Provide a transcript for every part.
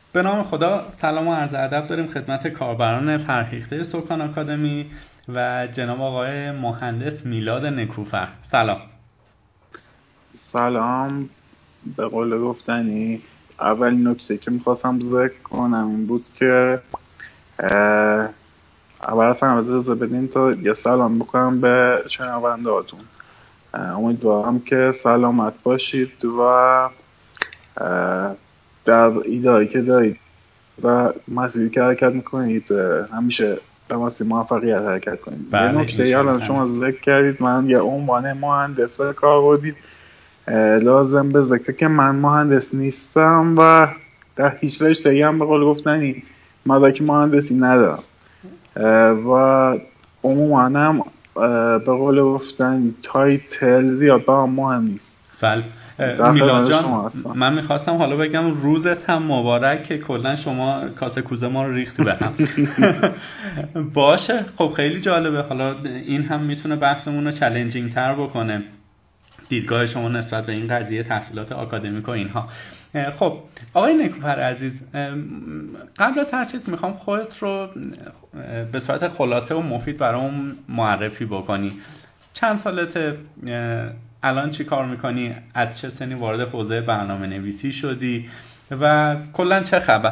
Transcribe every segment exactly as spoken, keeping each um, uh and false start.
به نام خدا، سلام و عرض ادب داریم خدمت کاربران فرهیخته سکان آکادمی و جناب آقای مهندس میلاد نکوفر. سلام. سلام. به قول گفتنی اول نکته که میخواستم ذکر کنم این بود که اول اصلا اجازه بدین تا یه سلام بکنم به شنونده هاتون. امیدوارم که سلامت باشید و در ایده‌ای که دارید و مسیری که حرکت میکنید همیشه به مسیر موفقیت حرکت کنید. یه نکته الان شما ذکر کردید، من یه عنوان مهندس به کار بردید. لازم به ذکر که من مهندس نیستم و در هیچ رشته‌ای هم به قول گفتنی مدرک مهندسی ندارم و عموما هم به قول گفتنی تایتل زیاد برام مهم نیست. بله میلاد جان، من میخواستم حالا بگم روزت هم مبارک که کلا شما کاسه کوزه ما رو ریختی به هم. باشه، خب خیلی جالبه. حالا این هم میتونه بحثمون رو چالنجینگ تر بکنه، دیدگاه شما نسبت به این قضیه تحصیلات آکادمیک و اینها. خب آقای نکوفر عزیز، قبل از هر چیز میخوام خودت رو به صورت خلاصه و مفید برام معرفی بکنی. چند سالته؟ الان چی کار میکنی؟ از چه سنی وارد حوزه برنامه نویسی شدی و کلا چه خبر؟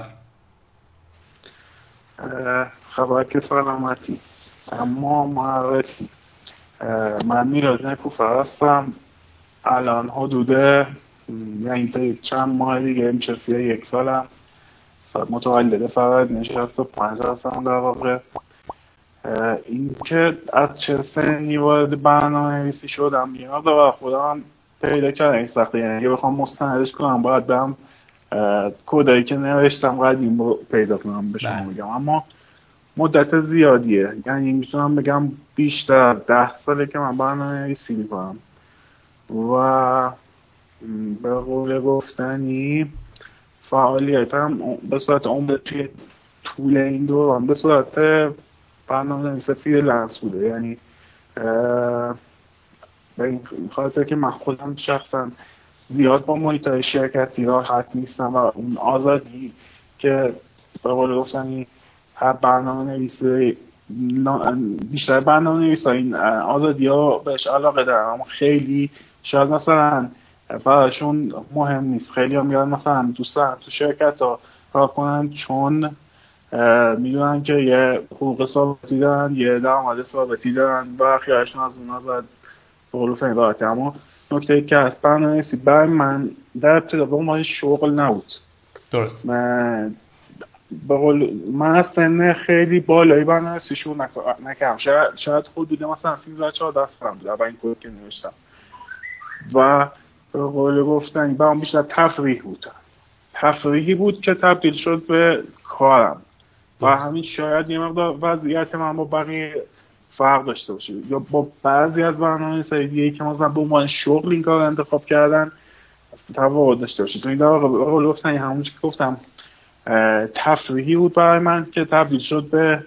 خبر که سلامتی. اما معرفی، من میلاد نکوفر هستم. الان حدود یعنی تا چند ماه دیگه میشه سی یک سالم. متولد فرد نشست و پنج هستم در واقع. این که از چه سنی وارد برنامه نویسی شدم یه مقدار خودم پیدا کردم این سخته، یعنی اگه بخوام مستندش کنم باید برم کدایی که نوشتم قدیم رو پیدا کنم به شما بگم، اما مدت زیادیه، یعنی میتونم بگم بیشتر ده ساله که من برنامه نویسی میکنم و به قول گفتنی فعالیتم به صورت عمده توی طول این دوران به صورت برنامه نویسی فریلنس بوده. یعنی به این خاطر که من خودم شخصا زیاد با محیط‌های شرکتی راحت نیستم و اون آزادی که به قول گفتنی هر برنامه نویسی بیشتر برنامه نویسا این آزادی ها بهش علاقه دارم، اما خیلی شاید مثلا براشون مهم نیست. خیلی هم میاد مثلا دوستان تو شرکت ها کار کنن چون میدونن که یه حقوق ثابتی دارن، یه درآمد ثابتی دارن و خیالشون از اونها باید بقول فنی راحته. اما نکته که از برنامه نویسی برای من در ابتدا به عنوان شغل نبود. درست. من به قول من از سن خیلی بالایی برنامه نویسی شروع نکردم. شاید شاید حدود مثلا سیزده چهارده سالم بود اول این کد که نوشتم و به قول گفتن برام بیشتر تفریح بود. تفریحی بود که تبدیل شد به کارم و همین شاید یه مقدار وضعیت من با بقیه فرق داشته باشه یا با بعضی از برنامه‌نویسای دیگه که مثلا به عنوان شغل این کار انتخاب کردن تفاوت داشته باشه. تو این در واقع به قول گفتن همون که گفتم تفریحی بود برای من که تبدیل شد به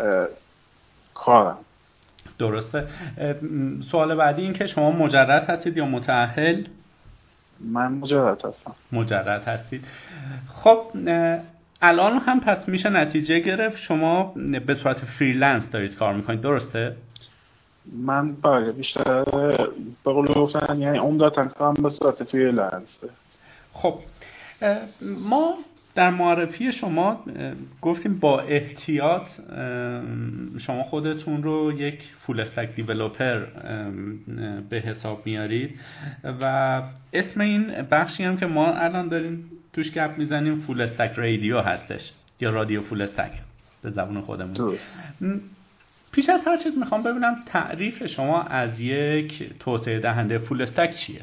کارم. درسته. سوال بعدی این که شما مجرد هستید یا متأهل؟ من مجرد هستم. مجرد هستید. خب الان هم پس میشه نتیجه گرفت شما به صورت فریلنس دارید کار میکنید، درسته؟ من بله بیشتر به قول گفتن یعنی عمدتاً کارم به صورت فریلنسه. خب ما در معرفی شما گفتیم با احتیاط شما خودتون رو یک فول استک دیولپر به حساب میارید و اسم این بخشی هم که ما الان داریم توش گپ میزنیم فول استک رادیو هستش یا رادیو فول استک به زبان خودمون. درست. پیش از هر چیز میخوام ببینم تعریف شما از یک توسعه دهنده فول استک چیه؟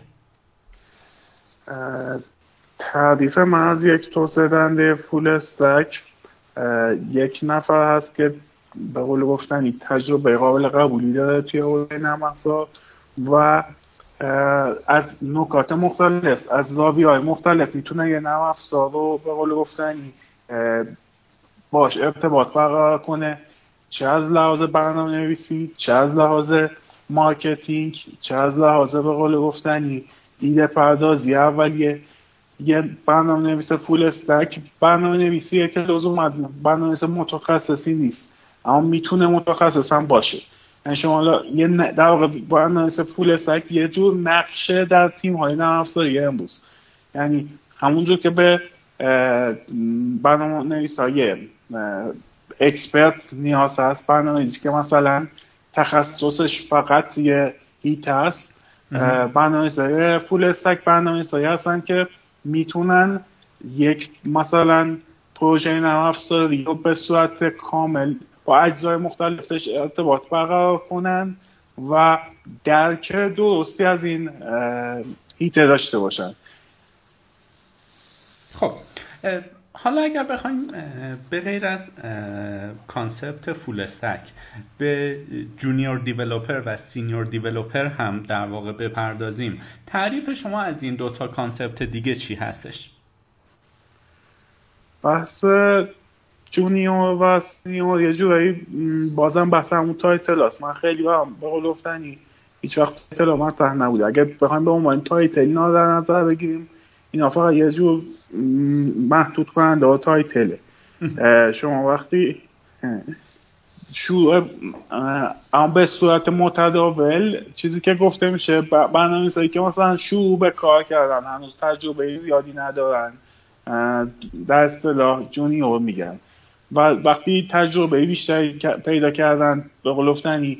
تعریف من از یک توسعه دهنده فول استک یک نفر هست که به قول گفتنی تجربه قابل قبولی داره توی حوزه نرم افزار و از نکات مختلف از زاویه‌های مختلف میتونه یه نرم افزار رو به قول گفتنی باش ارتباط برقرار کنه، چه از لحاظ برنامه‌نویسی، چه از لحاظ مارکتینگ، چه از لحاظ به قول گفتنی ایده پردازی اولیه یه برنامه نویس فول استک برنامه نویسیه که لزوما برنامه نویس متخصصی نیست، اما میتونه متخصص هم باشه. یعنی شما یه در واقع برنامه نویس فول استک یه جور نقشه در تیم های نرم افزاری امروز، یعنی همونجور که به برنامه نویسای اکسپرت نیاز هست، برنامه نویسی که مثلا تخصصش فقط یه هیت هست، برنامه نویسای فول استک برنامه نویسایی هستن که میتونن یک مثلا پروژه نرم افزاری رو به صورت کامل با اجزای مختلفش ارتباط برقرار کنن و درک درستی از این هیت داشته باشن. خب حالا اگر بخوایم به غیر از کانسپت فول استک به جونیور دیولپر و سینیور دیولپر هم در واقع بپردازیم، تعریف شما از این دوتا کانسپت دیگه چی هستش؟ بحث جونیور و سینیور یه جورایی بازم بحث همون تایتل هست. من خیلی هم به قول گفتنی هیچ وقت تایتل ها مطرح نبوده. اگر بخوایم به عنوان تایتل اینا در نظر بگیریم، این فقط یه جور محدود کننده ها تایتله. شما وقتی شروع به صورت متداول چیزی که گفته میشه برنامه‌نویسایی که مثلا شروع به کار کردن، هنوز تجربه زیادی ندارن، در اصطلاح جونیور میگن، و وقتی تجربه بیشتری پیدا کردن، به قول گفتنی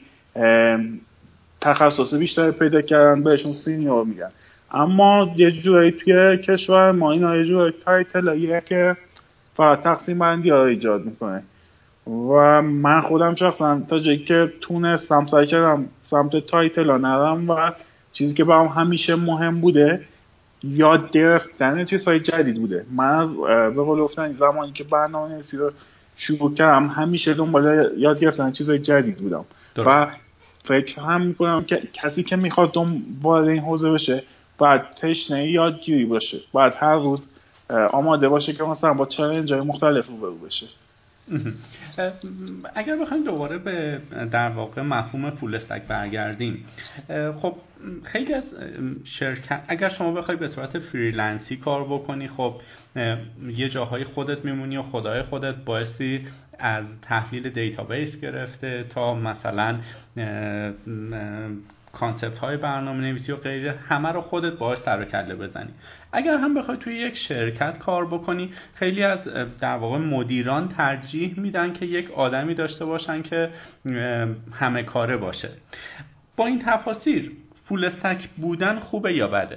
تخصص بیشتری پیدا کردن، بهشون سینیور میگن. اما یه جورایی توی کشور ما اینا یه جورایی تایتلاییه که فقط تقسیم بندی ها رو ایجاد میکنه و من خودم شخصا تا جایی که تونستم سعی کردم سمت تایتل ها نرم و چیزی که برام همیشه مهم بوده یاد گرفتن چیزهای جدید بوده. من از به قول گفتن زمانی که برنامه‌نویسی رو شروع کردم همیشه دنبال یاد گرفتن چیزهای جدید بودم درست. و فکر هم میکنم که کسی که میخواد دنبال این حوزه بشه باید تشنه یادگیری باشه، باید هر روز آماده باشه که مثلا با چالنج‌های مختلف روبرو بشه. اگر بخوایم دوباره به در واقع مفهوم فول استک برگردیم، خب خیلی از شرکت اگر شما بخوای به صورت فریلنسی کار بکنی، خب یه جاهای خودت میمونی و خدای خودت بایستی از تحلیل دیتابیس گرفته تا مثلا کانسپت های برنامه نویسی و غیره همه رو خودت باهاش سر و کله بزنی. اگر هم بخوای توی یک شرکت کار بکنی، خیلی از در واقع مدیران ترجیح میدن که یک آدمی داشته باشن که همه کاره باشه. با این تفاسیر فول استک بودن خوبه یا بده؟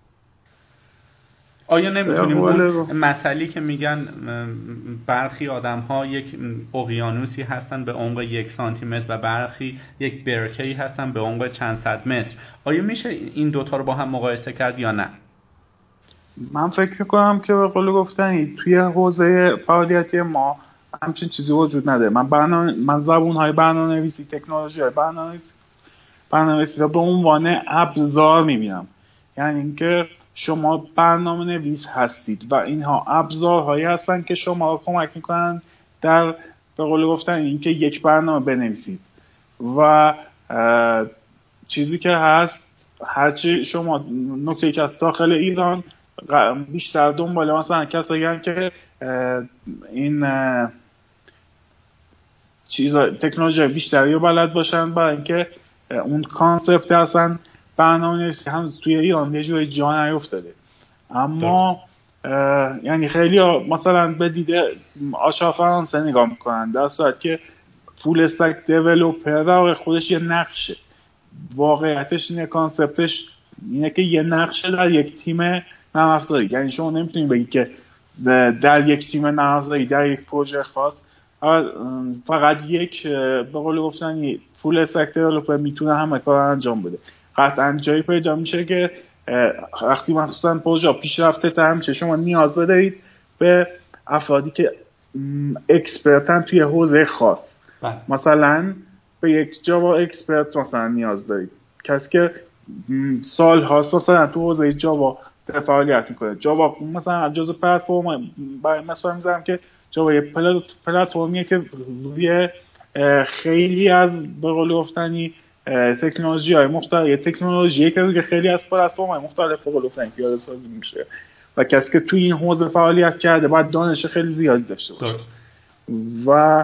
آیا نمیتونیم اون مسئله که میگن برخی آدم ها یک اقیانوسی هستن به عمق یک سانتی متر و برخی یک برکه‌ای هستن به عمق چند صد متر، آیا میشه این دوتا رو با هم مقایسه کرد یا نه؟ من فکر میکنم که به قول گفتنی توی حوزه فعالیتی ما همچین چیزی وجود نداره. من برنامه من زبون‌های برنامه‌نویسی، تکنولوژی‌های برنامه‌نویسی برنامه‌نویسی رو به عنوان ابزار میبینم. یعنی اینکه شما برنامه نویس هستید و اینها ابزارهایی هستن که شما رو کمک میکنن در به قول گفتن اینکه یک برنامه بنویسید و چیزی که هست هرچی شما نکته که از داخل ایران بیشتر دنبال مثلا کسایی هستن که این چیزا تکنولوژی بیشتری رو بلد باشن برای اینکه اون کانسپت هستن برنامه نویسی هم توی ایران یه جوری جا نیفتاده. اما یعنی خیلی ها مثلا به دیده آشا فرانسه نگاه میکنن، در صورت که فول استک دیولپر در خودش یه نقشه، واقعیتش اینه، کانسپتش اینه که یه نقشه در یک تیم نرم افزاری. یعنی شما نمیتونید بگید که در یک تیم نرم افزاری در یک پروژه خاص فقط یک به قول گفتن فول استک دیولپر میتونه همه کار انجام بده. قطعا جایی پیدا میشه که وقتی مخصوصا پروژه پیشرفته تر میشه شما نیاز بدارید به افرادی که اکسپرتن توی حوزه خاص. بله. مثلا به یک جاوا اکسپرت مثلا نیاز دارید، کسی که سال هاست مثلا تو حوزه جاوا فعالیت میکنه. جاوا مثلا جزء پلتفرم، برای مثلا میذارم که جاوا یه پلتفرمیه که روی خیلی از به قول گفتنی تکنولوژی های مختلف، تکنولوژی که خیلی از پلتفرم های مختلف به قول گفتنی پیاده سازی میشه و کسی که توی این حوزه فعالیت کرده باید دانش خیلی زیادی داشته باشه. و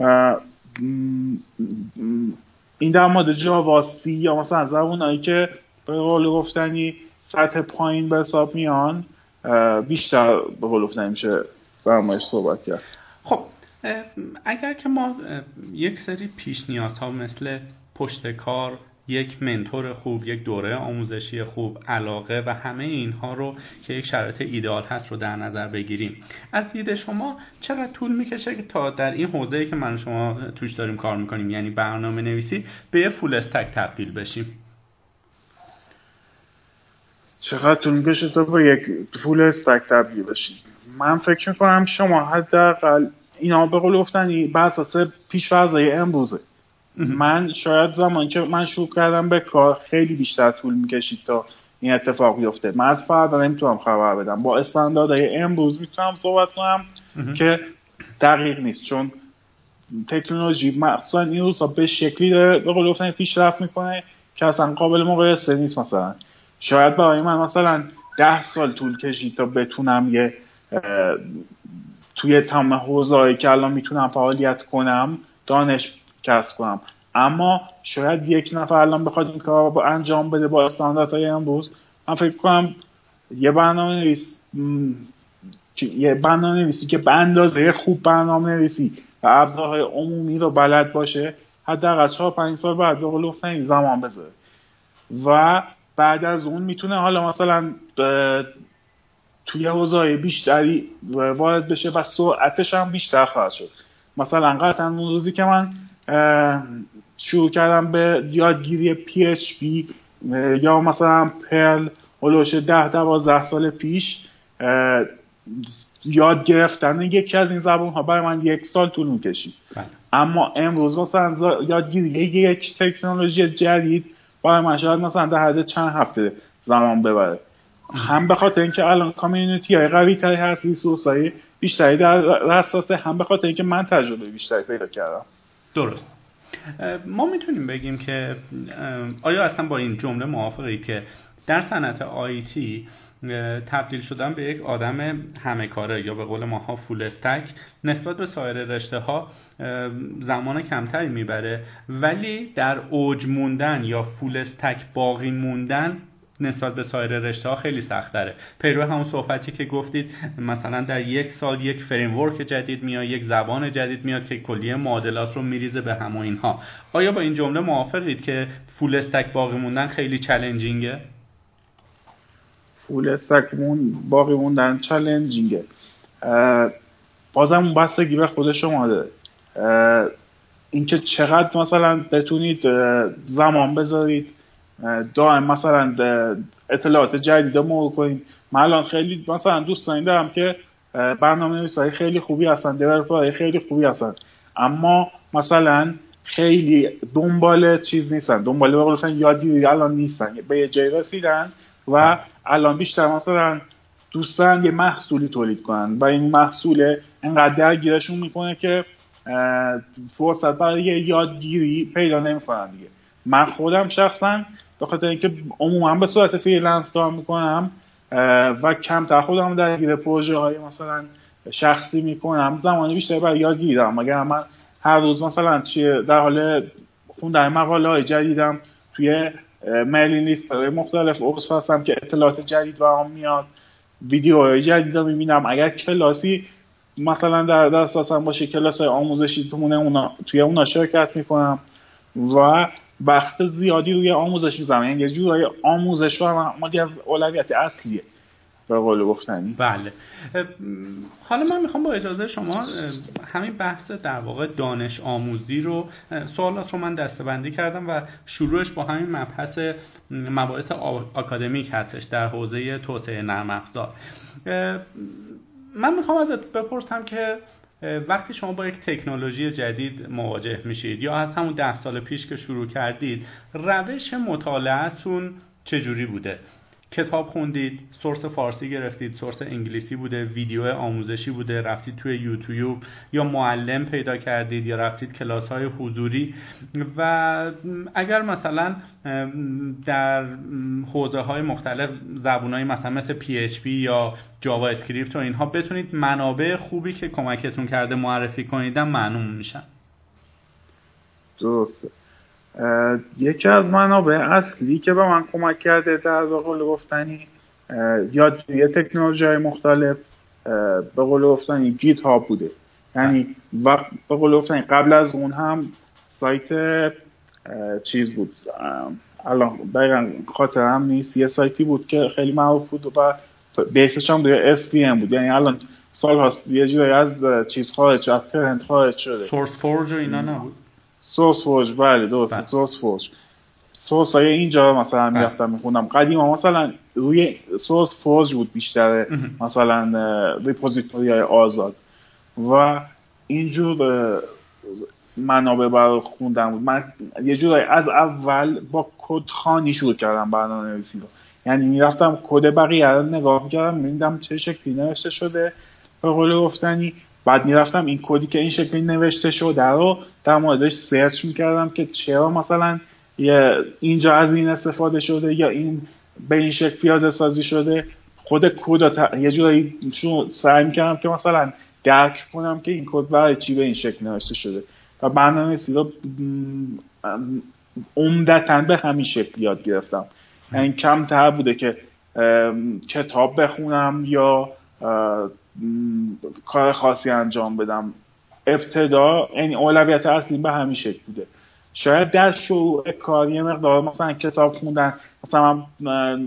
این در مورد جاوا سی یا مثلا زبونایی که به قول گفتنی سطح پایین به حساب میان بیشتر به قول گفتنی میشه برامش صحبت کرد. خب اگر که ما یک سری پیش نیازها مثل پشت کار، یک منتور خوب، یک دوره آموزشی خوب، علاقه و همه اینها رو که یک شرایط ایدئال هست رو در نظر بگیریم، از دید شما چقدر طول میکشه که تا در این حوزه‌ای که من و شما توش داریم کار میکنیم، یعنی برنامه نویسی، به یه فول استک تبدیل بشیم؟ چقدر طول میکشه تا به یک فول استک تبدیل بشیم؟ من فکر میکنم شما حداقل اینا به قول گفتنی بر اساس پیش‌فرض‌های امروزه. من شاید زمانی که من شروع کردم به کار خیلی بیشتر طول میکشید تا این اتفاق بیفته. من از فردا نمیتونم خبر بدم. با استانداردهای امروز میتونم صحبت کنم که دقیق نیست، چون تکنولوژی مخصوصا این روزها به شکلی داره به قول گفتن پیشرفت میکنه که اصلا قابل مقایسه نیست. مثلا شاید برای من مثلا ده سال طول کشید تا بتونم یه توی تمام حوزه‌ای که الان میتونم فعالیت کنم دانش کسب کنم، اما شاید یک نفر الان بخواد این کار رو انجام بده با استانداردهای امروز، من فکر کنم یه برنامه نویس یه برنامه نویسی که به اندازه خوب برنامه نویسی و ابزارهای عمومی رو بلد باشه حداقل چهار پنج سال بعد به قول گفتن زمان بذاره و بعد از اون میتونه حالا مثلا توی حوزه‌های بیشتری وارد بشه و سرعتش هم بیشتر خواهد شد. مثلا قطعا اون روزی که من شروع کردم به یادگیری پی اچ پی یا مثلا پرل هلوش ده دوازده سال پیش، یاد گرفتن یکی از این زبان ها برای من یک سال طول میکشید. اما امروز مثلا یادگیری یک تکنولوژی جدید برای من شاید مثلا در حد چند هفته زمان ببره، هم به خاطر اینکه الان کامیونیتی های قوی تری هست، ریسورس های بیشتری در دسترسه، هم به خاطر اینکه من تجربه بیشتری پیدا کردم. درست. ما میتونیم بگیم که آیا اصلا با این جمله موافقی که در صنعت آیتی تبدیل شدن به یک آدم همه کاره یا به قول ماها فول استک نسبت به سایر رشته ها زمان کمتری میبره، ولی در اوج موندن یا فول استک باقی موندن نسبت به سایر رشته ها خیلی سخت تره؟ پیرو همون صحبتی که گفتید مثلا در یک سال یک فریم ورک جدید میاد، یک زبان جدید میاد که کلیه معادلات رو میریزه به هم و اینها. آیا با این جمله موافقید که فول استک باقی موندن خیلی چالنجینگه؟ فول استک مون باقی موندن چالنجینگه. بازم اون بستگی به خود شما داره، اینکه چقدر مثلا بتونید زمان بذارید دائم مثلا اطلاعات جدید رو مرور کنید. من الان خیلی مثلا دوستانی دارم که برنامه‌نویسای خیلی خوبی هستن، دیولپرای خیلی خوبی هستن، اما مثلا خیلی دنبال چیز نیستن، دنبال به قول مثلا یادگیری الان نیستن، به یه جای رسیدن و الان بیشتر مثلا دوستان یه محصولی تولید کنن و این محصول انقدر درگیرشون میکنه که فرصت برای یادگیری پیدا نمیکنن دیگه. من خودم شخصا به خاطر اینکه عموما به صورت فریلنس کار میکنم و کمتر خودم درگیر پروژه های مثلا شخصی میکنم، زمانی بیشتر برای یادگیری دارم. مگر من هر روز مثلا چیه در حال خوندن مقاله های جدیدم، توی میلینگ لیست های مختلف عضو هستم که اطلاعات جدید برام میاد، ویدیوهای جدید رو میبینم. اگر کلاسی مثلا در دسترسم باشه، کلاس های آموزشی تونه اونا توی اونا شرکت میکنم و وقت زیادی روی آموزش میذارم. یعنی یه جورای آموزش و مالی از اولویت اصلیه به قول گفتنی. بله. حالا من میخوام با اجازه شما همین بحث در واقع دانش آموزی رو، سوالات رو من دسته‌بندی کردم و شروعش با همین مبحث مباحث آکادمیک هستش در حوزه توسعه نرم افزار. من میخوام ازت بپرسم که وقتی شما با یک تکنولوژی جدید مواجه میشید یا از همون ده سال پیش که شروع کردید، روش مطالعه‌تون چجوری بوده؟ کتاب خوندید، سورس فارسی گرفتید، سورس انگلیسی بوده، ویدیو آموزشی بوده، رفتید توی یوتیوب یا معلم پیدا کردید یا رفتید کلاس‌های حضوری. و اگر مثلا در حوزه‌های مختلف زبان‌های مثلا مثل پی اچ پی یا جاوا اسکریپت و اینها بتونید منابع خوبی که کمکتون کرده معرفی کنیدن معلوم میشن. درسته. یکی از منابع اصلی که به من کمک کرده در قول گفتنی یادگیری تکنولوژی‌های مختلف به قول گفتنی گیت هاب بوده. یعنی وقت به قول گفتنی قبل از اون هم سایت چیز بود، الان دقیقاً خاطرم نیست، یه سایتی بود که خیلی معروف بود و بیسش هم روی اس وی ام بود. یعنی الان سال هاست یه جوری از چیز خارج از ترند خارج شده. سورس فورج و اینا نبود؟ سورس فورج بله درست، سورس فورج. سورس های اینجا مثلا میرفتم میخوندم قدیما مثلا روی سورس فورج بود بیشتر مثلا ریپوزیتوری های آزاد و اینجور منابع برای خوندن بود. من یه جورایی از اول با کدخوانی شروع کردم برنامه‌نویسی رو. یعنی میرفتم کد بقیه رو نگاه می‌کردم می‌دیدم چه شکلی نوشته شده به قول گفتنی، بعد میرفتم این کدی که این شکلی نوشته شده رو در موردش سرچ می‌کردم که چرا مثلا اینجا از این استفاده شده یا این به این شکل پیاده سازی شده. خود کد تا... یه جورایی سعی می‌کردم که مثلا درک کنم که این کد برای چی به این شکل نوشته شده و برنامه‌نویسی رو عمدتاً به همین شکل یاد گرفتم. یعنی کمتر بوده که کتاب بخونم یا کار خاصی انجام بدم. ابتدا یعنی اولویت اصلی به همین شکل بوده. شاید در شروع کار یه مقدار مثلا کتاب خوندن، مثلا من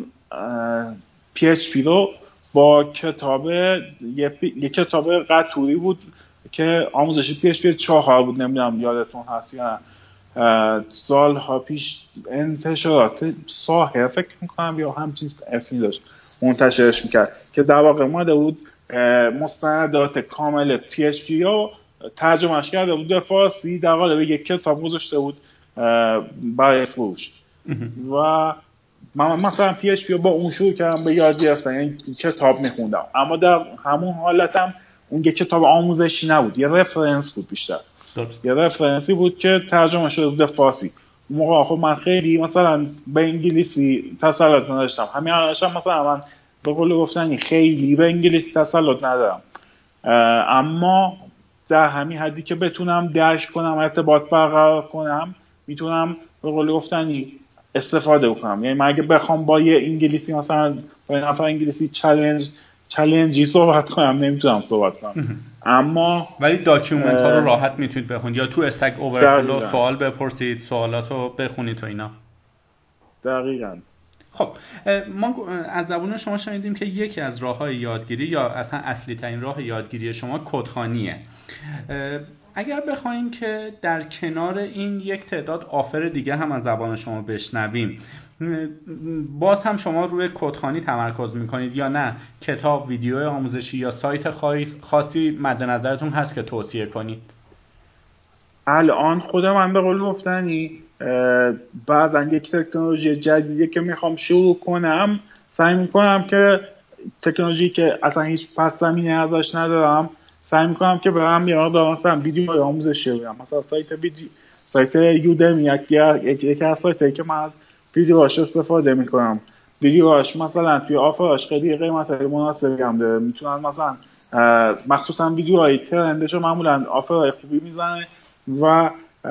پی اچ پی رو با کتاب یه, یه کتاب قطوری بود که آموزشی پی اچ پی چهار بود، نمیدونم یادتون هست یا نه، سالها پیش انتشارات ساحر فکر میکنم یا همچین اسمی داشت منتشرش میکرد که در واقع اومده بود مستندات کامل پی اچ پی رو ترجمهش کرده بود به فارسی، در قالب یک کتاب گذاشته بود برای فروش و من مثلا پی اچ پی رو با اون شروع کردم به یاد گرفتن، یعنی کتاب میخوندم، اما در همون حالتم اون یک کتاب آموزشی نبود، یه رفرنس بود بیشتر. یه رفرنسی بود که ترجمه شده بود به فارسی. اون موقع خب من خیلی مثلا به انگلیسی تسلط نداشتم، همین الانش هم مثلا من به قول گفتنی خیلی به انگلیسی تسلط ندارم، اما در همین حدی که بتونم درک کنم، ارتباط برقرار کنم، میتونم به قول گفتنی استفاده بکنم. یعنی من اگه بخوام با یه انگلیسی مثلا با یه نفر انگلیسی چالش چالنجی صحبت کنم نمیتونم صحبت کنم، اما ولی داکیومنت ها رو راحت میتونید بخونید یا تو استک اوورفلو سوال بپرسید، سوالاتو بخونید و اینا. دقیقاً. خب ما از زبون شما شنیدیم که یکی از راه‌های یادگیری یا اصلا اصلی ترین راه یادگیری شما کدخوانیه. اگر بخوایم که در کنار این یک تعداد آفر دیگه هم از زبان شما بشنویم، باز هم شما روی کدخوانی تمرکز میکنید یا نه کتاب، ویدیو آموزشی یا سایت خاصی مد نظرتون هست که توصیه کنید؟ الان خود من به قول گفتنی بعضا یک تکنولوژی جدیدی که میخوام شروع کنم سعی میکنم که تکنولوژی که اصلا هیچ پس زمینه ازش ندارم سعی میکنم که برام یاد مثلا ویدیوهای آموزشی ببینم. مثلا سایت ویدیو سایت یودمی یک یک از سایتایی که من از ویدیوهاش استفاده میکنم. ویدیوهاش مثلا توی آفرش خیلی قیمتای مناسبی هم داره، میتونن مثلا مخصوصا ویدیوهای ترندش معمولا آفرهای خوبی میزنه و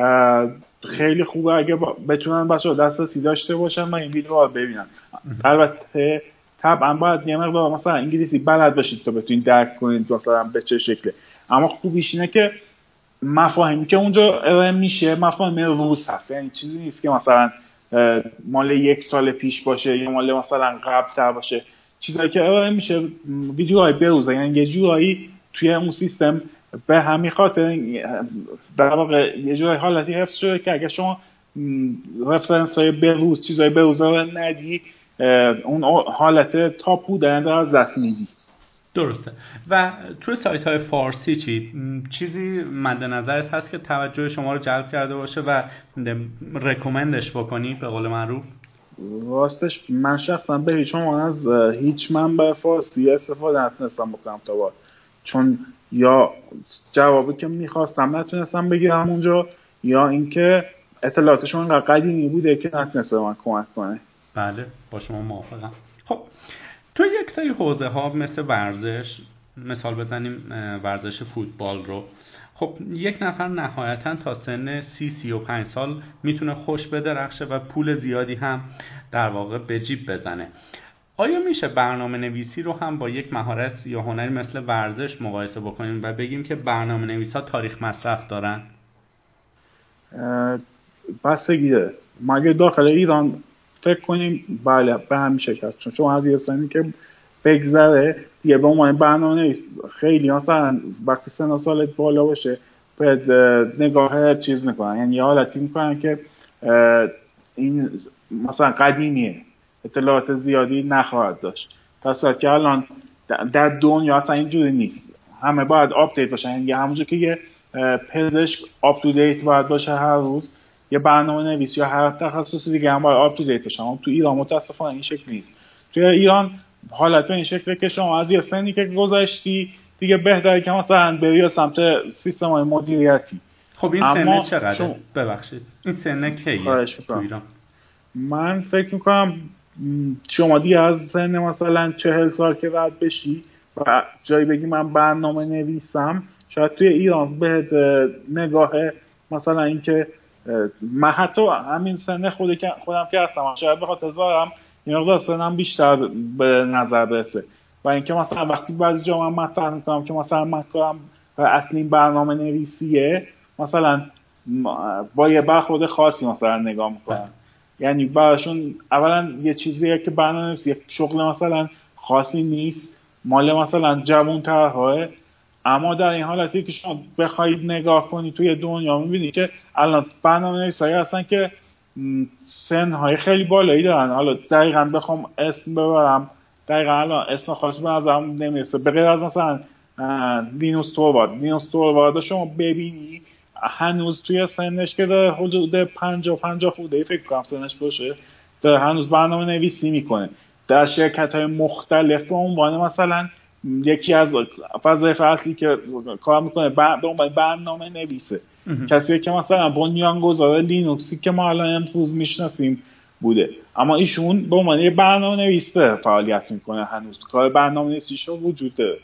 خیلی خوبه اگه بتونن بچه‌ها دسترسی داشته باشن و این ویدیوها رو ببینن. البته طبعا باید یه مقدار مثلا انگلیسی بلد باشید تا بتونید درک کنید مثلا به چه شکله، اما خوبیش اینه که مفاهیمی که اونجا ارائه میشه مفاهیم روز هست، یعنی چیزی نیست که مثلا مال یک سال پیش باشه یا مال مثلا قبل تر باشه. چیزایی که ارائه میشه ویدیوهای بروزه، یعنی یه جورایی توی اون سیستم به همین خاطر در واقع یه جورایی حالتی حفظ شده که اگه شما رفرنس های بروز چیزای بروز رو ندی اون حالت تاپ بودن در از دست میدی. درسته. و توی سایت های فارسی چی؟ چیزی مد نظرت هست که توجه شما رو جلب کرده باشه و رکومندش بکنی به قول معروف؟ راستش من شخصا به هیچ عنوان از هیچ منبع فارسی استفاده نتونستم بکنم تا بعد، چون یا جوابی که میخواستم نتونستم بگیرم اونجا، یا اینکه اطلاعاتشون انقدر قدیمی بوده که نتونسته من کمک کنه. بله با شما موافقم. خب تو یک سری حوزه ها مثل ورزش، مثال بزنیم ورزش فوتبال رو، خب یک نفر نهایتا تا سن سی سی و پنج سال میتونه خوش بدرخشه و پول زیادی هم در واقع به جیب بزنه. آیا میشه برنامه نویسی رو هم با یک مهارت یا هنری مثل ورزش مقایسه بکنیم و بگیم که برنامه نویسا تاریخ مصرف دارن؟ بستگی داره. ما اگه داخل ایران فکر کنیم بله به همین شکل هست، چون شما از یه سنی که بگذره یه به عنوان برنامه نویس خیلی مثلا وقتی سن سالت بالا باشه باید نگاه چیز میکنن، یعنی یه حالتی میکنن که این مثلا قدیمیه، اطلاعات زیادی نخواهد داشت، در صورتی که الان در دنیا اصلا اینجوری نیست، همه باید آپدیت باشن. یعنی همونجور که یه پزشک آپ تو دیت باید باشه هر روز، یه برنامه نویس یا هر تخصصی دیگه هم باید آپ تو دیت باشه. تو ایران متاسفانه این شکل نیست. تو ایران حالت به این شکله که شما از یه سنی که گذاشتی دیگه بهتره که مثلا بری سمت سیستم‌های مدیریتی. خب این سنه چقدره؟ شما... ببخشید این سنه کیه تو ایران؟ من فکر میکنم شما دیگه از سن مثلا چهل سال که رد بشی و جایی بگی من برنامه نویسم، شاید توی ایران بهت نگاه مثلا این که من حتی همین سن خودی که خودم که هستم شاید به خاطر زارم این مقدار سنم بیشتر به نظر برسه و اینکه مثلا وقتی بعضی جا من مطرح میکنم که مثلا من کارم اصلی برنامه نویسیه، مثلا با یه برخورد خاصی مثلا نگاه میکنم. یعنی براشون اولا یه چیزیه که برنامه نویسی یک شغل مثلا خاصی نیست، مال مثلا جوان‌ترها، اما در این حالتی که شما بخواید نگاه کنی توی دنیا میبینی که الان برنامه‌نویسایی هستن که سن‌های خیلی بالایی دارن. حالا دقیقاً بخوام اسم ببرم دقیقاً الان اسم خاصی به نظرم نمیرسه، به غیر از مثلا لینوس توروارد. لینوس توروارد شما ببینی هنوز توی سنش که داره حدود پنجاه پنجاه خورده فکر کنم سنش باشه، داره هنوز برنامه نویسی میکنه در شرکت‌های مختلف به عنوان مثلا یکی از وظایف اصلی که کار میکنه به عنوان برنامه نویسه. کسیه که مثلا بنیانگذار لینوکسی که ما الان امروز میشناسیم بوده، اما ایشون به عنوان برنامه نویسه فعالیت میکنه، هنوز کار برنامه نویسیش وجود داره.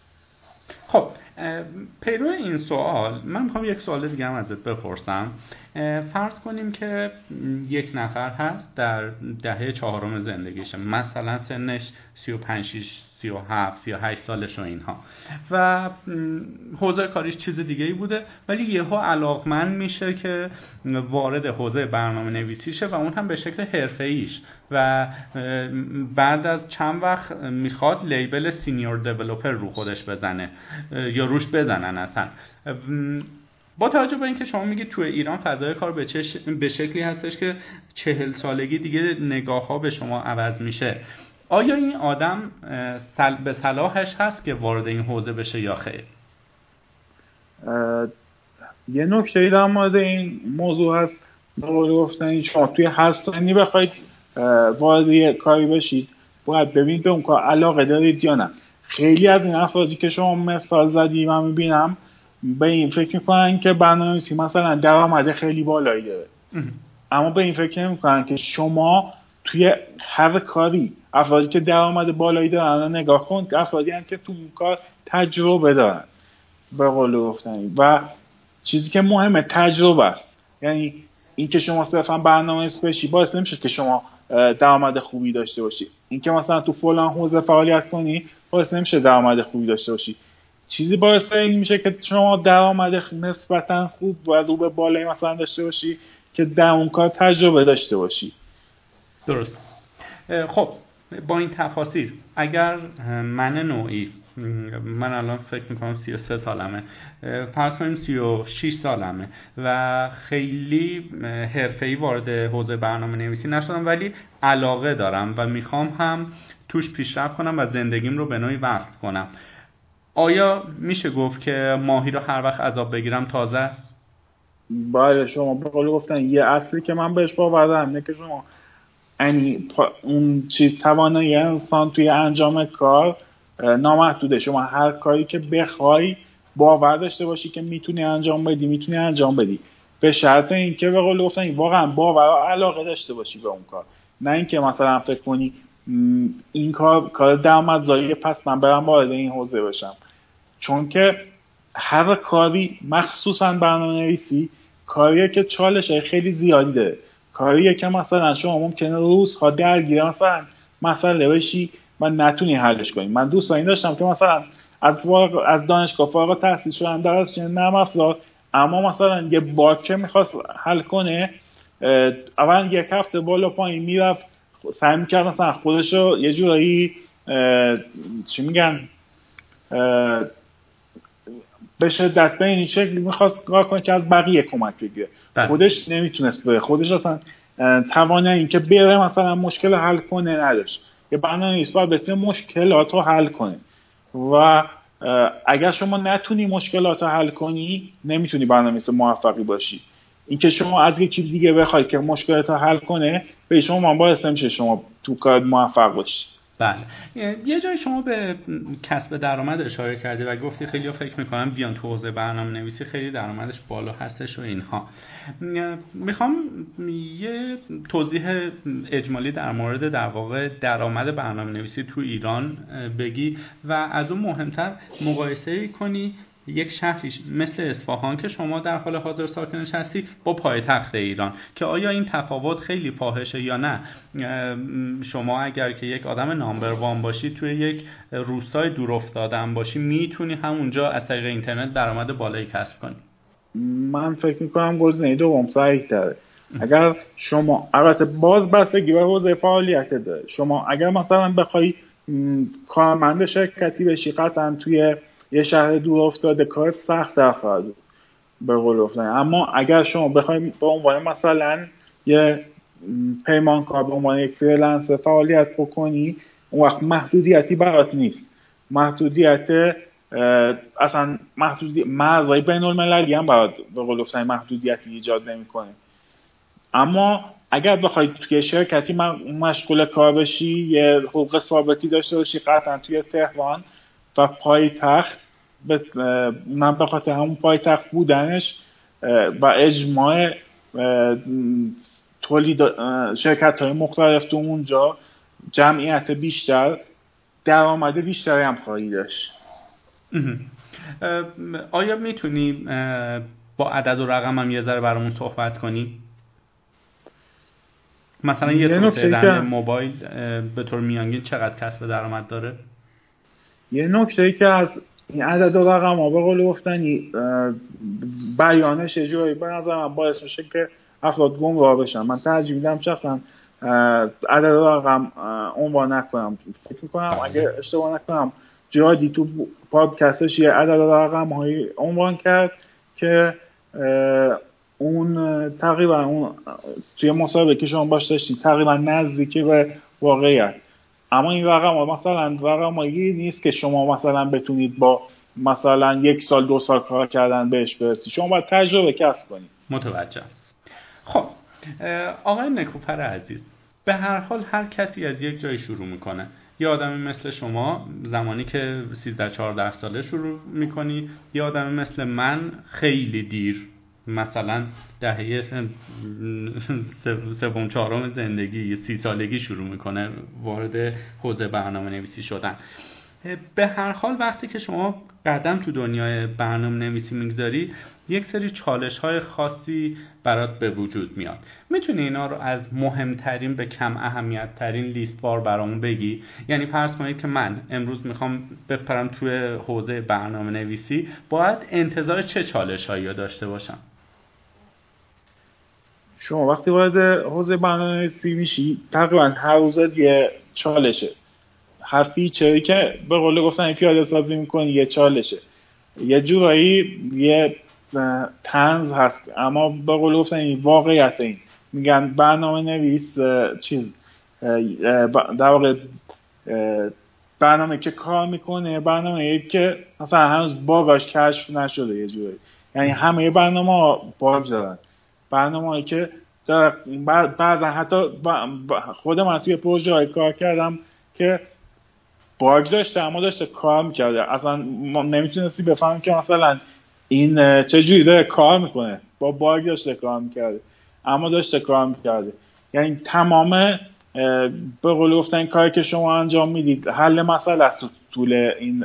خب پیرو این سوال من میخوام یک سوال دیگه هم ازت بپرسم. فرض کنیم که یک نفر هست در دهه چهارم زندگیشه، مثلا سنش سی و پنج سی و هفت سی و هشت سالش و اینها، و حوزه کاریش چیز دیگه ای بوده ولی یهو علاقمند میشه که وارد حوزه برنامه نویسیشه و اون هم به شکل حرفه‌ایش، و بعد از چند وقت میخواد لیبل سینیور دیولپر رو خودش بزنه یا روش بزنن اصلا. با توجه به اینکه شما میگید توی ایران فضای کار به, چش... به شکلی هستش که چهل سالگی دیگه نگاه ها به شما عوض میشه، آیا این آدم سل... به صلاحش هست که وارد این حوزه بشه یا خیر؟ یه نکته در مورد این موضوع هست، به قول گفتن شما توی هر سنی بخواید وارد یه کاری بشید باید ببینید به اون کار علاقه دارید یا نه. خیلی از این افرادی که شما مثال زدی من میبینم به این فکر میکنن که برنامه‌نویسی مثلا درآمد خیلی بالایی داره، اما به این فکر نمیکنن که شما توی هر کاری افرادی که درآمد بالایی دارن نگاه کن، افرادی هستن که تو اون کار تجربه دارن به قول گفتن، و چیزی که مهمه تجربه است. یعنی این که شما صرفا برنامه‌نویس بشی باعث نمیشه که شما درآمد خوبی داشته باشی. این که مثلا تو فلان حوزه فعالیت کنی باعث نمیشه درآمد خوبی داشته باشی. چیزی باعث این میشه که شما درآمد نسبتا خوب و رو به بالایی مثلا داشته باشی که در اون کار تجربه داشته باشی. درست. خب با این تفاصیل اگر من نوعی، من الان فکر میکنم سی و سه سالمه، فرض کنیم سی و شش سالمه و خیلی حرفه‌ای وارد حوزه برنامه نویسی نشدم ولی علاقه دارم و میخوام هم توش پیشرفت کنم و زندگیم رو به نوعی وقف کنم، آیا میشه گفت که ماهی رو هر وقت عذاب بگیرم تازه است؟ بله، شما به قول گفتن یه اصلی که من بهش باور دارم اینه که شما یعنی اون چیز توانایی انسان توی انجام کار نامحدوده. شما هر کاری که بخوای باور داشته باشی که میتونی انجام بدی میتونی انجام بدی، به شرط اینکه به قول گفتن واقعا باور و علاقه داشته باشی به اون کار، نه اینکه مثلا فکر کنی این کار کار درآمدزایی پس من برم وارد این حوزه بشم. چون که هر کاری مخصوصا برنامه‌نویسی کاریه که چالش خیلی زیادی داره، کاریه که مثلا شما ممکنه روزها درگیر مثلا مسئله بشی و نتونی حلش کنی. من دوستانی داشتم که مثلا از از دانشگاه فارغ التحصیل شدن درس نرم افزار، اما مثلا یه باکه میخواست حل کنه، اول یک هفته بالا پایین میرفت سعی میکرد مثلا خودشو یه جورایی چی میگن به شدت به این شکلی میخواست کار کنه که از بقیه کمک بگیره. خودش نمیتونست بره، خودش اصلا توانایی این که بره مثلا مشکل حل کنه نداشت. یه برنامه‌نویس باید بتونه مشکلات رو حل کنه و اگر شما نتونی مشکلات رو حل کنی نمیتونی برنامه‌نویس موفقی باشی. این که شما از یکی دیگه بخوای که مشکلات رو حل کنه به شما باعث نمیشه شما تو کار موفق باشی. بله، یه جای شما به کسب درآمد اشاره کردی و گفتی خیلی‌ها فکر می‌کنن بیان تو حوزه برنامه‌نویسی خیلی درآمدش بالا هستش و اینها. میخوام یه توضیح اجمالی در مورد در واقع درآمد برنامه‌نویسی تو ایران بگی و از اون مهمتر مقایسه کنی یک شهری مثل اصفهان که شما در حال حاضر ساکنش هستی با پایتخت ایران، که آیا این تفاوت خیلی فاحشه یا نه؟ شما اگر که یک آدم نامبر وان باشی توی یک روستای دور افتاده باشی میتونی همونجا از طریق اینترنت درآمد بالایی کسب کنی. من فکر میکنم گزینه دوم صحیح تره. اگر شما البته باز بستگی به حوزه فعالیت داره. شما اگر مثلا بخوای کارمند شرکتی بشی قطعا توی یه شهر دور افتاده کار سخت خواهد به قول گفتن، اما اگر شما بخواید به عنوان مثلا یه پیمانکار به عنوان یک فریلنسر فعالیت بکنی اون وقت محدودیتی برات نیست. محدودیت اصلا محدودیت مرزهای بین المللی هم برات به قول گفتن محدودیتی ایجاد نمیکنه. اما اگر بخواید توی شرکتی مشغول کار بشی یه حقوق ثابتی داشته باشی قطعا توی تهران و پایتخت، من به خاطر همون پایتخت بودنش و اجماع تولید شرکت های مختلف تو اونجا جمعیت بیشتر درآمد بیشتری هم خواهی داشت. آیا میتونی با عدد و رقم هم یه ذره برامون صحبت کنی؟ مثلا یه توسعه دهنده موبایل به طور میانگین چقدر کسب درآمد داره؟ یه نکته‌ای که از این عدد و رقم ها به قول گفتنی بیانش یه جوری به نظر من باعث میشه که افراد گمراه بشن. من ترجیح میدم شخصا عدد و رقم عنوان نکنم. فکر میکنم اگه اشتباه نکنم جادی تو پادکستش یه عدد و رقم هایی عنوان کرد که اون تقریبا اون توی مصاحبه که شما باش داشتین تقریبا نزدیکی به واقعیت. اما این رقم ها مثلا رقم هایی نیست که شما مثلا بتونید با مثلا یک سال دو سال کار کردن بهش برسید. شما باید تجربه کسب کنید. متوجه. خب آقای نکوپر عزیز، به هر حال هر کسی از یک جای شروع میکنه. یه آدمی مثل شما زمانی که سیزده چهارده ساله شروع میکنی، یه آدمی مثل من خیلی دیر، مثلا دهه سوم چهارم زندگی سی سالگی شروع میکنه وارد حوزه برنامه نویسی شدن. به هر حال وقتی که شما قدم تو دنیای برنامه نویسی میگذاری یک سری چالش های خاصی برات به وجود میاد. میتونی اینا رو از مهمترین به کم اهمیت ترین لیست وار برامون بگی؟ یعنی فرض کنید که من امروز میخوام بپرم توی حوزه برنامه نویسی، باید انتظار چه چالش هایی داشته باشم؟ شما وقتی وارد حوزه برنامه‌نویسی میشی تقریبا هر روز یه چالشه. هر فیچری که به قول گفتن پیاده سازی میکنی یه چالشه. یه جورایی یه طنز هست، اما به قول گفتن این واقعیت این میگن برنامه نویس چیز در واقع برنامه که کار میکنه برنامه که مثلا هنوز باگاش کشف نشده. یه جورایی یعنی همه برنامه ها باگ دارن. برنامه هایی که بعضا حتی خود من توی پروژه های کار کردم که باگ داشته اما داشته کار میکرده، اصلا نمیتونستی بفهمی که مثلا این چجوری داره کار میکنه، با باگ داشته کار میکرده اما داشته کار میکرده. یعنی تمام به قول گفتن این کاری که شما انجام میدید حل مسئله است طول این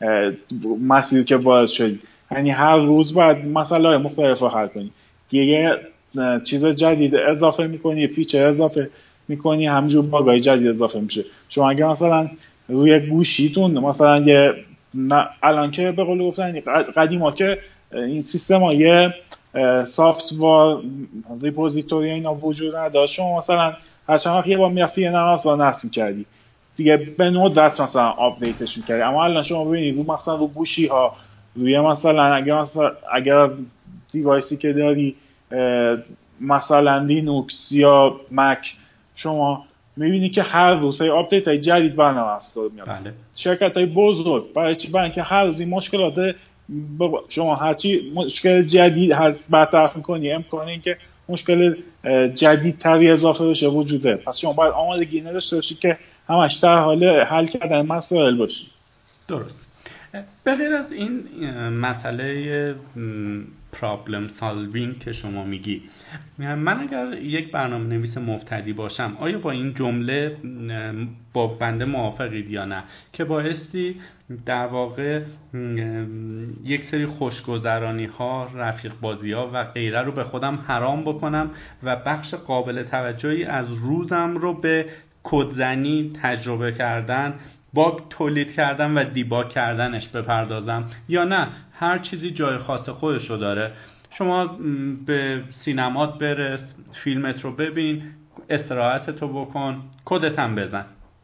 مسیری که باز شدید. یعنی هر روز باید مسئله مختلف رو حل کنید، یه چیز جدید اضافه میکنی، فیچر اضافه میکنی، همینجور باگای جدید اضافه میشه. شما اگه مثلا روی گوشیتون مثلا یه الان که به قول گفتن قدیما که این سیستم ها یه سافت‌ور ریپوزیتوری اینا وجود نداشت، شما مثلا هر چند وقت یه بار میرفتی یه نرم افزار نصب می‌کردی دیگه به ندرت مثلا آپدیتش می‌کردی. اما الان شما ببینید رو مثلا رو گوشی ها روی مثلا اگر مثلا اگر دیوایسی که داری مثلا لینوکس یا مک، شما می‌بینی که هر روز یه آپدیت های جدید برنامه است میاد. بله. شرکت‌های بزرگ برای چی؟ برای اینکه هر روز این مشکلات شما هرچی مشکل جدید هر برطرف می‌کنی امکان این که مشکل جدیدتری اضافه بشه وجوده. پس شما باید آمادگی نداشته باشید که همش در حال حل کردن مسائل باشید. درست. به غیر از این مسئله پرابلم سالوینگ که شما میگی، من اگر یک برنامه نویس مبتدی باشم آیا با این جمله با بنده موافقید یا نه که بایستی در واقع یک سری خوشگذرانی ها، رفیق بازی ها و غیره رو به خودم حرام بکنم و بخش قابل توجهی از روزم رو به کدزنی، تجربه کردن، باگ تولید کردن و دیباگ کردنش بپردازم، یا نه هر چیزی جای خاص خودشو داره؟ شما به سینمات برس، فیلمت رو ببین، استراحتتو بکن، کدت هم بزن.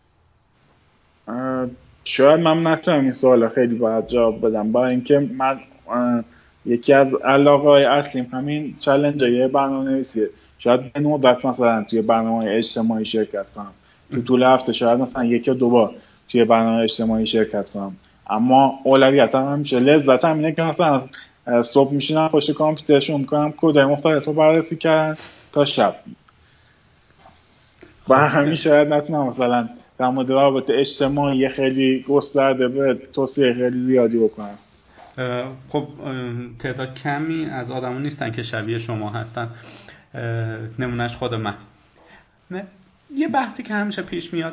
شاید من نتونم این سوال خیلی باید جواب بدم، برای اینکه من یکی از علاقه‌های اصلیم همین چالنج‌های برنامه‌نویسیه. شاید به ندرت مثلا توی برنامه‌های اجتماعی شرکت کنم، تو طول هفته شاید مثلا یک یا دو بار توی برنامه اجتماعی شرکت کنم، اما اولویتم همیشه لذتم اینه که مثلا صبح میشینم پشت کامپیوتر شروع میکنم کدهای مختلف رو بررسی کردن تا شب. و همین شاید نتونم مثلا در مورد روابط اجتماعی خیلی گسترده به توصیه خیلی زیادی بکنم. خب تعداد کمی از آدمون نیستن که شبیه شما هستن، نمونهش خود من. نه یه بحثی که همیشه پیش میاد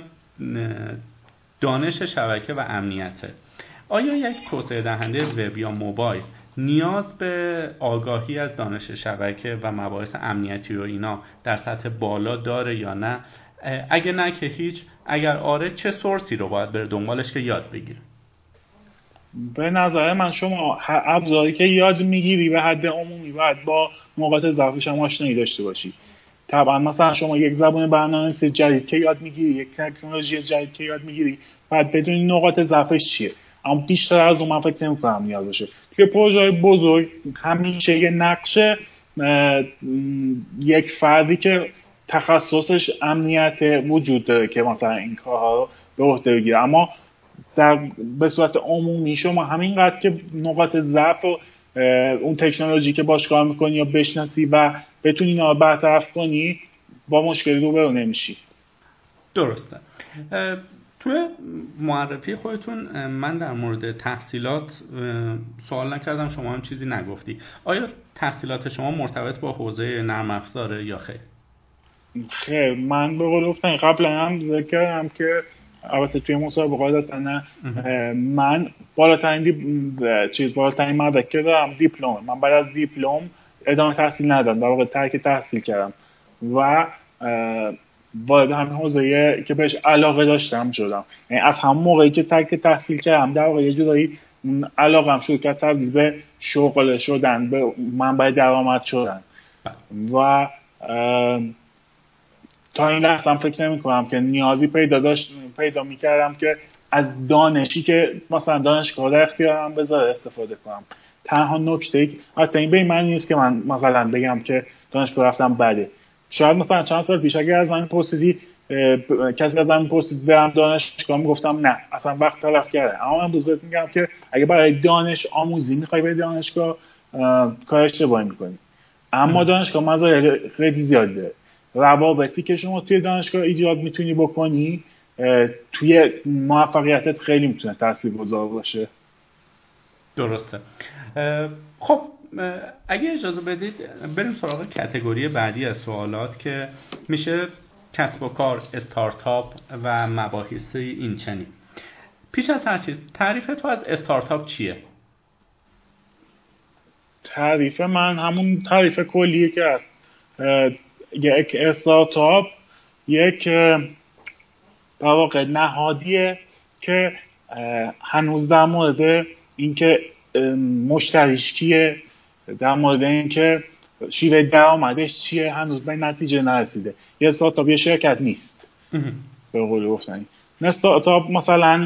دانش شبکه و امنیته. آیا یک توسعه دهنده وب یا موبایل نیاز به آگاهی از دانش شبکه و مباحث امنیتی و اینا در سطح بالا داره یا نه؟ اگه نه که هیچ، اگر آره چه سورسی رو باید بره دنبالش که یاد بگیره؟ به نظر من شما ابزاری که یاد میگیری به حد عمومی باید با نقاط ضعفش هم آشنایی داشته باشی. طبعا مثلا شما یک زبان برنامه‌نویسی جدید که یاد میگیری، یک تکنولوژی جدید که یاد میگیری، باید بدونی نقاط ضعفش چیه. اما بیشتر از اون من فکر نمی‌کنم نیاز باشه. توی پروژه‌های بزرگ همیشه یه نقشه یک فردی که تخصصش امنیت وجود داره که مثلا این کارها رو به عهده بگیره، اما در به صورت عمومی شما همینقدر که نقاط ضعف و اون تکنولوژی که باش کار میکنی یا بشناسی و بتونی اینا رو برطرف کنی با مشکلی روبرو نمیشی. درسته. توی معرفی خودتون من در مورد تحصیلات سوال نکردم، شما هم چیزی نگفتی. آیا تحصیلات شما مرتبط با حوزه نرم افزاره یا خیر؟ خیر، من به قول گفتن قبلا هم ذکر کردم که البته توی مسابقه دادن من بالاترین دیپ... چیز بالاترین مدرک که دارم دیپلم. من بعد از دیپلم ادامه تحصیل ندادم، در واقع ترک تحصیل کردم و وارد همین حوزه‌ای که بهش علاقه داشتم شدم. یعنی از همون موقعی که ترک تحصیل کردم در واقع یه جورایی علاقه‌ام شروع کرد تبدیل به شغل شدن، به منبع درآمد شدن و تا این لحظه هم فکر نمی کنم که نیازی پیدا داشت پیدا می کردم که از دانشی که مثلا دانشگاه در اختیارم بذاره استفاده کنم. تنها نکته ای حتی این به این معنی نیست که من مثلا بگم که دانشگاه رفتم بده. شاید مثلا چند سال پیش اگر از من پرسیدی کسی از من پرسید برم دانشگاه میگفتم نه، اصلا وقت تلف کردم. اما امروز بهت میگم که اگه برای دانش آموزی میخوای بری دانشگاه کار اشتباهی میکنی. اما دانشگاه مزایای خیلی زیاده. روابطی که شما توی دانشگاه ایجاد میتونی بکنی توی موفقیتت خیلی میتونه تاثیرگذار باشه. درسته. خب اگه اجازه بدید بریم سراغ کاتگوری بعدی از سوالات که میشه کسب و کار، استارتاپ و مباحث این چنین. پیش از هر چیز تعریف تو از استارتاپ چیه؟ تعریف من همون تعریف کلیه که هست. یک استارتاپ یک در واقع نهادیه که هنوز در مورد اینکه مشتریش کیه، در مورد اینکه شیوه درآمدش چیه هنوز به نتیجه نرسیده. یه استارتاپ یه شرکت نیست به قول گفتنی. استارتاپ مثلا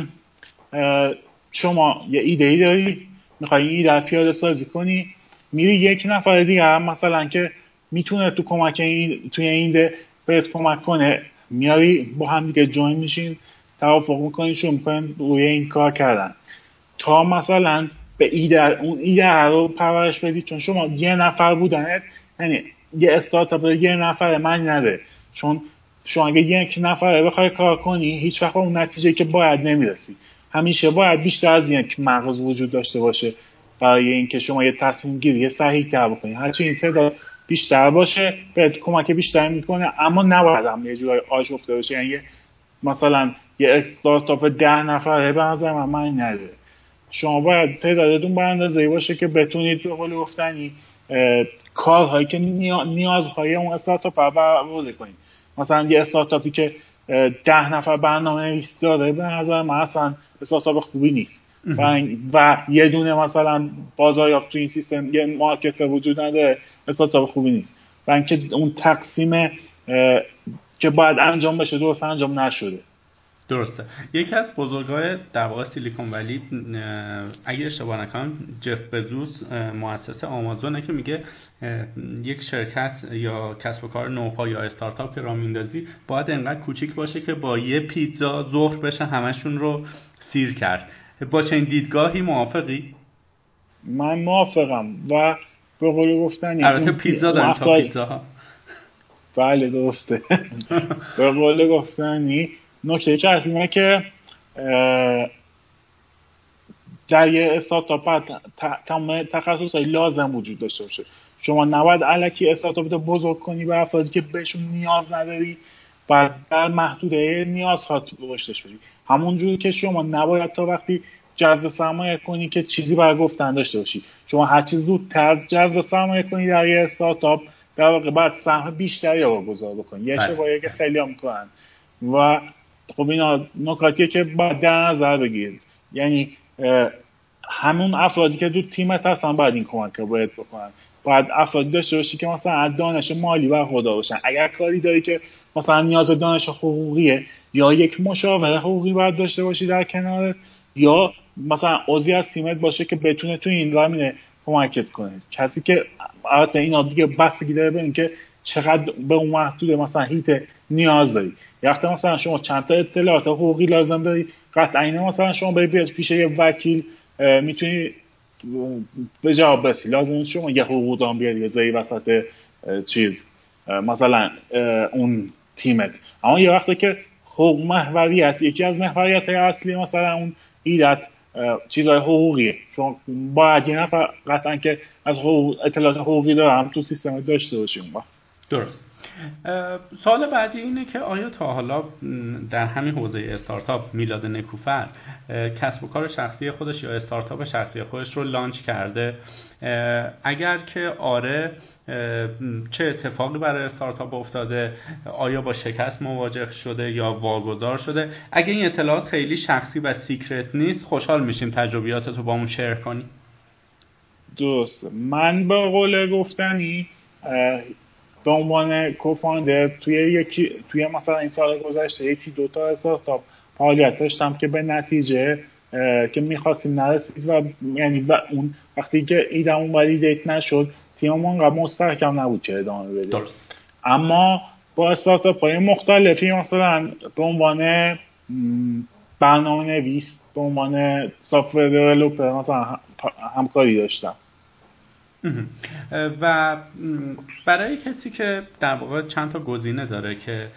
شما یه ایده ای داری، میخوای این ایده رو پیاده سازی کنی، میری یک نفر دیگه هم مثلا که میتونه تو کمک این توی این ایده بهت کمک کنه، میاری با هم دیگه جوین میشین، توافق میکنین شروع میکنین روی این کار کردن تا مثلا به ایده اون ایده رو پرورش بدید. چون شما یه نفر بودنت، یعنی یه استارتاپ یه نفر معنی نداره، چون شما اگه یک نفر بخوای کار کنی هیچ وقت اون نتیجه که باید نمیرسی. همیشه باید بیشتر از یک مغز وجود داشته باشه برای اینکه شما یه تصمیم گیری صحیح تر بکنید. هرچی این تعداد بیشتر باشه بهت کمک بیشتر میکنه، اما نباید هم یه جورای آشفته باشه. یعنی مثلا یه استارتاپ ده نفره به نظر من معنی نداره. شما باید تعدادتون به اندازه‌ای باشه که بتونید به قول گفتنی کارهایی که نیازهای اون استارتاپ رو برآورده کنید. مثلا یه استارتاپی که ده نفر برنامه‌نویس داره به نظر من اصلا استارتاپ خوبی نیست و, و یه دونه مثلا بازاریاب تو این سیستم یه مارکت وجود نداره، استارتاپ خوبی نیست. و اینکه اون تقسیم که باید انجام بشه درست انجام نشده. درسته. یکی از بزرگای در واقع سیلیکون ولی اگه اشتباه نکنم جف بزوس مؤسس آمازونه که میگه یک شرکت یا کسب و کار نوپا یا استارتاپ که راه میندازی باید انقدر کوچیک باشه که با یه پیتزا ظهر بشه همشون رو سیر کرد. با چنین دیدگاهی موافقی؟ من موافقم و به قول گفتنی البته پیتزا داریم تا پیتزا ها. بله درسته. به قول گفتنی نکته که هست اینه که در یه استارتاپ تمام تخصصهای لازم وجود داشته باشه. شما نباید الکی استارتاپ رو بزرگ کنی به افرادی که بهشون نیاز نداری و در محدوده نیازها رشدش بدی. همونجوری که شما نباید تا وقتی جذب سرمایه کنی که چیزی برای گفتن داشته باشی. شما هر چی زودتر جذب سرمایه کنی در یه استارتاپ در واقع باید سهم بیشتری واگذار بکنی. یه اشتباهی که خیلی هم میکنن و خب اینا نکاتیه که باید در نظر بگیرید. یعنی همون افرادی که دو تیمت هستن باید این کمک رو باید بکنن. باید افرادی داشته باشی که مثلا دانش مالی برخوردار باشن. اگر کاری داری که مثلا نیاز به دانش حقوقیه یا یک مشاور حقوقی باید داشته باشی در کنارت، یا مثلا عضوی از تیمت باشه که بتونه تو این زمینه کمکت کنه. کسی که البته اینا دیگه بستگی داره به اینکه چقدر به اون محدوده مثلا هیت نیاز داری. وقتی مثلا شما چند تا اطلاعات حقوقی لازم داری، قطعا اینا مثلا شما بری پیش یه وکیل میتونی به جواب برسی. لازم شما یه حقوقدان بیاری یه زایی وسط چیز مثلا اون تیمت. اما یه وقتی که حقوق محوریت یکی از محوریت اصلی مثلا اون ایدت چیزهای حقوقیه، چون باید یه نفر قطعا که از حقوق اطلاعات حقوقی دارم تو سیستم داشته باشیم. درست. سوال بعدی اینه که آیا تا حالا در همین حوزه استارتاپ میلاد نکوفر کسب و کار شخصی خودش یا استارتاپ شخصی خودش رو لانچ کرده؟ اگر که آره چه اتفاقی برای استارتاپ افتاده؟ آیا با شکست مواجه شده یا واگذار شده؟ اگه این اطلاعات خیلی شخصی و سیکرت نیست خوشحال میشیم تجربیاتتو با اون شیر کنی. درست. من به قول گفتنی به عنوان کوفاندر توی یکی توی مثلا این سال گذشته یکی دو تا استارتاپ فعالیت داشتم که به نتیجه که می‌خواستیم نرسید و یعنی و اون وقتی که ایدمون ولیدیت نشد تیممون قبل مستحکم نبود که ادامه بده. اما با استارتاپ‌های مختلفی مثلا به عنوان برنامه‌نویس، به عنوان سافت‌ور دیولپر مثلا همکاری داشتم. و برای کسی که در واقع چند تا گزینه داره که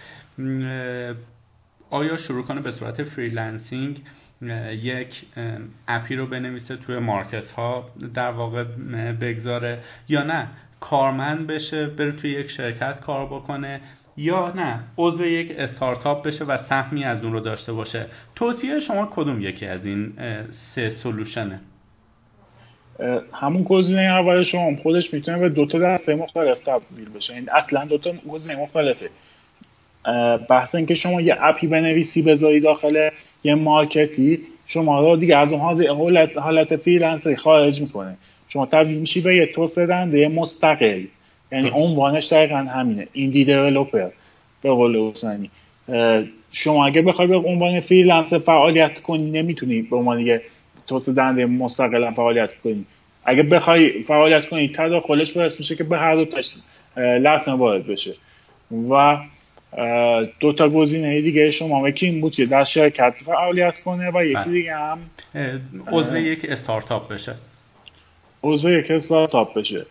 آیا شروع کنه به صورت فریلنسینگ یک اپی رو بنویسه توی مارکت ها در واقع بگذاره، یا نه کارمند بشه بره توی یک شرکت کار بکنه، یا نه عضو یک استارتاپ بشه و سهمی از اون رو داشته باشه، توصیه شما کدوم یکی از این سه سولوشنه؟ همون گزینه اول شما خودش میتونه به دو تا دسته مختلف تبدیل بشه. این اصلا دو تا گزینه مختلفه. بحث این که شما یه اپی بنویسی بذاری داخل یه مارکتی، شما رو دیگه از اون حالت حالت فریلنسری خارج میکنه. شما تبدیل میشی به یه توسعه دهنده مستقل. یعنی عنوانش دقیقاً همینه، ایندی دیولپر به قول حسینی. شما اگه بخوای به عنوان فریلنسر فعالیت کنی نمیتونی به عنوان یه توسعه دهنده مستقل فعالیت کنی. اگه بخوای فعالیت کنی تداخلش باعث میشه که به هر دو تاش لطمه وارد بشه. و دو تا گزینه دیگه شما یکی این بود که در شرکت فعالیت کنه و یکی دیگه هم عضو یک استارتاپ بشه. عضو یک استارتاپ بشه.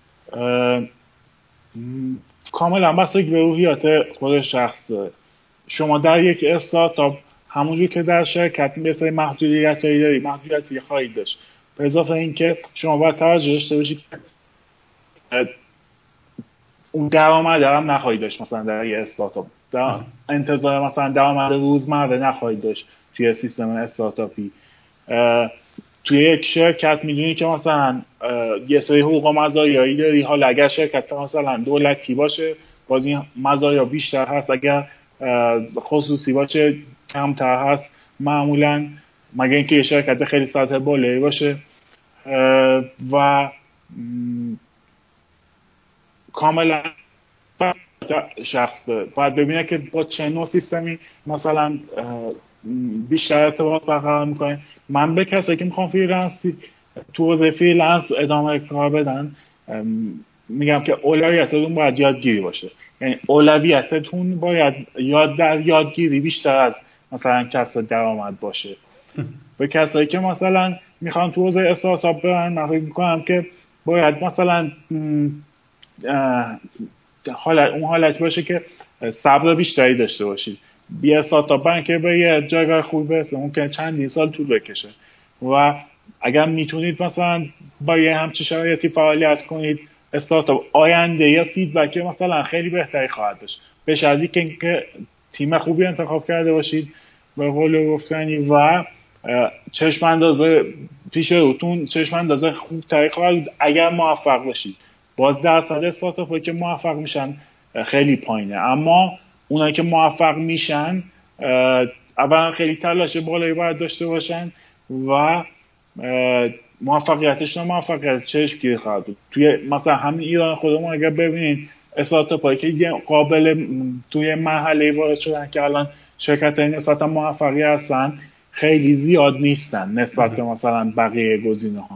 کاملا بستگی به روحیات خود شخص داره. شما در یک استارتاپ همونجور که در شرکت مثل محدودیتایی داری، محدودیتی خواهید داشت. به اضافه اینکه شما باید توجه داشته باشید اون درآمد هم نخواهید داشت. مثلا در یک استارتاپ در انتظار مثلا درآمد روزمره نخواهید داشت توی سیستم استارتاپی. توی یک شرکت میدونی که مثلا یه سری حقوق و مزایایی داری. حالا اگر شرکت مثلا دولتی باشه باز این مزایا بیشتر هست، اگر خصوصی باشه کمتر هست معمولا، مگه اینکه یه شرکت خیلی سطح بالایی باشه. و کاملا شخص داره، باید ببینه که با چه نوع سیستمی مثلا بیشتر ارتباط برقرار میکنه. من به کسایی که میخوام فریلنسی تو حوزه فریلنس ادامه کار بدن میگم که اولویتتون باید یادگیری باشه. یعنی اولویتتون باید یاد در یادگیری بیشتر از مثلا کسب درآمد باشه. به کسایی که مثلا میخوان تو حوزه استارتاپ برن من فکر میکنم که باید مثلا حالت اون حالت باشه که صبر بیشتری داشته باشید. بی استارتاپ برن که به یه جایگاه خوب برسه ممکنه چندین سال طول بکشه و اگر میتونید مثلا با یه همچین شرایطی فعالیت کنید استارتاپ آینده یا فیدبک مثلا خیلی بهتری خواهد داشت. به شرطی که, که تیم خوبی انتخاب کرده باشید به قول گفتنی و چشم اندازه پیش روتون چشم اندازه خوب تری خواهد بود اگر موفق باشید. باز درصد استارتاپ‌هایی که موفق میشن خیلی پایینه، اما اونایی که موفق میشن اولا خیلی تلاش بالایی باید داشته باشن و موفقیتشون موفقیت چشمگیر خواهد بود. توی مثلا همین ایران خودمون اگر ببینید استارتاپ‌هایی که قابل توی مرحله وارد شدن که الان شرکت‌های نسبتا موفقی هستن خیلی زیاد نیستن نسبت به مثلا بقیه گزینه‌ها.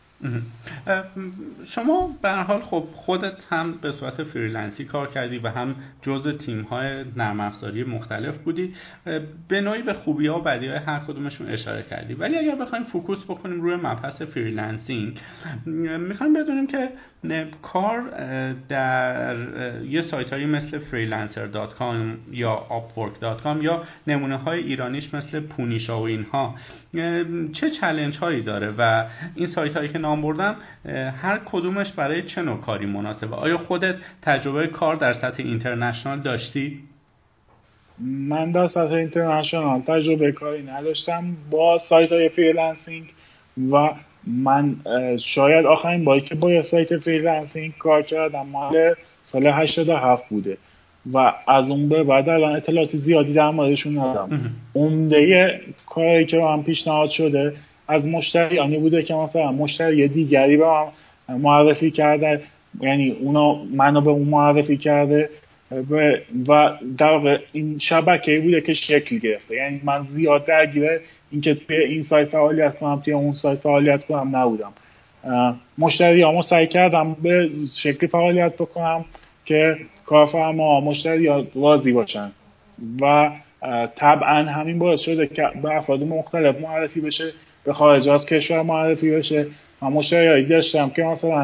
شما به هر حال خب خودت هم به صورت فریلنسی کار کردی و هم جزء تیم‌های نرم افزاری مختلف بودی، به نوعی به خوبی‌ها و بدی‌های هر کدومشون اشاره کردی. ولی اگر بخوایم فوکوس بکنیم روی مبحث فریلنسینگ، می‌خوایم بدونیم که کار در یه سایت‌هایی مثل فریلنسر دات کام یا آپورک دات کام یا نمونه‌های ایرانیش مثل پونیشا و اینها چه چالش‌هایی داره و این سایت‌هایی که نام بردم هر کدومش برای چه نوع کاری مناسبه؟ آیا خودت تجربه کار در سطح اینترنشنال داشتی؟ من در سطح اینترنشنال تجربه کاری نداشتم با سایت‌های فریلنسینگ و من شاید آخرین باری که با یه سایت فریلنسینگ کار کردم مال سال هشتاد و هفت بوده و از اون به بعد الان اطلاعات زیادی در موردشون ندارم. عمده کاری که من پیشنهاد شده از مشتریانی بوده که مثلا مشتری دیگری به من معرفی کرده، یعنی اونا منو به اون معرفی کرده و در واقع این شبکه‌ای بوده که شکل گرفته. یعنی من زیاد درگیر اینکه توی این سایت فعالیت کنم توی اون سایت فعالیت کنم نبودم. مشتریامو سعی کردم به شکلی فعالیت بکنم که کارفرما مشتری‌ها راضی باشن و طبعا همین باعث شده که به افراد مختلف معرفی بشه، به خارج از کشور معرفی بشه. من مشتریایی داشتم که مثلا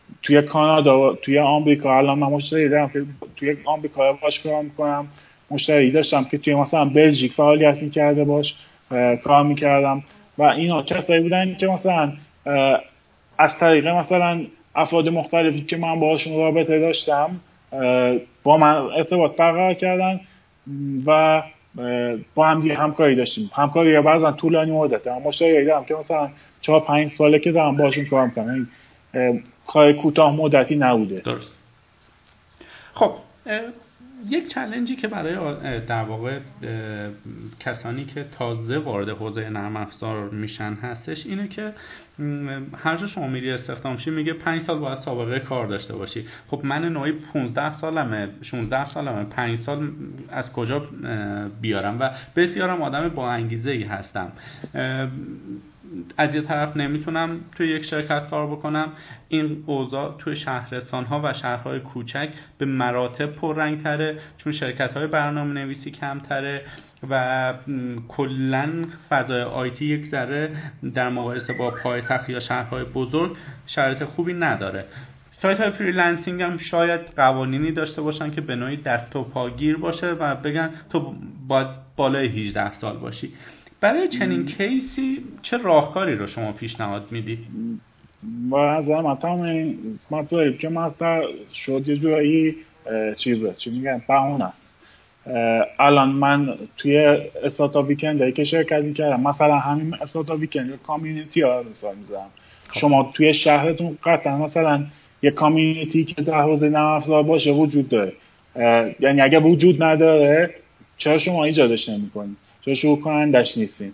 توی کانادا، توی آمریکا الان من مشتری دارم که توی آمریکا باش کار میکنم، مشتری داشتم که توی مثلا بلژیک فعالیت میکرده باش کار میکردم و اینا کسایی بودن که مثلا از طریق مثلا افراد مختلفی که من باهاشون رابطه داشتم با من ارتباط برقرار کردن و با هم دیگه همکاری داشتیم. همکاری یا بعضا طولانی مدته. من مشتری دارم که مثلا چهار پنج ساله که دارم باهاشون کار میکنم، کار کوتاه مدتی نبوده. درست. خب یک چالنجی که برای در واقع کسانی که تازه وارد حوزه نرم افزار میشن هستش اینه که هر جا شما میری استخدام شی میگه پنج سال باید سابقه کار داشته باشی. خب من نوعی پانزده سالمه، شانزده سالمه، پنج سال از کجا بیارم؟ و بسیارم آدم با انگیزه ای هستم. از یه طرف نمیتونم توی یک شرکت کار بکنم. این اوضاع توی شهرستان ها و شهرهای کوچک به مراتب پررنگ تره چون شرکت های برنامه نویسی کمتره و کلن فضای آیتی یک ذره در مقایسه با پایتخت یا شهرهای بزرگ شرایط خوبی نداره. سایت های فریلنسینگ هم شاید قوانینی داشته باشن که به نوعی دست و پاگیر باشه و بگن تو باید بالای هجده سال باشی. برای چنین کیسی چه راهکاری رو شما پیشنهاد میدید؟ و از من تمام این اسمارت ویب که مستر شد یه جورایی چیزه چی میگن بهونه است. الان من توی استارتاپ ویکند که شرکت میکردم، مثلا همین استارتاپ ویکند کامیونیتی ها رو مثال میزنم. شما توی شهرتون قطعا مثلا یه کامیونیتی که در حوزه نرم افزار باشه وجود داره. یعنی اگه وجود نداره چرا شما ایجادش نمی‌کنید؟ چرا شروع کنندش نیستین؟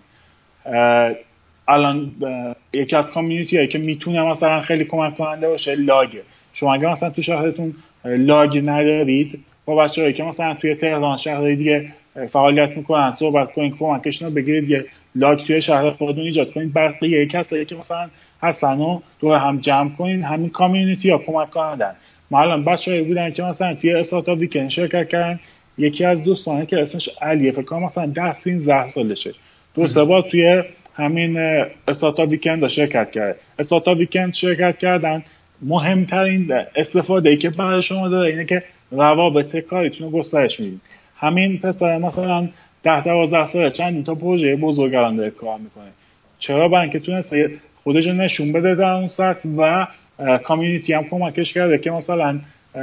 الان یکی از کامیونیتی هایی که میتونه مثلا خیلی کمک کننده باشه لاگه. شما اگه مثلا تو شهرتون لاگ ندارید با بچه‌هایی که مثلا توی تهران شهرهای دیگه فعالیت میکنن صحبت کنید، کمکشون رو بگیرید، یه لاگ توی شهر خودتون ایجاد کنید. بقیه کسایی که مثلا هستن رو دور هم جمع کنید، همین کامیونیتی ها کمک کنندن. ما الان بچه‌هایی بودن که مثلا توی استارتاپ ویکند شرکت کردن. یکی از دوستانه که اسمش علیه، فکر کنم مثلا ده سیزده سالشه، دو سه بار توی همین استارتاپ ویکند شرکت کرد. استارتاپ ویکند شرکت کردن مهمترین استفاده ای که برای شما داره اینه که روابط کاریتون رو گسترش میدید. همین پسر مثلا ده دوازده ساله چند تا پروژه بزرگ الان داره کار میکنه. چرا؟ برای اینکه تونسته خودش رو نشون بده در اون سطح و کامیونیتی هم کمکش کرده که مثلا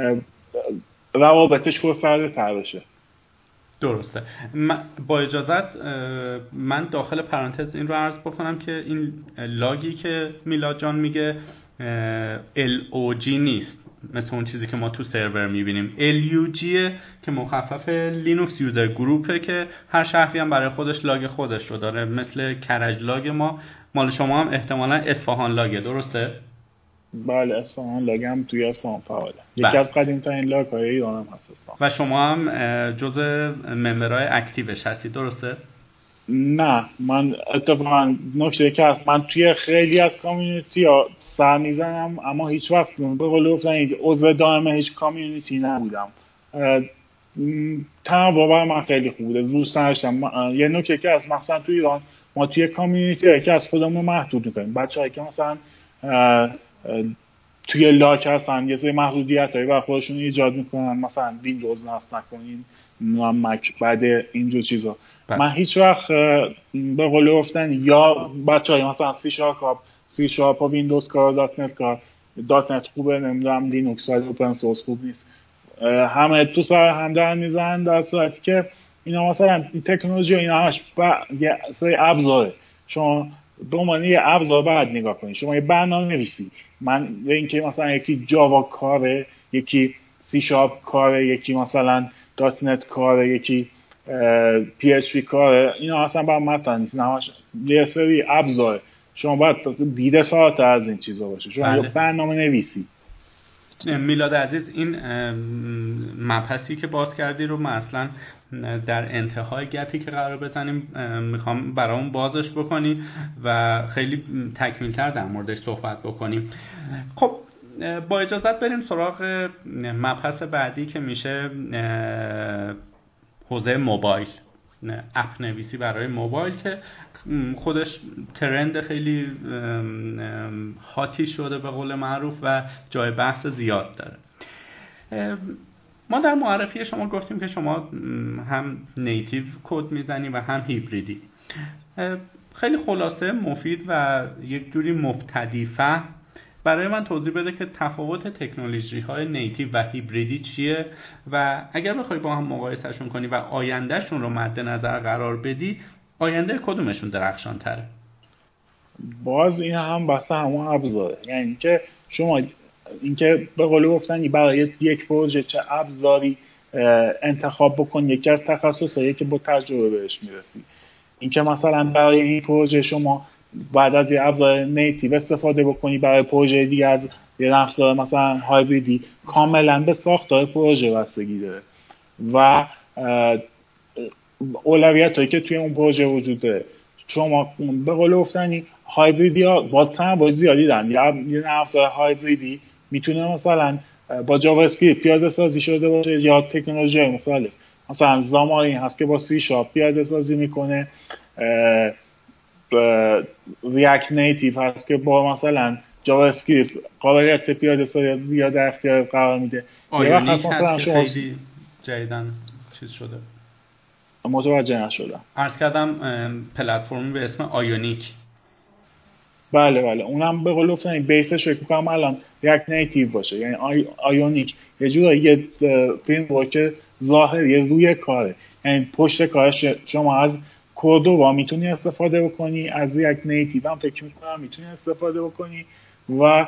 روابطش گسترده تر بشه. درسته. با اجازت من داخل پرانتز این رو عرض بکنم که این لاگی که میلاد جان میگه ال او جی نیست مثل اون چیزی که ما تو سرور میبینیم. ال یو جی که مخفف لینوکس یوزر گروپه که هر شهری هم برای خودش لاگ خودش رو داره، مثل کرج لاگ ما. مال شما هم احتمالا اصفهان لاگه، درسته؟ بله، اصفهان لاگ هم توی اصفهان فعاله. یکی از قدیم‌ترین لاگ های ایران هم هست اصفهان. و شما هم جزء ممبرهای اکتیوش هستی، درسته؟ نه، من اتفاقا نکته که هست، من توی خیلی از کامیونیتی ها سر میزنم اما هیچ وقت به قول گفتن عضو دائم هیچ کامیونیتی نبودم. تنوع برای من خیلی خوب بوده، دوست داشتم. یه نکته که هست مثلا توی ایران ما توی کامیونیتی که از خودمون محدود میکنیم، بچه‌هایی که مثلا توی لاک هستن یه سری محدودیتایی برای خودشون ایجاد میکنن، مثلا ویندوز نصب نکنین، مک، بعد اینجور چیزا. من هیچ وقت به قول گفتن یا بچه‌های مثلا سی شارپ سی شارپ و ویندوز کار، دات نت کار، دات نت خوبه، نمیدونم لینوکس و اوپن سورس خوب نیست، همه تو سر هم دارن میزنن، در صورتی که اینا مثلا این تکنولوژی و اینا همش یه سری ابزاره. شما به عنوان یه ابزار باید نگاه کنید. شما یه برنامه نویسی، من اینکه مثلا یکی جاوا کاره، یکی سی شارپ کاره، یکی مثلا دات نت کاره، یکی پی اچ پی کاره، اینا اصلا برای مطرح نیست. همش یه سری ابزاره. شما باید دیده ساعت از این چیزا باشه. شما یه برنامه نویسی. میلاد عزیز، این مبحثی که باز کردی رو من اصلا در انتهای گپی که قرار بزنیم میخوام برامون بازش بکنی و خیلی تکمیل‌تر در موردش صحبت بکنیم. خب با اجازت بریم سراغ مبحث بعدی که میشه حوزه موبایل. اپ نویسی برای موبایل که خودش ترند خیلی هاتی شده به قول معروف و جای بحث زیاد داره. ما در معرفی شما گفتیم که شما هم نیتیو کد میزنی و هم هیبریدی. خیلی خلاصه مفید و یک جوری مبتدی فهم برای من توضیح بده که تفاوت تکنولوژی های نیتیو و هیبریدی چیه و اگر بخوای با هم مقایسهشون کنی و آیندهشون رو مد نظر قرار بدی، آینده کدومشون درخشان تره؟ باز این هم بحث همون ابزاره، یعنی اینکه شما اینکه به قول گفتن برای یک پروژه چه ابزاری انتخاب بکن، یکی از تخصصایی که با تجربه بهش میرسی. اینکه مثلا برای این پروژه شما بعد از یه ابزار نیتیو استفاده بکنی، برای پروژه دیگه از یه ابزار مثلا هایبریدی، کاملا به ساختار پروژه بستگی داره و اولویتایی که توی اون پروژه وجود داره. شما به قول گفتنی هایبریدی ها با تنوع زیادی دارن. یه ابزار هایبریدی میتونه مثلا با جاوا اسکریپت پیاده سازی شده باشه یا تکنولوژی مختلف، مثلا زامارین هست که با سی شارپ پیاده سازی میکنه، ریاکت نیتیو هست که با مثلا جاوا اسکریپت قابلیت پیاده سازی زیاد در اختیار قرار میده. آیونیک هست که خیلی جدیدن چیز شده. متوجه نشدم. عرض کردم پلتفرمی به اسم آیونیک. بله بله اونم به قول گفتن بیسش فکر کنم الان ریاکت نیتیو باشه، یعنی آی... آیونیک یه جوری یه فریم ورک ظاهری روی کاره، یعنی پشت کارش شما از کوردوبا میتونی استفاده بکنی، از ریاکت نیتیو هم فکر میکنم میتونی استفاده بکنی و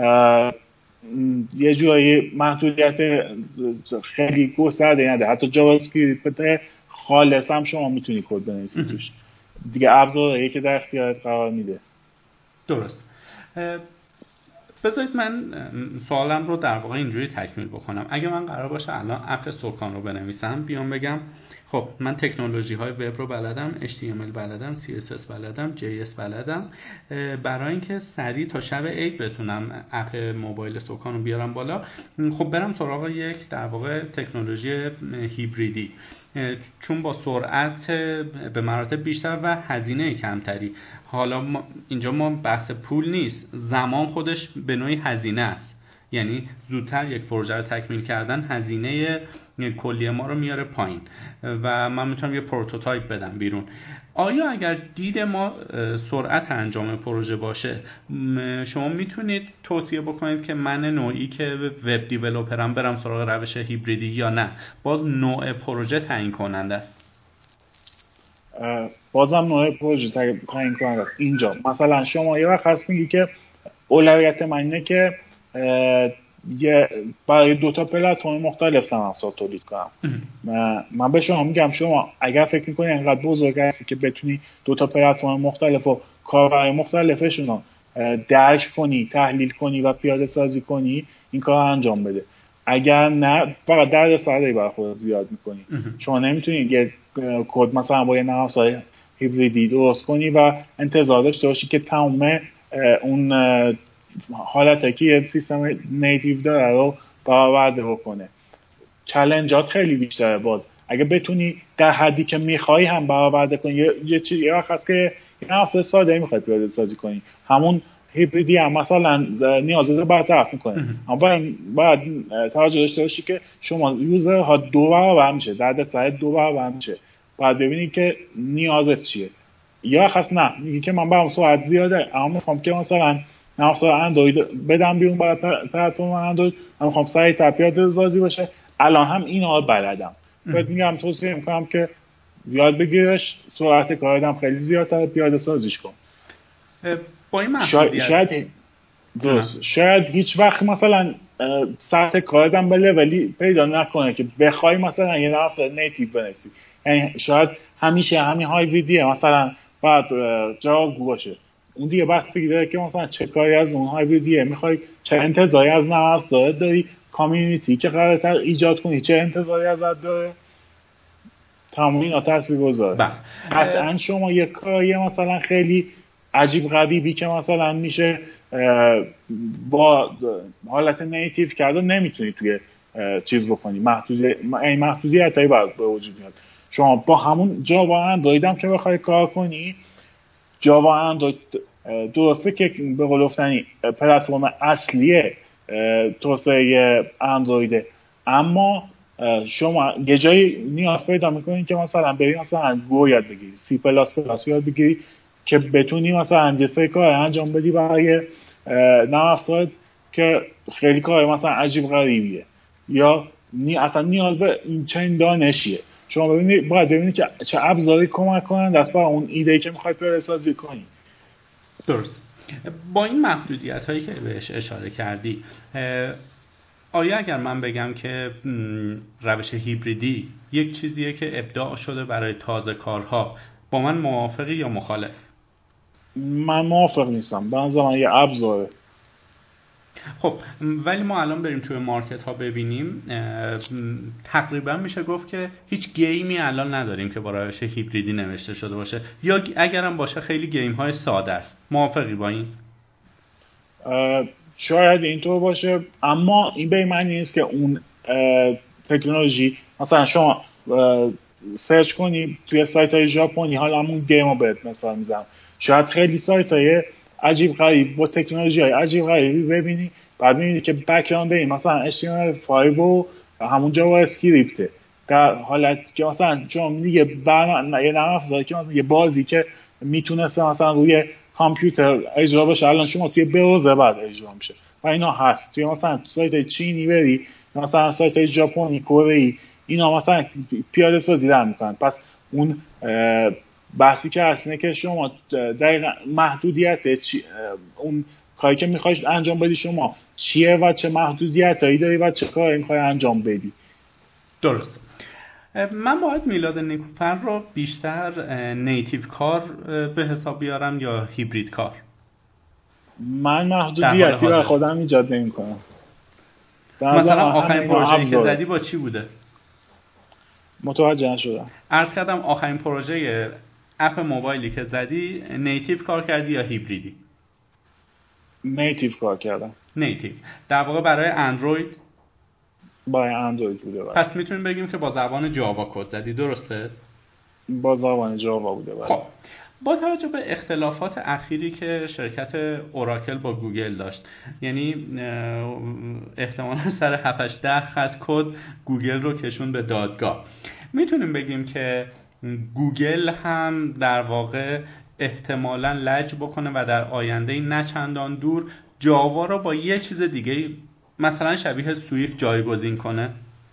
یه جوری محدودیت خیلی گسترده نده. حتی جاوا اسکریپت خالص هم شما میتونی کد بنویسی توش. دیگه ابزاری که در اختیارت قرار میده. درست. بذارید من سوالم رو در واقع اینجوری تکمیل بکنم. اگه من قرار باشه الان اپ سوکان رو بنویسم، بیام بگم خب من تکنولوژی های وب رو بلدم، اچ تی ام ال بلدم، سی اس اس بلدم، جی اس بلدم، برای اینکه سریع تا شب عید بتونم اپ موبایل سوکان رو بیارم بالا، خب برم سراغ یک در واقع تکنولوژی هیبریدی، چون با سرعت به مراتب بیشتر و هزینه کمتری. حالا ما اینجا ما بحث پول نیست، زمان خودش به نوعی هزینه است، یعنی زودتر یک پروژه رو تکمیل کردن هزینه کلی ما رو میاره پایین و من میتونم یه پروتوتایپ بدم بیرون. آیا اگر دید ما سرعت انجام پروژه باشه، شما میتونید توصیه بکنید که من نوعی که وب دیولپرم برم سراغ روش هیبریدی یا نه باز نوع پروژه تعیین کننده است؟ بازم نوع پروژه تعیین کننده است. اینجا مثلا شما یه وقت هست میگی که اولویت من اینه که یه برای دو تا پلتفرم مختلف نرم تولید کنم. من به شما میگم شما اگر فکر میکنی انقدر بزرگ هستی که بتونی دو تا پلتفرم مختلف و کاربرای مختلفشون رو درک کنی، تحلیل کنی و پیاده سازی کنی، این کار انجام بده. اگر نه فقط دردسری برای خودت زیاد میکنی. شما نمیتونی یه کد مثلا با یه نرم افزار هیبریدی درست کنی و انتظار داشته باشی که تمام اون حالتی که یه سیستم نیتیو داره رو برآورده بکنه. چالنجات خیلی بیشتره. باز اگه بتونی در حدی که میخوای هم برآورده کنی، یه, یه چیزی یه وقت هست که یه نفس ساده میخواد پیاده سازی کنی، همون هیبریدی هم مثلا نیازت رو برطرف میکنه. اما باید, باید توجه داشته باشی که شما یوزرها دو برابر میشه، دردسر دو برابر میشه. باید ببینی که نیازت چیه. یا خاص نه میگی که من برام سرعت زیاده، اما میخوام که مثلا نسخه اندروید بدم بیرون برای پلتفرم اندروید، من میخوام سریع پیاده سازی باشه. الان هم اینا رو بلدم. باید میگم توصیه میکنم که یاد بگیرش، سرعت کارت خیلی زیادتر، پیاده سازیش کن. با این محدودیت شاید درست شاید هیچ وقت مثلا سطح کارت هم به لولی پیدا نکنه که بخوای مثلا یه نسخه نیتیو بنویسی. یعنی شاید همیشه همین هایبریدیه مثلا بعد جاوا باشه. اون دیگه بحثی داره که مثلا چه کاری از اون هایبریدیه میخوای، چه انتظاری از نرم افزار داری، کامیونیتی که قراره ایجاد کنی چه انتظاری ازت داره. تمام اینا تاثیرگذاره. قطعاً شما یه کاری مثلا خیلی عجیب غریبی که مثلا میشه با حالت نیتیو کرده نمیتونی توی چیز بکنی. محدودیت این محدودیتایی باید به وجود میاد. شما با همون جاوا اندروید هم که بخوای کار کنی، جاوا اندروید درسته که به قول گفتنی پلتفرم اصلی توسعه اندرویده، اما شما یه جایی نیاز پیدا میکنین که مثلا بری مثلا گو یاد بگیری، سی پلاس پلاس یاد بگیری که بتونی مثلا یه کار انجام بدی برای نرم افزار که خیلی کار مثلا عجیب غریبیه، یا نی اصلا نیاز به این چنین دانشیه. شما ببینید باید ببینید که چه ابزاری کمک کنن دست برای اون ایده‌ای که میخواید پیاده‌سازی کنی. درست. با این محدودیت هایی که بهش اشاره کردی، آیا اگر من بگم که روش هیبریدی یک چیزیه که ابداع شده برای تازه کارها، با من موافقی یا مخالف؟ من موافق نیستم، به نظر من یه ابزاره. خب ولی ما الان بریم توی مارکت ها ببینیم، تقریبا میشه گفت که هیچ گیمی الان نداریم که با روش هیبریدی نوشته شده باشه، یا اگرم باشه خیلی گیم های ساده است. موافقی با این؟ شاید اینطور باشه، اما این به این معنی نیست که اون تکنولوژی مثلا شما سرچ کنی توی سایت های ژاپنی حالا همون گیم رو بهت مثلا میزنم، شاید خیلی سایت های عجیب غریب با تکنولوژی های عجیب غریبی ببینی، بعد میبینی که بک‌گراند این مثلا اچ تی ام ال فایو و همون جاوا اسکریپت، در حالت که مثلا چون دیگه برنامه یه نرم افزاری که مثلا یه بازی که میتونسته مثلا روی کامپیوتر اجرا بشه الان شما توی براوزر بعد اجرا میشه و اینا هست. توی مثلا سایت چینی بری، مثلا سایت ژاپنی، کره، اینا مثلا پیاده سازی دارن میکنن. پس اون بحثی که هست اینه که شما دقیقاً محدودیت چی، اون کاری که میخوای انجام بدی شما چیه و چه محدودیتایی داری و چه کاری میخوای انجام بدی. درست. من باید میلاد نیکوفر رو بیشتر نیتیو کار به حساب بیارم یا هیبرید کار؟ من محدودیتی برای خودم ایجاد نمی‌کنم. مثلا آخرین پروژه‌ای که زدی با چی بوده؟ متوجه نشدم. عرض کردم آخرین پروژه اپ موبایلی که زدی نیتیو کار کردی یا هیبریدی؟ نیتیو کار کردم. نیتیو. در واقع برای اندروید؟ برای اندروید بوده. برای. پس میتونیم بگیم که با زبان جاوا کد زدی، درسته؟ با زبان جاوا بوده. برای. خب با توجه به اختلافات اخیری که شرکت اوراکل با گوگل داشت، یعنی احتمالاً سر هفت ده خط کد گوگل رو کشون به دادگاه، میتونیم بگیم که گوگل هم در واقع احتمالاً لج بکنه و در آینده نه چندان دور جاوا رو با یه چیز دیگه مثلا شبیه سویفت جایگزین کنه؟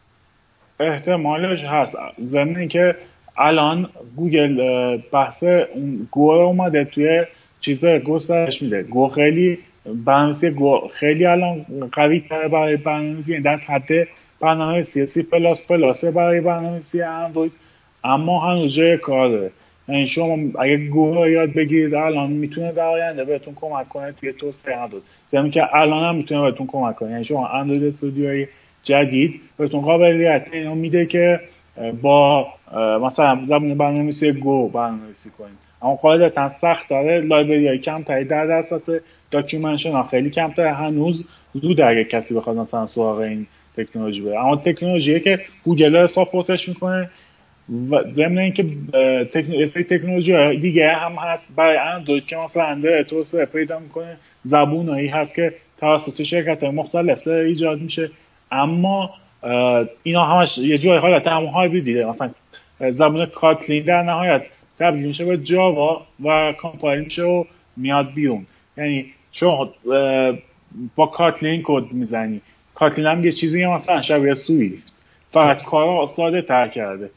احتمالش هست. ضمن اینکه الان گوگل بحث گو رو اومده توی چیزا گسترش میده. گو خیلی برنامه‌نویسی گو خیلی الان قوی تره برای برنامه‌نویسی، این دست حد برنامه‌نویسی سی پلاس پلاس برای برنامه‌نویسی اندروید، اما هنوز جای کار داره. یعنی شما اگه گو رو یاد بگیرید الان میتونه در آینده بهتون کمک کنه توی توسعه اندروید. زمین که الان هم میتونه بهتون کمک کنه. یعنی شما اندروید استودیوی جدید بهتون قابلیت اینو میده که با مثلا زبان برنامه‌نویسی گو برنامه‌نویسی کنید، اما قاعدتا سخت داره. لایبرری‌های کمتری در دسترس، داکیومنتیشن ها خیلی کمتره، هنوز زود اگه کسی بخواد مثلا سراغ این تکنولوژی بره. اما تکنولوژیه که گوگل ساپورتش میکنه و ضمن اینکه تکنولوژی تکنولوژی دیگه هم هست برای اندروید که مثلا داره توسعه پیدا میکنه، زبونایی هست که توسط شرکت‌های مختلف ایجاد میشه، اما اینا همش یه جوری حالت همون هایبریده. مثلا زبان کاتلین در نهایت تبدیل میشه به جاوا و کامپایل میشه و میاد بیرون. یعنی شما با کاتلین کد میزنی، کاتلین هم یه چیزی مثلا شبیه سویفت، فقط کارا ساده تر کرده.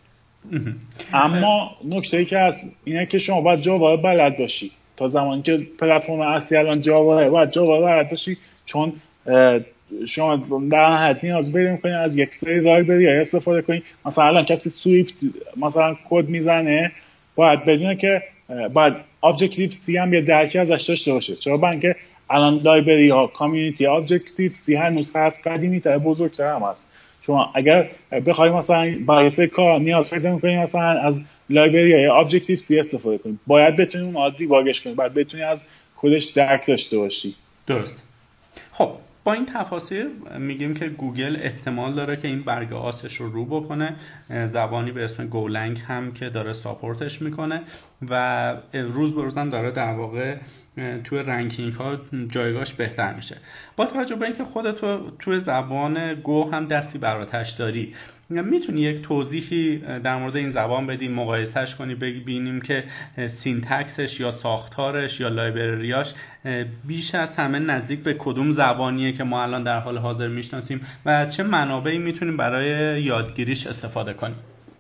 اما نکته‌ای که هست اینه که شما باید جاوا رو بلد باشی. تا زمانی که پلتفرم اصلی الان جاوا باید جاوا رو بلد باشی، چون شما در نهایت نیاز بریم کنید از یک سری لایبرری استفاده کنید. مثلا الان کسی سویفت مثلا کد میزنه، باید بدونه که باید ابجکتیو سی هم یه درکی ازش داشته باشه. چرا؟ برای اینکه الان لایبرری ها کامیونیتی ابجکتیو سی هنوز هست، قدیمی تر، بزرگتر هم هست. شما اگر بخواید مثلا برای کار نیاز پیدا کنید مثلا از لایبرری های ابجکتیو سی استفاده کنید، باید بتونید اون عادی واگش کنید، باید بتونید از کدش درک داشته باشی. درست. خب با این تفاصیل میگیم که گوگل احتمال داره که این برگ آسش رو رو بکنه. زبانی به اسم گولنگ هم که داره ساپورتش میکنه و روز به روز هم داره در واقع توی رنکینگ ها جایگاهش بهتر میشه. با توجه به اینکه خودت توی زبان گو هم دستی بر آتش داری، میتونی یک توضیحی در مورد این زبان بدی، مقایسهش کنی، ببینیم که سینتکسش یا ساختارش یا لایبرریاش بیش از همه نزدیک به کدوم زبانیه که ما الان در حال حاضر میشناسیم و چه منابعی میتونیم برای یادگیریش استفاده کنیم؟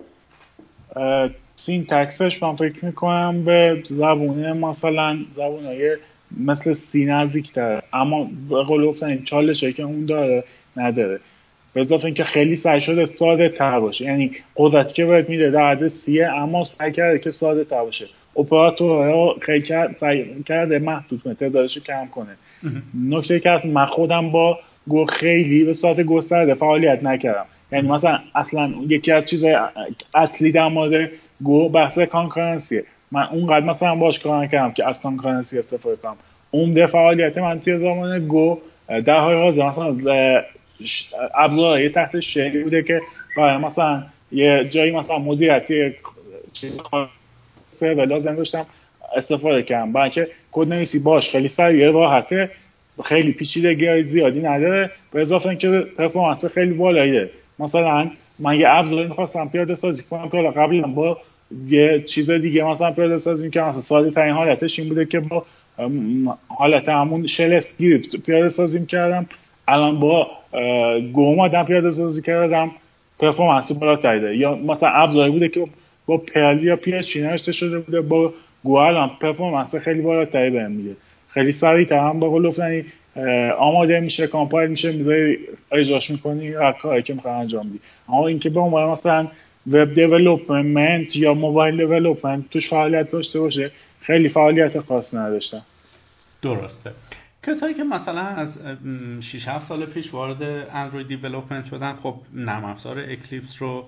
سینتکسش من فکر میکنم به زبونه مثلا زبونهای مثل سی نزدیک تره، اما به قول گفتن چالشه که اون داره نداره، به اضافه اینکه خیلی سعی شده ساده تر باشه، یعنی قدرتی که باید میده در حد سیه اما سعی کرده که ساده تر باشه. اپراتورها خیلی سعی کرده محدود کنه، تعدادش رو کم کنه. نکته که از من خودم با گو خیلی به صورت گسترده فعالیت نکردم، یعنی مثلا اصلا یکی از چیزهای اصلی در مورد گو بحث کانکورنسیه. من اونقدر مثلا باش کار نکردم که از کانکورنسی استفاده کنم. عمده فعالیت من توی زمان گو در حال حاضر مثلا ابزارهای تحت شعری بوده که مثلا یه جایی مثلا مدیریتی چیز سرور لازم داشتم استفاده کردم، برای اینکه کدنویسی باش خیلی سریع راحته، خیلی پیچیدگی زیادی نداره، به اضافه اینکه پرفورمنس خیلی بالایی داره. مثلا من یه ابزاری می‌خواستم پیاده سازی کنم که قبلا با یه چیز دیگه مثلا پیاده سازی می‌کردم، مثلا ساده ترین حالتش این بوده که با حالت همون شل اسکریپت پیاده سازی می‌کردم. الان با گو اومدم پیاده سازی کردم، پرفورمنس بالاتری داره. یا مثلا ابزاری بوده که با پرل یا پی اچ پی نوشته شده بوده، با گو الان پرفورمنس خیلی بالاتری بهم میده، خیلی سریع‌تر هم به قول گفتنی آماده میشه، کامپایل میشه، میذاری اجراش میکنی هر کاری که میخوای انجام بدی. اما اینکه به عنوان مثلا وب دیولپمنت یا موبایل دیولپمنت توش فعالیت داشته باشه، خیلی فعالیت خاص نداشتم. درسته. کسایی که مثلا از شش هفت سال پیش وارد اندروید دیولپمنت شدن، خب نرم افزار اکلیپس رو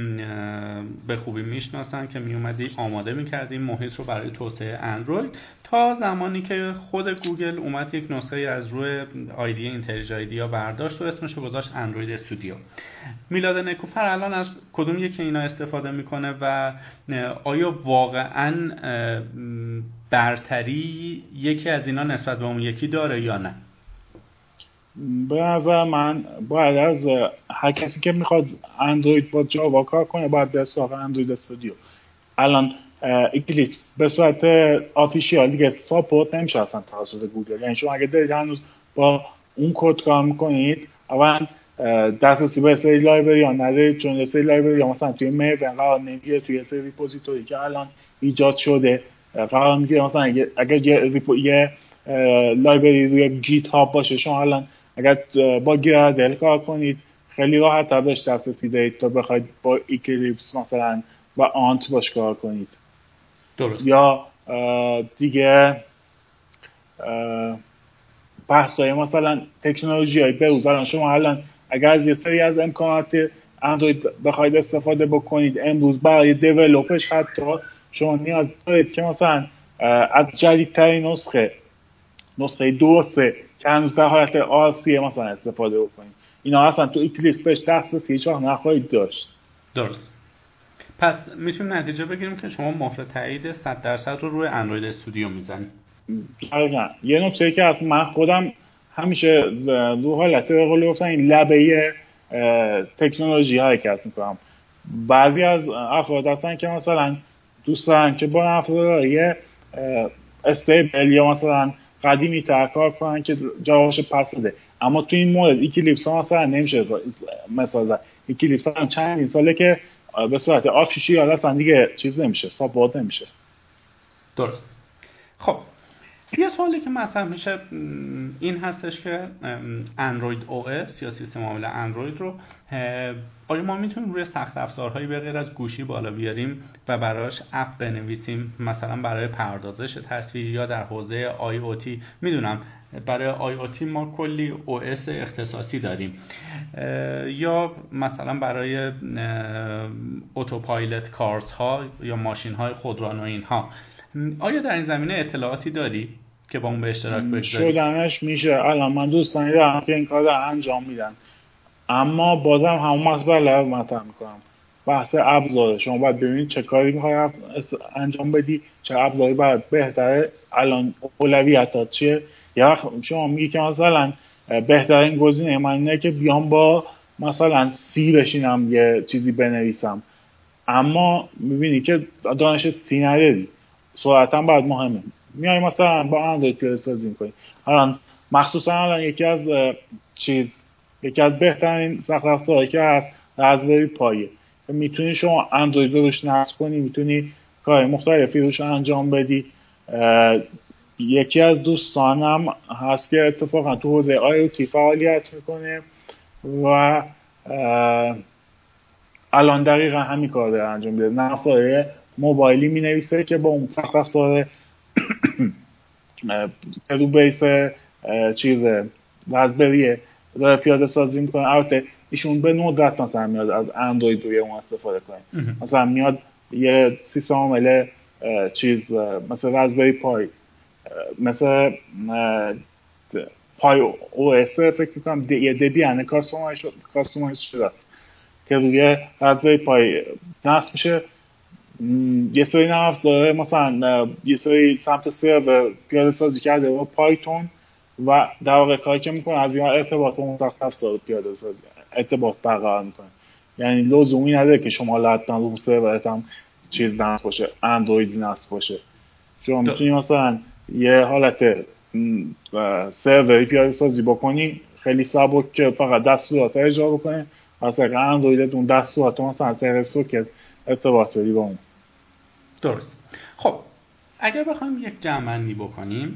به خوبی میشناسن که میومدی آماده میکردی محیط رو برای توسعه اندروید، تا زمانی که خود گوگل اومد یک نسخه از روی آیدی اینتلیج آیدیا برداشت و اسمش رو گذاشت اندروید استودیو. میلاد نیکوفر الان از کدوم یکی اینا استفاده میکنه و آیا واقعاً برتری یکی از اینا نسبت به اون یکی داره یا نه؟ به نظر من باید از هر کسی که میخواد اندروید با جاوا کار کنه باید به سراغ اندروید استودیو. الان اکلیپس به صورت آفیشیال دیگه ساپورت نمیشه اصلا توسط گوگل، یعنی شما اگه دارید هنوز با اون کد کار میکنید اولا دسترسی به سری لایبرری ها ندارید، چون سری لایبرری ها مثلا توی میون قرار نمیگیره، توی سری ریپوزیتوری که الان ایجاد شده قرار میگیره. مثلا اگر یه, یه لایبرری روی گیت هاب باشه، شما الان اگر با گرادل کار کنید خیلی راحت تر بهش دسترسی دارید تا بخواید با اکلیپس مثلا و آنت باش کار کنید. درست. یا دیگه بحثای مثلا تکنولوژی های بروز، الان شما الان اگر از یه سری از امکانات اندروید بخواید استفاده بکنید امروز برای دیولپش، حتی شما نیاز دارید که مثلا از جدیدترین نسخه نسخه دو و سه که هنوز در حالت آرسی مثلا استفاده بکنید. اینا اصلا تو اکلیپس بهش دسترسی هیچ وقت نخواهید داشت. درست. پس میتونیم نتیجه بگیریم که شما مهر تایید صد درصد رو روی اندروید استودیو میزنید. دقیقاً. یه نکته که از من خودم همیشه رو حالت به قول گفتن این لبه تکنولوژی حرکت میکنم. بعضی از افراد هستن که مثلا دوست دارن که با افزارهای استیبل یا مثلا قدیمی تر کار کنن که جوابش پس بده، اما تو این مورد اکلیپس ها مثلا نمیشه مثلا زد. اکلیپس هم چند ساله که به صورت آفیشیال اصلا دیگه چیز نمیشه، ساپورت نمیشه. درست. خب یه سوالی که مطرح میشه این هستش که اندروید او اس یا سیستم عامل اندروید رو آیا ما میتونیم روی سخت افزارهایی به غیر از گوشی بالا بیاریم و براش اپ بنویسیم، مثلا برای پردازش تصویری یا در حوزه آی او تی؟ میدونم برای آی او تی ما کلی او اس اختصاصی داریم، یا مثلا برای اتوپایلوت کارز ها یا ماشین های خودران و اینها. آیا در این زمینه اطلاعاتی داری؟ که با اون به اشتراک بگذاریم؟ شدنش میشه. الان من دوستانی دارم که این کار رو انجام میدن، اما بازم همون مسئله رو مطرح میکنم، بحث ابزاره. شما باید ببینید چه کاری میخوای انجام بدی، چه ابزاری باید بهتره، الان اولویتات چیه. یا شما میگی که مثلا بهترین گزینه من اینه که بیام با مثلا سی بشینم یه چیزی بنویسم، اما میبینی که دانش سی نداری، سرعتا باید مهمه. میای مثلا با اندروید پیاده سازی میکنی. الان مخصوصا الان یکی از چیز یکی از بهترین سخت افزارهایی که هست رزبری پایه. میتونی شما اندروید رو روش نصب کنی، میتونی کار مختلفی روش انجام بدی. یکی از دوستانم هست که اتفاقا تو حوزه آی او تی فعالیت میکنه و الان دقیقا همین کار داره انجام میده. نصایح موبایلی مینویسه که با اون سخت افزار پدو بیس چیز رزبریه داره پیاده سازی میکنه. البته ایشون به ندرت مثلا میاد از اندروید روی اون استفاده کنه. مثلا میاد یه سیستم عامل چیز مثل رزبری پای، مثل پای او اس فکر میکنم یه دبیان کاستومایز شده که روی رزبری پای نصب میشه. یه سری نرم افزار مثلا یه سری سمت سرور پیاده سازی کرده با پایتون و در واقع کاری که میکنه از این ارتباط با اون سخت افزار پیاده سازی ارتباط برقرار میکنه. یعنی لزومی نداره که شما حتما رو سرورت هم چیز نصب باشه، اندرویدی نصب باشه. شما میتونی مثلا یه حالت سروری پیاده سازی بکنی خیلی سبک که فقط دستورات اجرا بکنه، اصلا اندروید اون دستورات مثلا سر سوکت ارتباط بدی با اون. درست. خب اگر بخوایم یک جمع‌بندی بکنیم،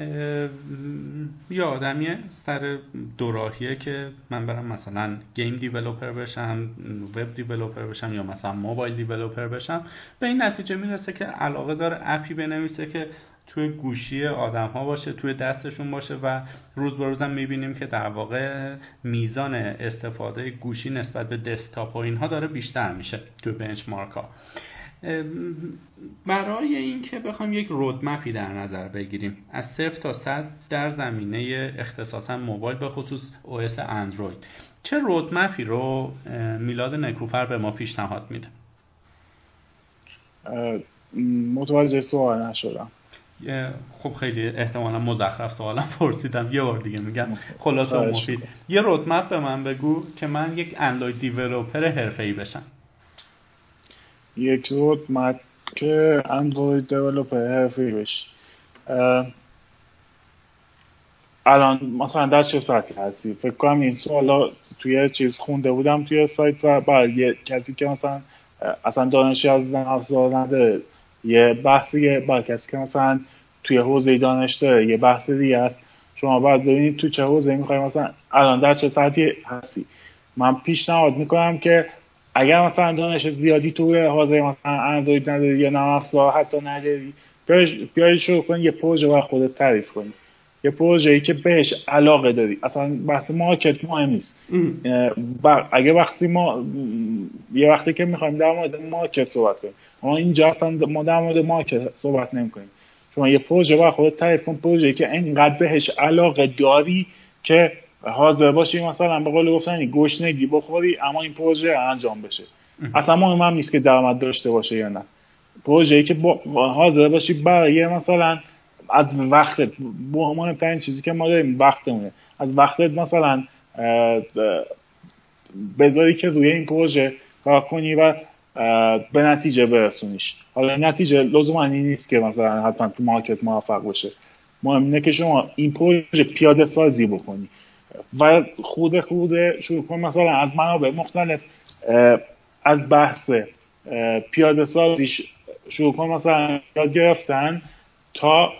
یه آدمیه سر دوراهیه که من برم مثلا گیم دیولپر بشم، وب دیولپر بشم یا مثلا موبایل دیولپر بشم، به این نتیجه میرسه که علاقه داره اپی بنویسه که توی گوشی آدم ها باشه، توی دستشون باشه و روز به روزم میبینیم که در واقع میزان استفاده گوشی نسبت به دسکتاپ و اینها داره بیشتر میشه توی بنچمارک ها. برای این که بخوایم یک رودمپی در نظر بگیریم از صفر تا صد در زمینه اختصاصا موبایل به خصوص او اس اندروید، چه رودمپی رو میلاد نکوفر به ما پیشنهاد میده؟ متوجه سوال نشدم. خب خیلی احتمالا مزخرف سوالم پرسیدم، یه بار دیگه میگم خلاصه و مفید. یه رودمپ به من بگو که من یک اندروید دیولپر حرفه‌ای بشم. یک رودمپ که اندروید دیولپر حرفه‌ای بشی. الان مثلا در چه سطحی هستی؟ فکر کنم این سوالا توی چیز خونده بودم توی سایت و برای کسی که مثلا اصلا دانشی از افزار نداره یه بحثیه، برای کسی که مثلا توی حوزه دانش داره یه بحث دیگه است. شما باید ببینید تو چه حوزه‌ای می‌خوای، مثلا الان در چه سطحی هستی. من پیشنهاد میکنم که اگر مثلا دانش زیادی توی حوزه مثلا اندروید نداری یا نرم افزار حتی نداری، بیاید شروع کن یه پروژه برای خودت تعریف کنی، یه پروژه‌ای که بهش علاقه داری. اصلا بحث مارکت مهم نیست. اگه وقتی ما یه وقتی که می‌خوایم در مورد مارکت صحبت کنیم، اما اینجا اصلا ما در مورد مارکت صحبت نمی‌کنیم. شما یه پروژه برای خودت تعریف کن، پروژه‌ای که اینقدر بهش علاقه داری که حاضر باشی مثلا به قول گفتنی گوشنگی بخوری اما این پروژه انجام بشه. اصلا مهم هم نیست که درآمد داشته باشه یا نه. پروژه‌ای که حاضر باشی برای مثلا از وقتت، مهمترین چیزی که ما داریم وقتمونه، از وقتت مثلا بذاری که روی این پروژه کار کنی و به نتیجه برسونیش. حالا نتیجه لزوما این نیست که مثلا حتما تو مارکت موفق باشه، مهم اینه که شما این پروژه پیاده سازی بکنی و خود خود شروع کن مثلا از منابع مختلف از بحث پیاده سازیش شروع کن مثلا یاد گرفتن تا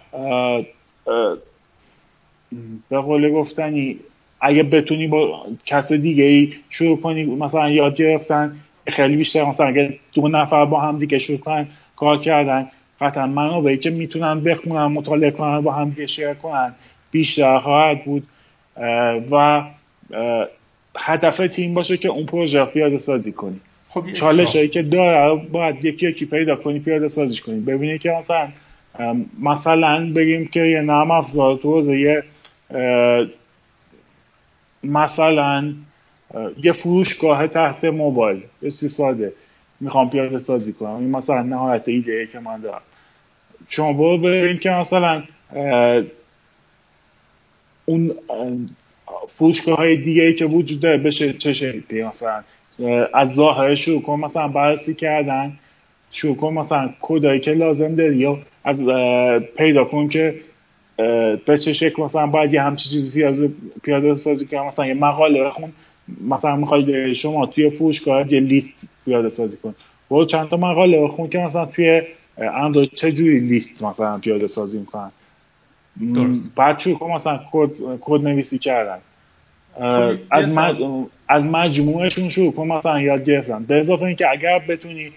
به قول گفتنی اگه بتونی با کس دیگه ای شروع کنی مثلا یاد گرفتن خیلی بیشتر، مثلا اگه دو نفر با هم دیگه شروع کنن کار کردن قطعا منابعی که میتونن بخونن مطالعه کنن با هم دیگه شیر کنن بیشتر خواهد بود و هدف تیم باشه که اون پروژه پیاده سازی کنی. خب چالش هایی که داره باید یکی یکی پیدا کنی پیاده سازیش کنی. ببینی که مثلا مثلا بگیم که یه نرم افزار تو حوزه مثلا یه فروشگاه تحت موبایل بسیار ساده میخوام پیاده سازی کنم، این مثلا نهایت ایده ای که من دارم. شما برو ببین که مثلا اون فروشگاه های دیگه ای که وجود داره بشه چه شکلی، مثلا از ظاهر شروع کن مثلا بررسی کردن، شروع کن مثلا کدایی که لازم داری یا از پیدا کن که به چه شکل مثلا باید یه همچین چیزی پیاده سازی کنم. مثلا یه مقاله بخون، مثلا میخواید شما توی فروشگاه یه لیست پیاده سازی کن، برو چند تا مقاله بخون که مثلا توی اندروید چجوری لیست مثلا پیاده سازی میکنن، بعد شروع کن مثلا کد کد نویسی کردن، از مج... از مجموعهشون شروع کن مثلا یاد گرفتن. به اضافه اینکه اگر بتونی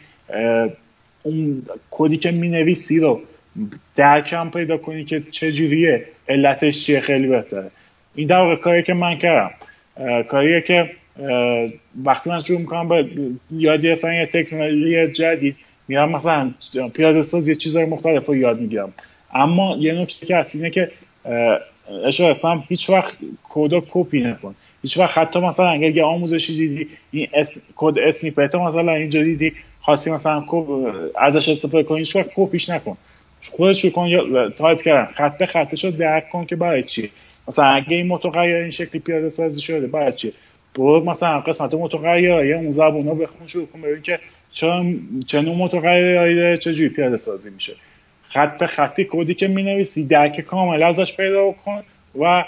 اون کدی که مینویسی رو درکم پیدا کنی که چجوریه، علتش چیه، خیلی بهتره. این در واقع کاری که من کردم، کاریه که وقتی من شروع میکنم به یاد گرفتن یه تکنولوژی جدید میرم مثلا پیاده سازی چیزهای مختلف رو یاد میگیرم. اما یه نکته که هست اینه که اشاره کنم هیچ وقت کد رو کپی نکن. هیچ وقت حتی مثلا اگر یه آموزشی دیدی این اس... کد اسنیپت مثلا اینجا دیدی خواستی مثلا ازش استفاده کنی، هیچ وقت کپیش نکن، خودت شروع کن یا تایپ کردن، خط به خطش رو درک کن که برای چیه. مثلا اگه این متغیر این شکلی پیاده سازی شده برای چیه، برو مثلا قسمت متغیرهای اون زبونا بخون، شروع کن ببین که چه چه نوع متغیرایی داره، چجوری پیاده سازی میشه. خط به خطی کدی که مینویسی درک کامل ازش پیدا کن و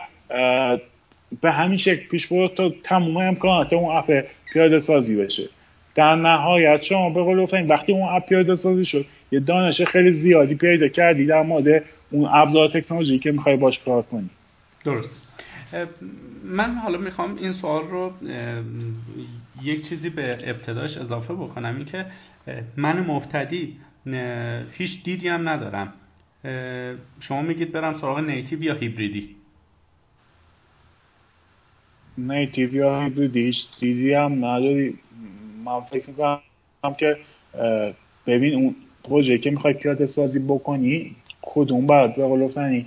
به همین شکل پیش برو تا تمام امکانات اون اپ پیاده سازی بشه. در نهایت شما به قول گفتن وقتی اون اپ پیاده سازی شد یه دانش خیلی زیادی پیدا کردی در مورد اون ابزار تکنولوژی که میخوای باش کار کنی. درست. من حالا میخوام این سوال رو یک چیزی به ابتداش اضافه بکنم، این که من مبتدی هیچ دیدی هم ندارم، شما میگید برم سراغ نیتیو یا هیبریدی؟ نیتیو یا هیبریدی هیچ دیدی هم نداری. من فکر میکنم که ببین اون پروژه که میخوای پیاده سازی بکنی کدوم باید به قول گفتنی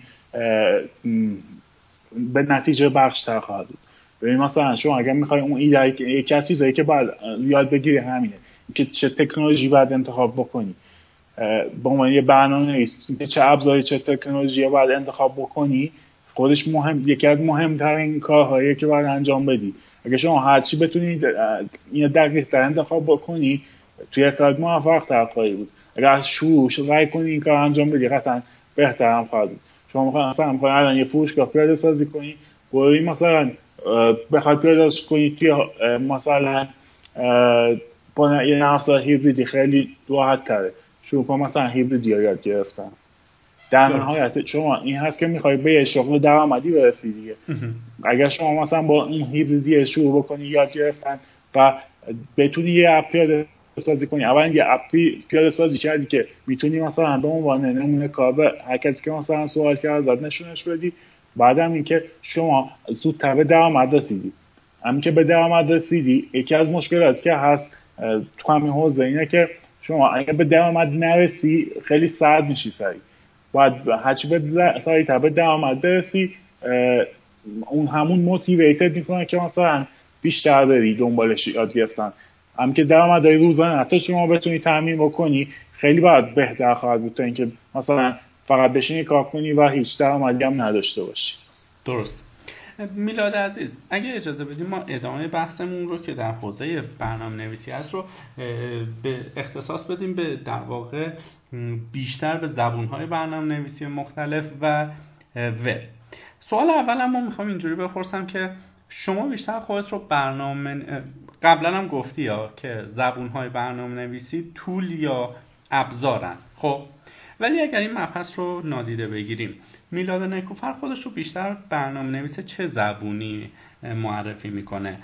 به نتیجه بخشتر خواهد بود. ببین مثلا شما اگر میخوای اون ایده یکی از چیزایی که باید یاد بگیری همینه که چه تکنولوژی باید انتخاب بکنی، با عنوان یه برنامه‌نویس که چه ابزاری چه تکنولوژی باید انتخاب بکنی خودش مهم، یکی از مهمترین کارهاییه که باید انجام بدی. اگه شما هر چی بتونی اینو دقیق‌تر انتخاب بکنی توی کار موفق‌تر خواهی بود. اگر از شروع سعی کنی این کار انجام بدی قطعاً بهتر هم خواهد بود. شما مثلا مثلا می‌خوای الان یه فروشگاه پیاده سازی کنی، برای مثلا بخوای پیاده سازی کنی توی مثلا با یه نحصار هیبریدی خیلی راحت‌تره. شروع کن مثلا هیبریدی رو یاد گرفتن. در نهایت شما این هست که میخوای به شغل درآمدی برسی دیگه. اگر شما مثلا با این هیبریدی شروع بکنی یاد گرفتن و بتونی یه اپ پیاده سازی کنی، اولا یه اپی پیاده سازی کردی که میتونی مثلا به عنوان نمونه کار به هر کسی که مثلا سوال کرد ازت نشونش بدی، بعدم اینکه شما زودتر به درآمد رسیدی. همین که به درآمد رسیدی یکی از مشکلاتی که هست تو همین حوزه اینه که شما اگه به درآمد نرسی خیلی سرد میشی سریع. باید هرچی به سریع‌تر به درآمد برسی، اون همون موتیویتد میکنه که مثلا بیشتر بری دنبالش یاد گرفتن. هم که درآمدهای روزانه حتی شما بتونی تامین بکنی خیلی باید بهتر خواهد بود تا اینکه مثلا فقط بشینی کار کنی و هیچ درآمدی هم نداشته باشی. درست. میلاد عزیز اگه اجازه بدیم ما ادامه بحثمون رو که در حوزه برنامه نویسی هست رو به اختصاص بدیم به در واقع بیشتر به زبونهای برنامه نویسی مختلف و وب. سوال اول ما میخوام اینجوری بپرسم که شما بیشتر خودت رو برنامه قبلا هم گفتی یا که زبونهای برنامه نویسی طول یا ابزارن، خب ولی اگر این مبحث رو نادیده بگیریم میلاد نیکوفر خودش رو بیشتر برنامه نویس چه زبونی معرفی میکنه؟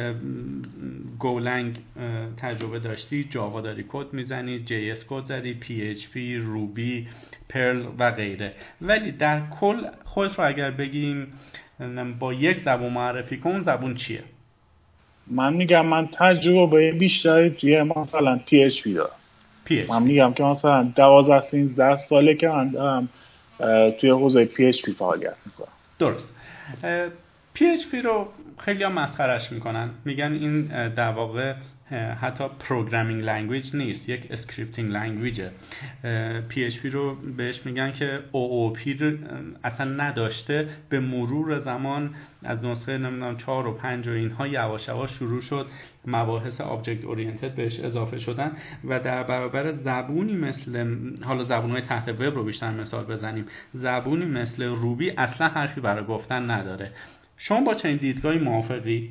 گولنگ تجربه داشتی، جاوا داری کد میزنی، جی اس کد زدی، پی اچ پی، روبی، پرل و غیره، ولی در کل خودت رو اگر بگیم با یک زبون معرفی کن زبون چیه؟ من میگم من تجربه بیشتری توی مثلا پی اچ پی دارم. من میگم که مثلا دوازده سیزده ساله که من دارم توی حوزه پی اچ پی فعالیت میکنم. درست. پی اچ پی رو خیلی ها مسخرش میکنن، میگن این در واقع حتی پروگرامینگ لنگویج نیست، یک اسکریپتینگ لنگویجه. پی اچ پی رو بهش میگن که او او پی رو اصلا نداشته، به مرور زمان از نسخه نمیدونم چهار و پنج و اینها یواش یواش شروع شد مباحث آبجکت اورینتد بهش اضافه شدن و در برابر زبونی مثل، حالا زبونهای تحت وب رو بیشتر مثال بزنیم، زبونی مثل روبی اصلا حرفی برای گفتن نداره. شما با چنین دیدگاهی موافقی؟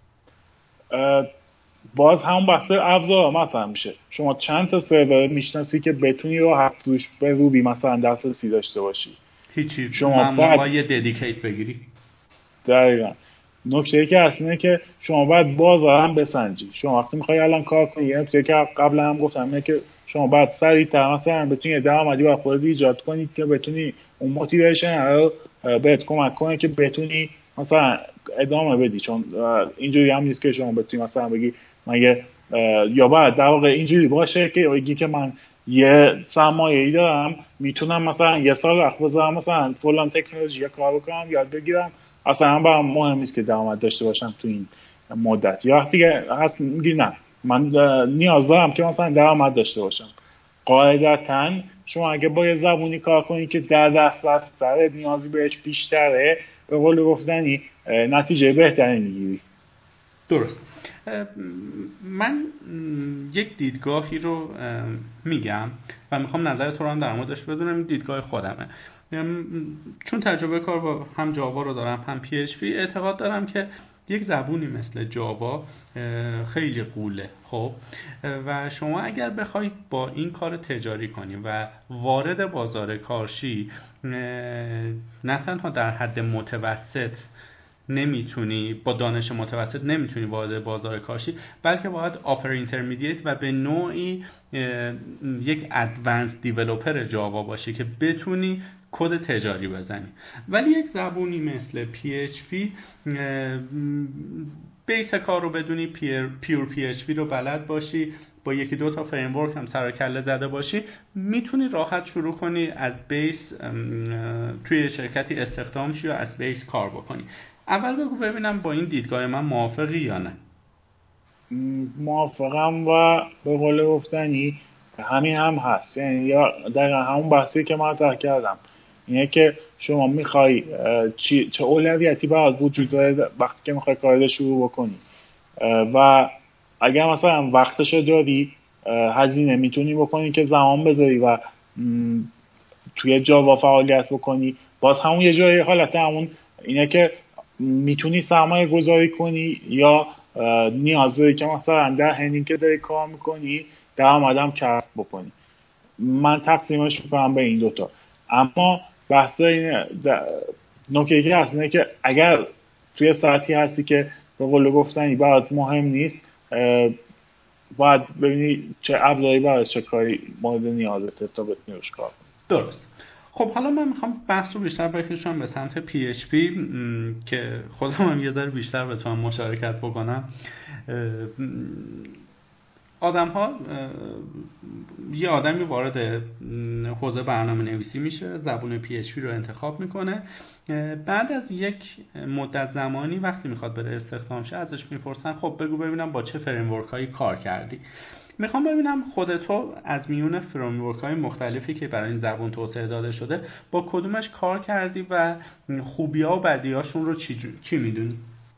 باز همون بحث ابزار مثلا میشه، شما چند تا سرور میشناسی که بتونی رو هفت روش به روبی مثلا دسترسی داشته باشی؟ هیچی. شما باید یه ددیکیت بگیری. دقیقاً. نکته که اصلیه که شما باید بازار هم بسنجی. شما وقتی میخوای الان کار کنی، یه نکته که قبلا هم گفتم اینه که شما باید سریع‌تر مثلا بتونی درآمدی برای خودت ایجاد کنی که بتونی اون موتیویشن رو بهت کمک کنه که بتونی مثلا ادامه بدی. چون اینجوری هم نیست که شما بتونی مثلا بگی مگه، یا باید در واقع اینجوری باشه که بگی که من یه سرمایه‌ای دارم میتونم مثلا یه سال وقت بذارم مثلا فلان تکنولوژی کار بکنم یاد بگیرم، اصلا برام مهم نیست که درآمد داشته باشم تو این مدت. یا دیگه هست میگی نه من نیاز دارم که مثلا درآمد داشته باشم. قاعدتاً شما اگه با یه زبونی کار کنی که در دسترس تره، نیازی بهش بیشتره، به قول گفتنی نتیجه بهتری میگیری. درست. من یک دیدگاهی رو میگم و میخوام نظر تو رو هم در موردش بدونم. این دیدگاه خودمه، چون تجربه کار با هم جاوا رو دارم هم پی اچ پی. اعتقاد دارم که یک زبونی مثل جاوا خیلی غوله. خب و شما اگر بخواید با این کار تجاری کنی و وارد بازار کارشی، نه تنها در حد متوسط نمیتونی، با دانش متوسط نمیتونی وارد بازار کارشی، بلکه باید آپر اینترمدییت و به نوعی یک ادوانس دیولپر جاوا باشی که بتونی کد تجاری بزنی. ولی یک زبونی مثل پی اچ پی، بیس کار رو بدونی، پیور پی اچ پی رو بلد باشی، با یکی دو تا فریم ورک هم سر و کله زده باشی، میتونی راحت شروع کنی از بیس توی شرکتی استخدام شی و از بیس کار بکنی. اول بگو ببینم با این دیدگاه من موافقی یا نه؟ موافقم و به قول گفتنی همین هم هست. یعنی یا دقیقا همون بحثی که مطرح کردم اینه که شما میخوای چی، چه اولویتی باید وجود داره وقتی که میخوای کار شروع بکنی و اگر مثلا وقتشو داری، هزینه میتونی بکنی که زمان بذاری و توی جاوا فعالیت بکنی. باز همون یه جایی حالت همون اینه که میتونی سرمایه گذاری کنی یا نیاز داری که مثلا در حینی که داری کار میکنی درآمدم کسب بکنی. من تقسیمش میکنم به این دوتا. اما بحث اینه، نکته که هست اینه که اگر توی ساعتی هستی که به قول گفتنی برات مهم نیست، باید ببینی چه ابزاری برای چه کاری مورد نیازته تا بتونی روش کار کنی. درست. خب حالا من میخوام بحث رو بیشتر بکشم به سمت پی اچ پی که خودم هم یه ذره بیشتر بتونم مشارکت بکنم. آدم ها، یه آدمی وارد حوزه برنامه نویسی میشه، زبون پی اچ پی رو انتخاب میکنه. بعد از یک مدت زمانی وقتی میخواد بره استخدام شه ازش میپرسن خب بگو ببینم با چه فریم ورک هایی کار کردی. میخوام ببینم خودتو از میون فریم ورک های مختلفی که برای این زبون توسعه داده شده با کدومش کار کردی و خوبی ها و بدی هاشون رو چی, چی میدونی؟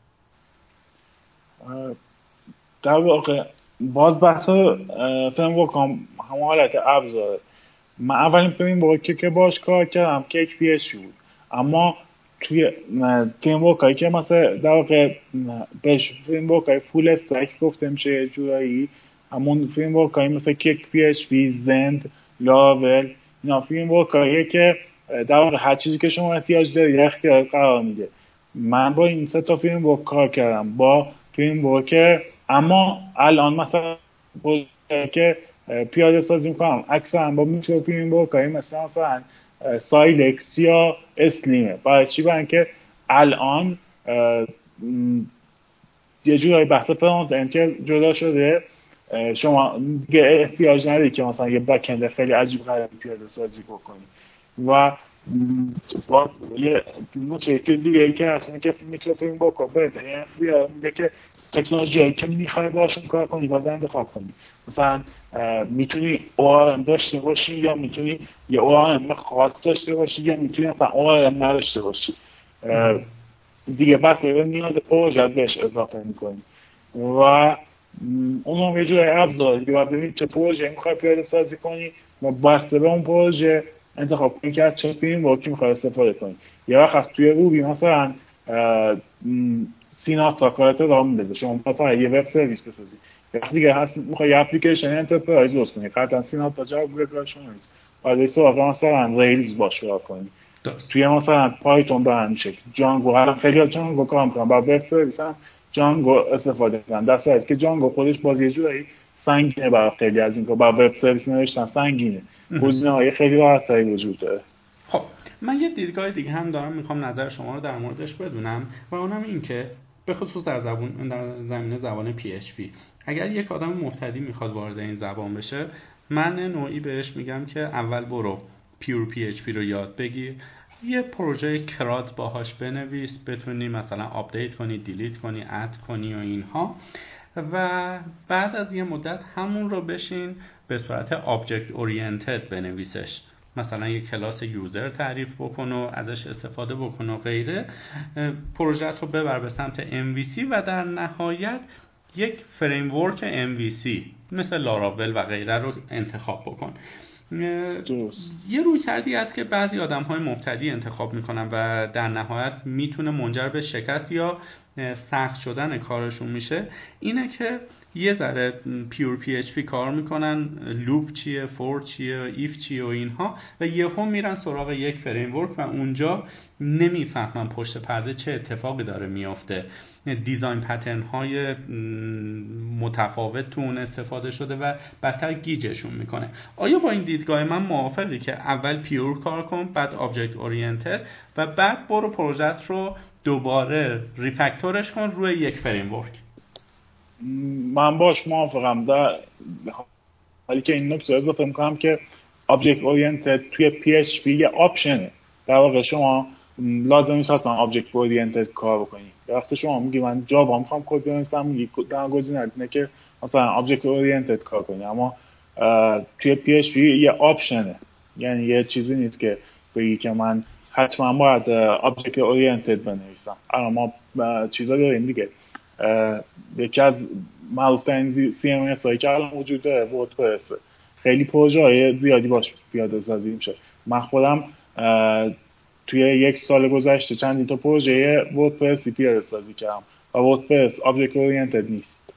در واقع باز بحث فریم ورک هم همون حالت ابزاره. من اولین فریم ورکی که باش کار کردم کیک پی اچ بود، اما توی فریم ورک هایی که مثلا در واقع بهش فریم ورک های فول استک گفته میشه یه جورایی، همون فریم ورک هایی مثل کیک پی اچ پی، زند، لاول، اینا فریم ورک هایی که در واقع هر چیزی که شما احتیاج دارید اختیار قرار میده. من با این سه تا فریم ورک کار کردم. با فریم ورک اما الان مثلا که پیاده سازی میکنم اکثرا با میکرو فریم ورک هایی مثلا مثلا سایلکس یا اسلیمه. برای چی؟ برای اینکه الان یه جورای بحث فرانت اند که جدا شده، شما دیگه احتیاج نداری که مثلا یه بک اند خیلی عجیب غریبی پیاده سازی بکنی. و با یه نکته دیگه که اصلا که میتونید با کامپیوتر بیا میگه که تکنولوژی که میخوای باشون کار کنی باید انتخاب کنی. مثلا میتونی او آر ام داشته باشی یا میتونی یه او آر ام خاص داشته باشی یا میتونی مثلا او آر ام نداشته باشی. دیگه بس به نیاز پروژه بهش اضافه میکنی و اونم یه جوری ابزار دیگه باید ببینید چه پروژه میخوای پیاده سازی کنی و بسته به اون پروژه انتخاب کنی که از چه فریم ورکی میخوای استفاده کنی. یه وقت از توی روبی مثلا سیناستا کارت رو میندازه، شما مثلا یه وب سرویس بسازی، یه وقت دیگه هست میخوای یه اپلیکیشن انترپرایز درست کنی، قطعا سیناستا جواب بوده کار شما نیست، باید سراغ مثلا ریلز باش کار کنی. توی مثلا پایتون به همین شکل جانگو، الان خیلی ها جانگو کار میکنن با وب سرویس هم جانگو استفاده کنن، در صورتی که جانگو خودش باز یه جوری سنگینه برای خیلی از این که با وب سرویس نوشتن سنگینه، گزینه‌های خیلی راحت‌تری وجود داره. خب من یه دیدگاه دیگه هم دارم، میخوام نظر شما رو در موردش بدونم و اونم این که به خصوص در زبان در زمینه زبان پی اچ پی اگر یک آدم مبتدی میخواد وارد این زبان بشه، من نوعی بهش میگم که اول برو پیور پی اچ پی رو یاد بگیر، یه پروژه کرات باهاش بنویس، بتونی مثلا آپدیت کنی، دیلیت کنی، اد کنی و اینها، و بعد از یه مدت همون رو بشین به صورت آبجکت اورینتد بنویسش، مثلا یک کلاس یوزر تعریف بکن و ازش استفاده بکن و غیره، پروژه رو ببر به سمت ام وی سی و در نهایت یک فریم ورک ام وی سی مثل لاراول و غیره رو انتخاب بکن. درست. یه روی کردی است که بعضی آدم های مبتدی انتخاب میکنن و در نهایت میتونه منجر به شکست یا سخت شدن کارشون میشه، اینه که یه ذره پیور پی اچ پی کار میکنن، لوپ چیه، فور چیه، ایف چیه و اینها، و یهو میرن سراغ یک فریم ورک و اونجا نمیفهمن پشت پرده چه اتفاقی داره میافته، دیزاین پترن های متفاوت تو اون استفاده شده و بدتر گیجشون میکنه. آیا با این دیدگاه من موافقی که اول پیور کار کن، بعد آبجکت اورینتد و بعد برو پروژه رو دوباره ریفکتورش کن روی یک فریم ورک؟ من باش موافقم، در حالی که این نکته اضافه میکنم که آبجکت اورینتد توی پی اچ پی یه آپشنه، در واقع شما لازم نیست اصلا آبجکت اورینتد کار بکنی. وقتی شما میگی من جاوا میخوام کد بنویسم، میگی در گزینه اینه که مثلا آبجکت اورینتد کار کنی، اما توی پی اچ پی یه آپشنه، یعنی یه چیزی نیست که بگی که من حتما باید آبجکت اورینتد بنویسم. الان ما چیزا داریم دیگه، یکی از معروف‌ترین سی ام اس هایی که الان وجود داره وردپرس، خیلی پروژه های زیادی باش پیاده سازی میشه. من خودم توی یک سال گذشته چندین تا پروژه وردپرسی پیاده سازی کردم و وردپرس آبجکت اورینتد نیست.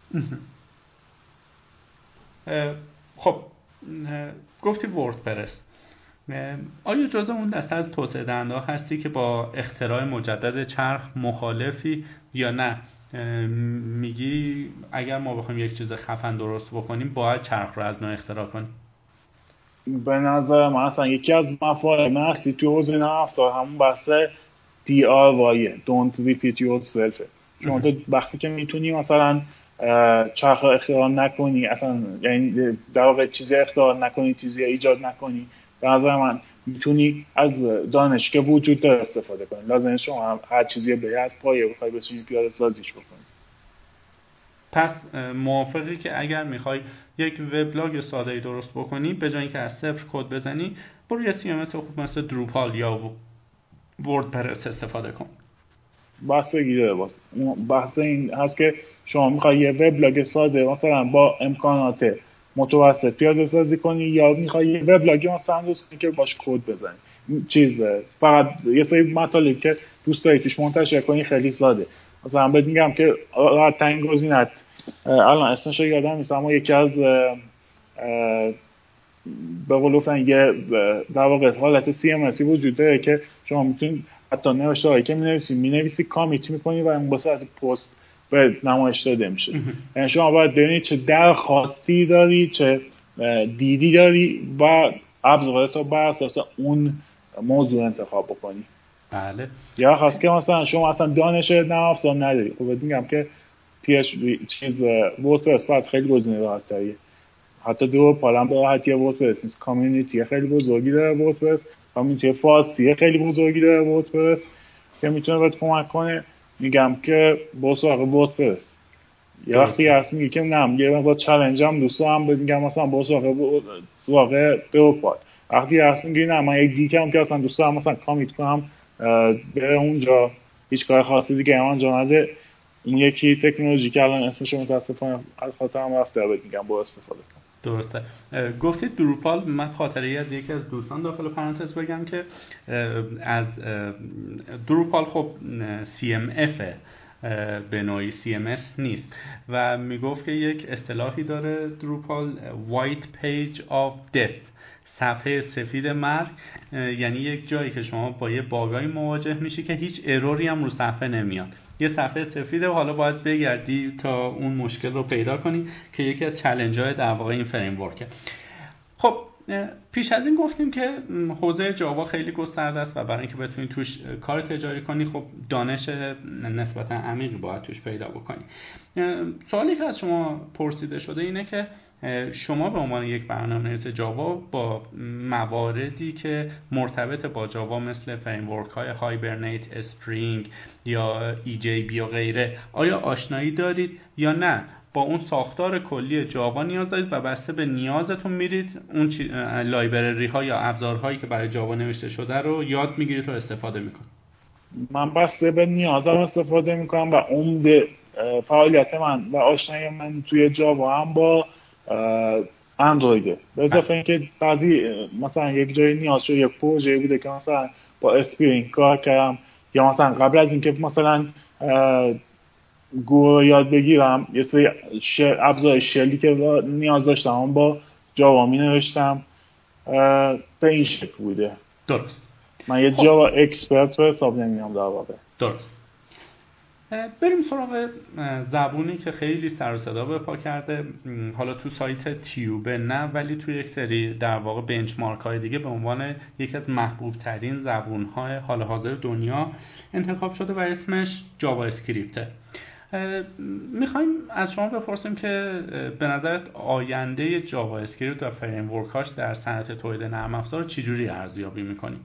خب گفتی وردپرس، آیا جزء اون دسته از توسعه دهنده‌ها هستی که با اختراع مجدد چرخ مخالفی یا نه میگی اگر ما بخوایم یک چیز خفن درست بکنیم باید چرخ رو از نو اختراع کنیم؟ به نظر من اصلا یکی از مفاهیم اصلی توی حوزه نرم افزار همون بحث دی آر وای Don't Repeat Yourself. شما تو وقتی که میتونی مثلا چرخ رو اختراع نکنی، اصلا یعنی در واقع چیزی اختراع نکنی، چیزی ایجاد نکنی، به نظر من میتونی از دانش که وجود داره استفاده کنی. لازم شما هر چیزی به از پایه بخوای بتونی پیاده سازیش بکنی. پس موافقی که اگر میخوای یک وبلاگ ساده‌ای درست بکنی، به جای اینکه از صفر کد بزنی، برو یه سی ام اس خوب مثل دروپال یا وردپرس استفاده کن؟ بحث گیره باز. بحث این هست که شما میخوای یه وبلاگ ساده مثلا با امکانات متوسط پیاده سازی کنی یا میخوای یه وبلاگ مثلا درست کنی که باش کد بزنی. چیز فقط یه سری مطالبی که دوست داری توش منتشر کنی خیلی ساده. مثلا بهت میگم که راحت ترین گزینه الان اسمش رو یادم نیست، اما یکی از به قول گفتن یه در واقع حالت سی ام اس وجود داره که شما میتونید حتی نوشته هایی که مینویسی مینویسی کامیت میکنی و اون با صورت پست به نمایش داده میشه. یعنی شما باید ببینید چه درخواستی داری، چه دیدی داری و ابزارات رو بر اساس اون موضوع انتخاب بکنی. بله. یا خاص که مثلا شما اصلا دانش نرم افزار نداری، خب میگم که پی اچ پی چیز وردپرس بعد خیلی گزینه راحت‌تریه. حتی دروپال هم به راحتی وردپرس نیست، کامیونیتی خیلی بزرگی داره وردپرس، کامیونیتی فارسی خیلی بزرگی داره وردپرس که میتونه بهت کمک کنه. میگم که با سراغ وردپرس. یا وقتی هست میگه که نه یه مقدار چالش هم دوستا هم بهت میگم مثلا با سراغ سراغ دروپال. وقتی هست میگه نه من یک گیکم که اصلا دوستا هم مثلا کامیت کنم به اونجا هیچ کار خاصی دیگه انجام نده، این یکی تکنولوژی که الان اسمش رو متاسفانه از خاطر هم رفته بهت میگم با استفاده کن. درسته. گفتید دروپال، من خاطره از یکی از دوستان داخل پرانتز بگم که از دروپال خب سی ام اف به نوعی سی ام اس نیست و میگفت که یک اصطلاحی داره دروپال white page of death، صفحه سفید مرگ، یعنی یک جایی که شما با یه باگایی مواجه میشی که هیچ اروری هم رو صفحه نمیاد، یه صفحه سفیده و حالا باید بگردی تا اون مشکل رو پیدا کنی که یکی از چالنج‌های در واقع این فریم ورکه. خب پیش از این گفتیم که حوزه جاوا خیلی گسترده است و برای اینکه بتونی توش کار تجاری کنی خب دانش نسبتا عمیقی باید توش پیدا بکنی. سوالی که از شما پرسیده شده اینه که شما به عنوان یک برنامه‌نویس جاوا با مواردی که مرتبط با جاوا مثل فریم ورک های هایبرنیت، اسپرینگ یا ای جی بی و غیره آیا آشنایی دارید یا نه؟ با اون ساختار کلی جاوا نیاز دارید و بسته به نیازتون میرید اون لایبرری ها یا ابزارهایی که برای جاوا نوشته شده رو یاد میگیرید و استفاده میکنید؟ من بسته به نیازم استفاده میکنم و عمده فعالیت من و آشنایی من توی جاوا هم با اندرویده. به اضافه اینکه بعضی مثلا یک جایی نیاز شد یک پروژه بوده که مثلا با اسپرینگ کار کردم یا مثلا قبل از اینکه مثلا گو یاد بگیرم یه سری ابزار شلی که نیاز داشتم با جاوا می نوشتم، به این شکل بوده. درست. من یه جاوا اکسپرت رو حساب نمیام در واقع. درست. بریم سراغ زبونی که خیلی سر و صدا به پا کرده، حالا تو سایت تیوبه نه ولی تو یک سری در واقع بنچمارک های دیگه به عنوان یکی از محبوب ترین زبون های حال حاضر دنیا انتخاب شده و اسمش جاوا اسکریپته. میخوایم از شما بپرسیم که به نظرت آینده جاوا اسکریپت و فریم ورک هاش در صنعت تولید نرم افزار چجوری ارزیابی میکنیم؟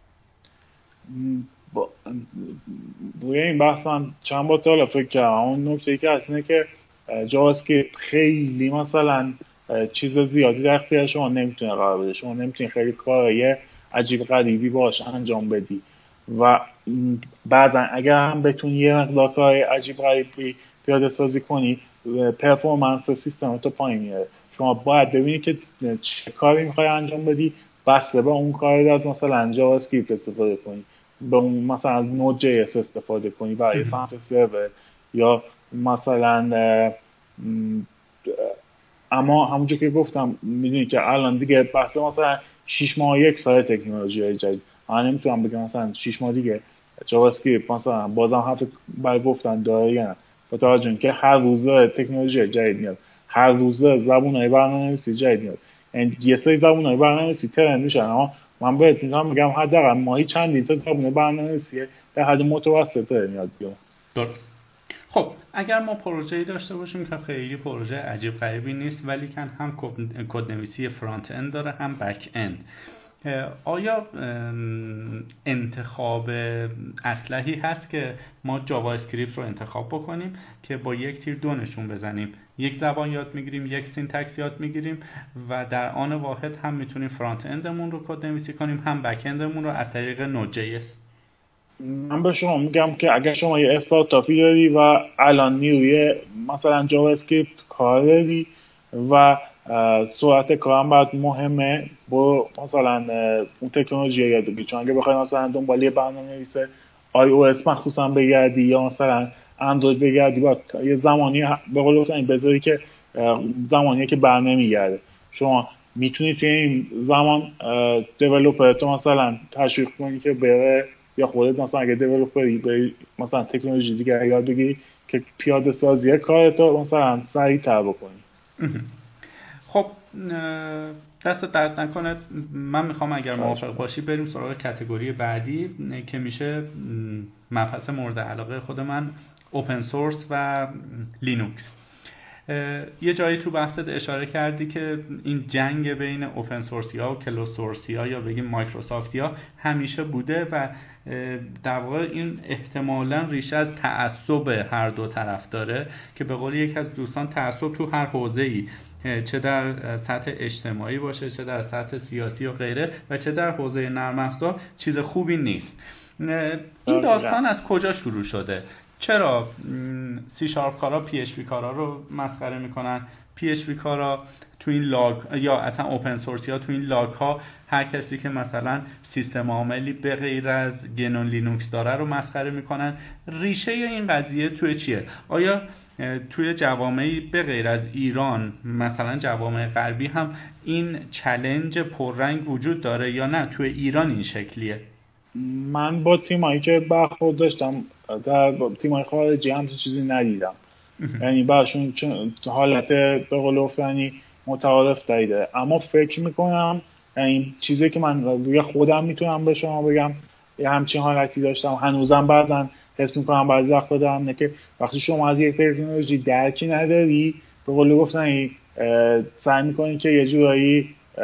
با روی این بحث من چند بار تا فکر کردم. اون نکته ای که هست اینه که جاوا اسکریپت خیلی مثلا چیز زیادی در اختیار شما نمیتونه قرار بده. شما نمیتونی خیلی کارهای عجیب غریبی باش انجام بدی و بعدن اگر هم بتونی یه مقدار کارهای عجیب غریبی پیاده سازی کنی پرفورمنس سیستم تو پایین میاره. شما باید ببینی که چه کاری میخوای انجام بدی، بسته به اون کاری از مثلا جاوا اسکریپت استفاده کنی، به اون مثلا از نود جی اس استفاده کنی برای سمت سرور یا مثلا اما همونجور که گفتم میدونی که الان دیگه بحث مثلا شش ماه یک سال تکنولوژی جدید، من نمیتونم بگم مثلا شش ماه دیگه جاوا اسکریپت مثلا بازم هفته برای گفتن داره یا نه، با توجه اینکه هر روز تکنولوژی جدید میاد، هر روز زبونهای برنامه‌نویسی جدید میاد، یعنی یه سری زبونهای برنامه‌نویسی ترند میشن. اما من بهت میگم حداقل ماهی چندین تا زبون برنامه‌نویسی در حد متوسط میاد بیرون. درست. خب اگر ما پروژه‌ای داشته باشیم که خیلی پروژه عجیب غریبی نیست ولی کن هم کدنویسی فرانت اند داره هم بک اند، آیا انتخاب اسلحه‌ای هست که ما جاوا اسکریپت رو انتخاب بکنیم که با یک تیر دو نشون بزنیم، یک زبان یاد میگیریم، یک سینتکس یاد میگیریم و در آن واحد هم میتونیم فرانت اندمون رو کدنویسی کنیم هم بک اندمون رو از طریق نود جی اس؟ من به شما میگم که اگر شما یه استارتاپی داری و الان نیروی مثلا جاوا اسکریپت کار داری و سرعت کارم برات مهمه، با مثلا اون تکنولوژی یاد بگیر. چون اگه بخوای مثلا دنبال یه برنامه‌نویس آی او اس مخصوصا بگردی یا مثلا اندروید بگردی، باید یه زمانی به قول خودت بذاری که زمانیه که برنمیگرده. شما میتونی توی این زمان دیولپر تو مثلا تشویق کنی که بره، یا خودت مثلا اگه دیولپری بری مثلا تکنولوژی دیگه یاد بگیری که پیاده سازی کارتو مثلا سریع‌تر بکنی. خب دست درد نکنه. من میخوام اگر موافق باشی بریم سراغ کاتگوری بعدی که میشه مبحث مورد علاقه خود من، اوپن سورس و لینوکس. یه جایی تو بحثت اشاره کردی که این جنگ بین اوپن سورسی ها و کلوز سورسی ها یا بگیم مایکروسافتی ها همیشه بوده و در واقع این احتمالاً ریشه از تعصب هر دو طرف داره که به قول یک از دوستان تعصب تو هر حوزه‌ای، چه در سطح اجتماعی باشه، چه در سطح سیاسی و غیره و چه در حوزه نرم افزار، چیز خوبی نیست. این داستان از کجا شروع شده؟ چرا سی شارپ کارا پی اچ پی کارا رو مسخره میکنن؟ پی اچ پی کارا تو این لاگ یا اصلا اوپن سورسی ها تو این لاگ ها هر کسی که مثلا سیستم عاملی به غیر از گنو لینوکس داره رو مسخره میکنن. ریشه این قضیه توی چیه؟ آیا توی جوامعی به غیر از ایران، مثلا جوامع غربی هم این چالش پررنگ وجود داره یا نه توی ایران این شکلیه؟ من با تیمایی که برخورد داشتم در تیمای خارجی هم چیزی ندیدم. یعنی براشون حالت به قول افتانی متعارف داره. اما فکر میکنم این چیزی که من روی خودم میتونم به شما بگم یه همچین حالتی داشتم، هنوزم بعضن حس میکنم بعضی وقتا دارم، نه که وقتی شما از یک تکنولوژی درکی نداری به قول گفتن سعی میکنی که یه جورایی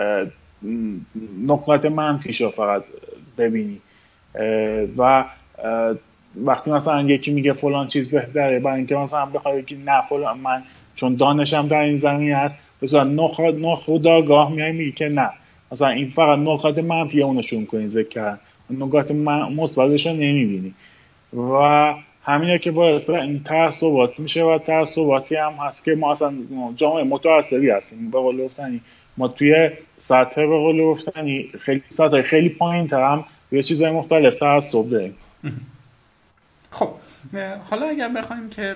نکات منفیشو فقط ببینی و وقتی مثلا یکی میگه فلان چیز بهتره، برای اینکه مثلا بخوای که نه فلان من چون دانشم در این زمین هست مثلا نخود نخودآگاه میای میگی که نه مثلا این فقط نکات منفی اونشون کنی ذکر کردن، نکات مثبتش رو نمیبینی و همینه که باعث این تعصبات میشه و تعصباتی هم هست که ما اصلا جامعه متعصبی هستیم. به قول گفتنی ما توی سطح به قول گفتنی خیلی سطح خیلی پایین تر هم یه چیزای مختلف تعصب داریم. خب حالا اگر بخوایم که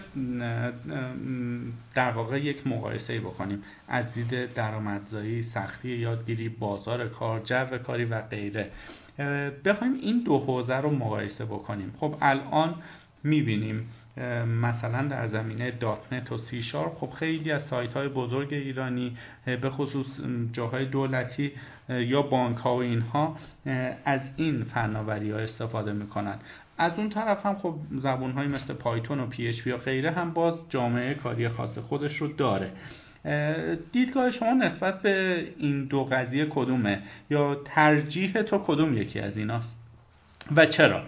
در واقع یک مقایسه‌ای بکنیم از دید درآمدزایی، سختی یادگیری، بازار کار، جو کاری و غیره، بخوایم این دو حوزه رو مقایسه بکنیم، خب الان می‌بینیم مثلا در زمینه دات نت و سی شارپ خب خیلی از سایت‌های بزرگ ایرانی به خصوص جاهای دولتی یا بانک‌ها و اینها از این فناوری‌ها استفاده می‌کنن. از اون طرف هم خب زبان‌های مثل پایتون و پی اچ پی و غیره هم باز جامعه کاری خاص خودش رو داره. دیدگاه شما نسبت به این دو قضیه کدومه یا ترجیح تو کدوم یکی از ایناست و چرا؟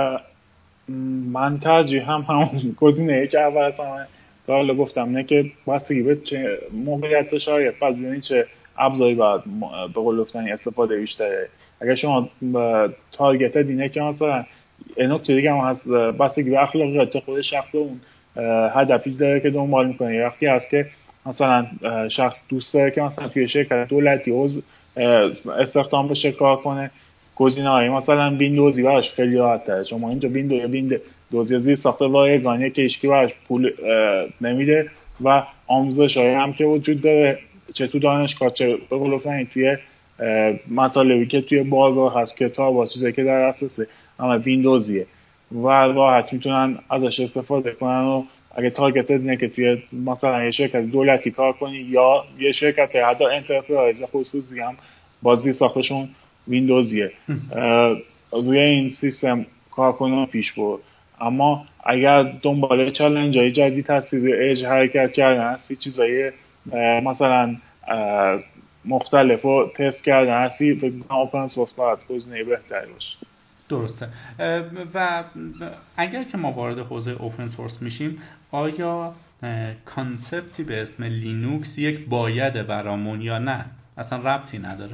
من ترجیح هم همون گزینه که اول اصلا حالا گفتم نه که بستگی به چه موقعیت شاید بعد ببینید چه ابزاری باید به قول گفتنی استفاده بیشتره. اگر شما تارگت دینه که مثلا نکته دیگه هم هست بستگی به اخلاقیات خود شخص اون هدفی داره که دنبال میکنه. وقتی هست که مثلا شخص دوست داره که مثلا توی شرکت دولتی عضو استخدام بشه کار کنه، گزینه‌های مثلا ویندوزی براش خیلی راحت تره. شما اینجا ویندوز ویندوز زیر ساخت رایگانه که هیچ کی براش پول نمیده و آموزش‌های هم که وجود داره چه تو دانشگاه چه به قول فرض توی مطالبی که توی بازار هست، کتاب و چیزایی که در دسترسه اما ویندوزیه و راحت میتونن ازش استفاده کنن. و اگه تارگت اینه که توی مثلا یه شرکت دولتی کار کنی یا یه شرکت حتی انترپرایز خصوصی هم بازی ساختشون ویندوزیه روی این سیستم کار کنن پیش برد. اما اگر دنبال چالش های جدید هستی روی ایج حرکت کردن هستی، چیزای مثلا مختلف رو تست کردن هستی، به اوپن سورس باید گزینه بهتری باشه. درسته. و اگر که ما وارد حوزه اوپن سورس میشیم، آیا کانسپتی به اسم لینوکس یک بایده برامون یا نه؟ اصلا ربطی نداره.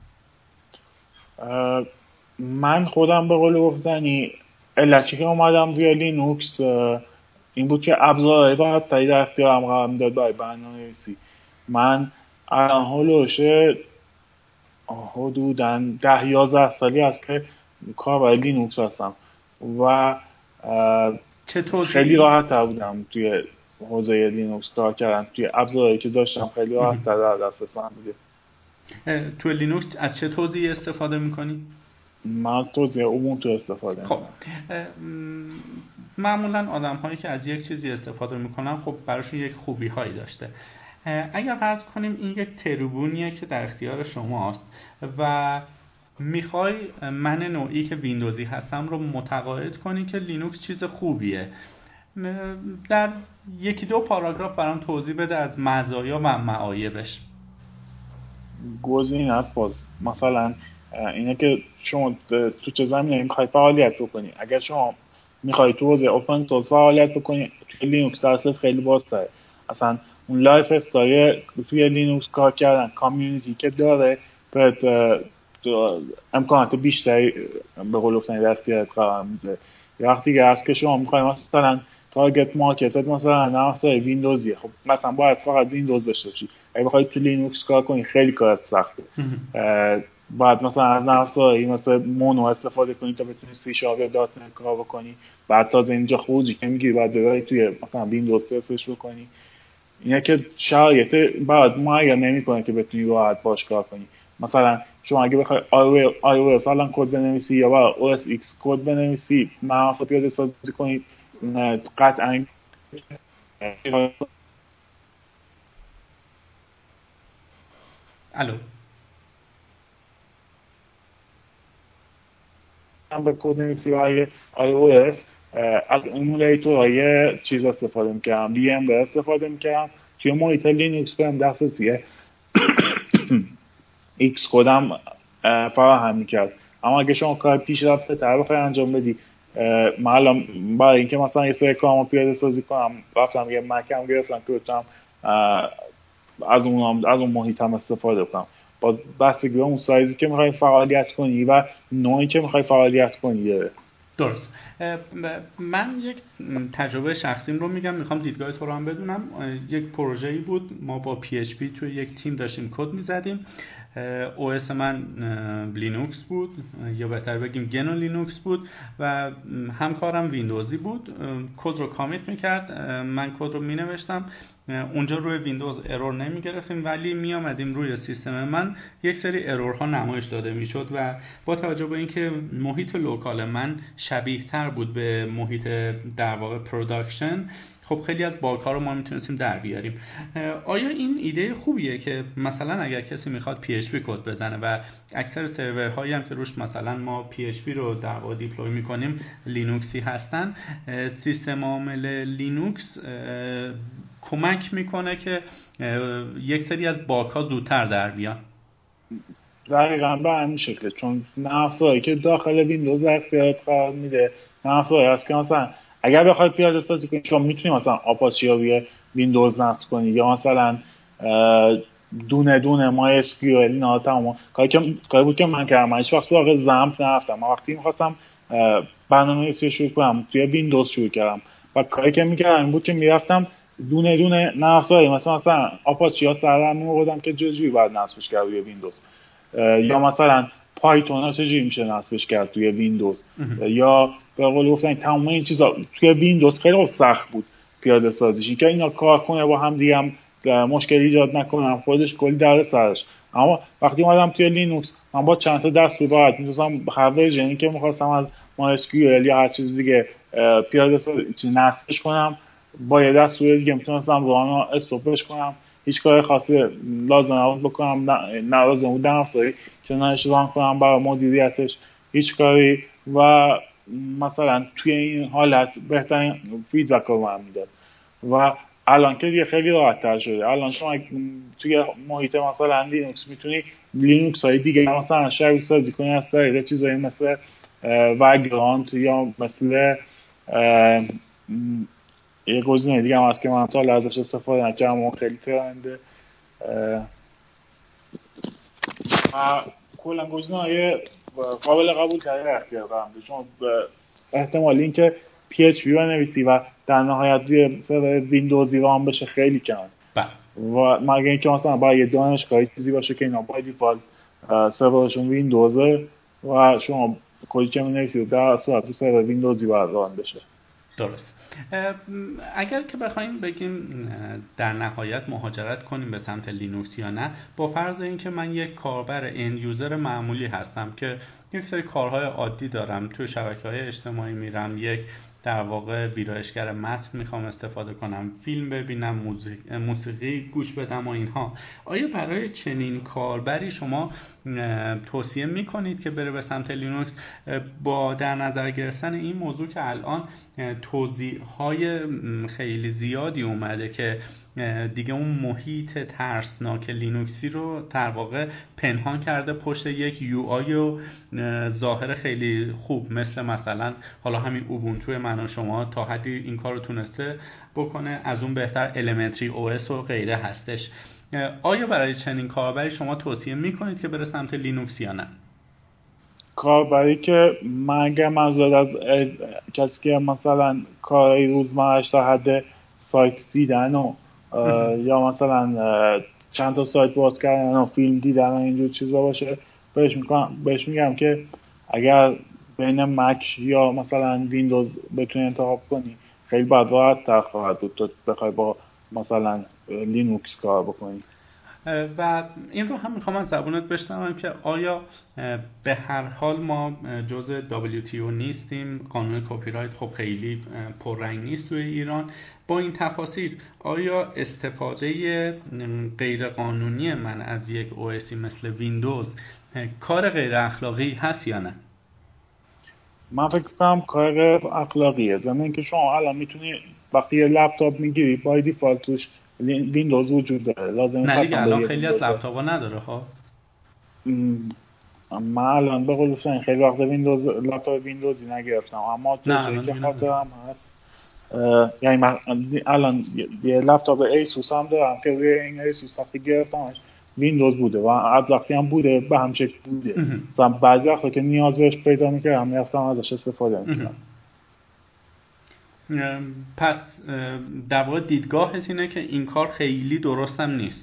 من خودم به قول گفتنی علتی که اومدم روی لینوکس این بود که ابزارهای باید تایی در اختیارم قرار میداد برای برنامه‌نویسی. من الان هلوشه حدوداً ده یازده سالی هست که کار برای لینوکس هستم و خیلی راحت تر بودم توی حوزه لینوکس کار کردن. توی ابزارهایی که داشتم خیلی راحت تر در دسترسم بوده. توی لینوکس از چه توزیعی استفاده میکنی؟ من توزیع اوبونتو استفاده میکنم. خب معمولا آدم هایی که از یک چیزی استفاده میکنن خب براشون یک خوبی هایی داشته. اگر فرض کنیم این یک تریبونیه که در اختیار شماست و میخوای من نوعی که ویندوزی هستم رو متقاعد کنی که لینوکس چیز خوبیه، در یکی دو پاراگراف برام توضیح بده از مزایا و معایبش. گزینه است باز مثلا اینه که شما تو چه زمینه‌ای میخوای فعالیت بکنی. اگر شما میخوای تو حوزه اوپن سورس فعالیت بکنی توی لینوکس درست خیلی بازتره. اصلا اون لایف استایل توی لینوکس کار کردن کامیونیتی که داره بهت امکانات بیشتری به قول گفتن در اختیارت قرار میده. وقتی که هست که شما میخوای مثلا تارگت مارکتت مثلا نرم‌افزار ویندوزیه، خب مثلا باید فقط ویندوز داشته باشی. اگه بخوای تو لینوکس کار کنی خیلی کار سخته. باید مثلا از نرم‌افزاری مثلا مونو استفاده کنی تا بتونی سی شارپ یا دات نت کار بکنی. بعد تازه اینجا خروجی که میگیری بعد ببری توی مثلا ویندوز سرچ بکنی. اینه که شرایط بعد معین نمی‌کنه که بتونی راحت باش کار کنی. مثلا شما اگه بخوای آی او اس الان کد بنویسی یا برای او اس ایکس کد بنویسی نرم‌افزار پیاده سازی کنی قطعاً الو هم به کد نویسی برای آی او اس از ایمولیتورهای چیز استفاده می‌کردم، وی ام استفاده می‌کردم. توی محیط لینوکس بهم دسترسیه ایکس کدم فراهم می‌کرد. اما اگه شما کار پیشرفته تر بخوای انجام بدی، من الان برای اینکه مثلا یه سری کارامو پیاده سازی کنم رفتم یه مکم گرفتم که بتونم از اون از اون محیط هم استفاده کنم. با بستگی به اون سایزی که میخوای فعالیت کنی و نوعی که میخوای فعالیت کنی. درست. من یک تجربه شخصیم رو میگم، میخوام دیدگاه تو رو هم بدونم. یک پروژه‌ای بود، ما با پی اچ پی توی یک تیم داشتیم کد میزدیم. او اس من لینوکس بود یا بهتر بگیم گنو لینوکس بود و همکارم ویندوزی بود. کد رو کامیت میکرد، من کد رو مینوشتم. اونجا روی ویندوز ارور نمی گرفتیم ولی می آمدیم روی سیستم من یک سری ارورها نمایش داده می شد و با توجه به اینکه محیط لوکال من شبیه تر بود به محیط در واقع پروداکشن، خب خیلی از باگ‌ها رو ما میتونستیم در بیاریم. آیا این ایده خوبیه که مثلا اگر کسی میخواد پی اچ پی کد بزنه و اکثر سرورهایی هم که روش مثلا ما پی اچ پی رو در واقع دیپلوی میکنیم لینوکسی هستن، سیستم عامل لینوکس کمک میکنه که یک سری از باگ‌ها زودتر در بیان؟ دقیقاً به همین شکله، چون نرم‌افزاری که داخل ویندوز اختیارات قرار میده نرم‌افزاری هست که مثلا اگر بخوای پیاده سازی کنی شما میتونی مثلا آپاچی رو روی ویندوز نصب کنی یا مثلا دونه دونه مای اس کیو ال اینا تمام کاری که کاری بود که من کردم. هیچ وقت سراغ زمپ نرفتم. من وقتی می‌خواستم برنامه‌نویسی شروع کنم توی ویندوز شروع کردم و کاری که می‌کردم این بود که میرفتم دونه دونه نصب‌های مثلا مثلا آپاچی ها سرم می‌آوردم که چجوری باید نصبش کرد روی ویندوز، یا مثلا پایتون ها چجوری میشه نصبش کرد توی ویندوز، یا به قول گفتن تمام این چیزا توی ویندوز خیلی سخت بود پیاده سازیش که اینا کار کنه با هم دیگه هم مشکلی ایجاد نکنه، خودش کلی درد سرش. اما وقتی اومدم توی لینوکس من با چند تا دستور راحت میتونستم هر ورژنی که می‌خواستم از مای اس کیو ال یا هر چیز دیگه پیاده سازی نصبش کنم با یه دستور دیگه میتونستم راهنا استاپش کنم. هیچ کار خاصی لازم نبود بکنم، نه لازم بود نرم‌افزاری که نش ران کنم برای مدیریتش هیچ کاری و مثلا توی این حالت بهترین فیدبک رو من میداد و الان که دیگه خیلی راحت تر شده. الان شما توی محیط مثلا لینوکس میتونی لینوکس های دیگه مثلا شبیه سازی کنی از طریق چیزایی مثل وگرانت یا مثل یه گزینه دیگه هم هست که من تا ازش استفاده نکردم و خیلی ترنده و کلا گزینه‌های قابل قبول تری اختیار دارم. شما احتمال این که پی اچ پی بنویسی و در نهایت روی سرور ویندوزی رام بشه خیلی کمه و مگر اینکه مثلا با یه دانشگاهی چیزی باشه که اینا با دیفالت سرورشون ویندوزه و شما کدی که می‌نویسید در صورت سرور ویندوزی باید ران بشه. درست. اگر که بخوایم بگیم در نهایت مهاجرت کنیم به سمت لینوکس یا نه، با فرض اینکه من یک کاربر اند یوزر معمولی هستم که یک سری کارهای عادی دارم، توی شبکه‌های اجتماعی میرم، یک در واقع ویرایشگر متن میخوام استفاده کنم، فیلم ببینم، موزیک، موسیقی گوش بدم و اینها. آیا برای چنین کاربری شما توصیه میکنید که بره به سمت لینوکس با در نظر گرفتن این موضوع که الان توضیح‌های خیلی زیادی اومده که دیگه اون محیط ترسناک لینوکسی رو در واقع پنهان کرده پشت یک یو آی و ظاهر خیلی خوب، مثل مثلا حالا همین اوبونتو من و شما تا حدی این کار رو تونسته بکنه، از اون بهتر المنتری او اس و غیره هستش. آیا برای چنین کاربری شما توصیه میکنید که بره سمت لینوکس یا نه؟ کاربری که من اگر منظور از کسی که مثلا کارهای روزمره‌اش تا حد سایت دیدن و یا مثلا چند تا سایت باز کردن و فیلم دیدن و اینجور چیزا باشه، بهش میگم بهش میگم که اگر بین مک یا مثلا ویندوز بتونی انتخاب کنی، خیلی باید راحت تر خواهد بود تو بخوای با مثلا لینوکس کار بکنی. و این رو هم میخوام از زبونت بشنوم که آیا به هر حال ما جزء دبلیو تی او نیستیم، قانون کپی رایت خب خیلی پررنگ نیست توی ایران، با این تفاصیل آیا استفاده غیر قانونی من از یک او اسی مثل ویندوز کار غیر اخلاقی هست یا نه؟ من فکر کنم کار غیر اخلاقیه، زمین اینکه شما الان میتونی وقتی یه لپتاپ میگیری با دیفالت توش ویندوز وجود داره، لازم نه دیگه الان خیلی از لپتاپ‌ها نداره ها. من الان به قول حسین خیلی وقت ویندوز لپتاپ ویندوزی نگرفتم، اما تو که خاطرم هست یعنی من الان یه لپتاپ ایسوس هم دارم که روی این ایسوس وقتی گرفتمش ویندوز بوده و از وقتی هم بوده به هم شکل بوده، مثلا بعضی وقتا که نیاز بهش پیدا میکردم میرفتم ازش استفاده میکردم. پس در واقع دیدگاهت اینه که این کار خیلی درست هم نیست؟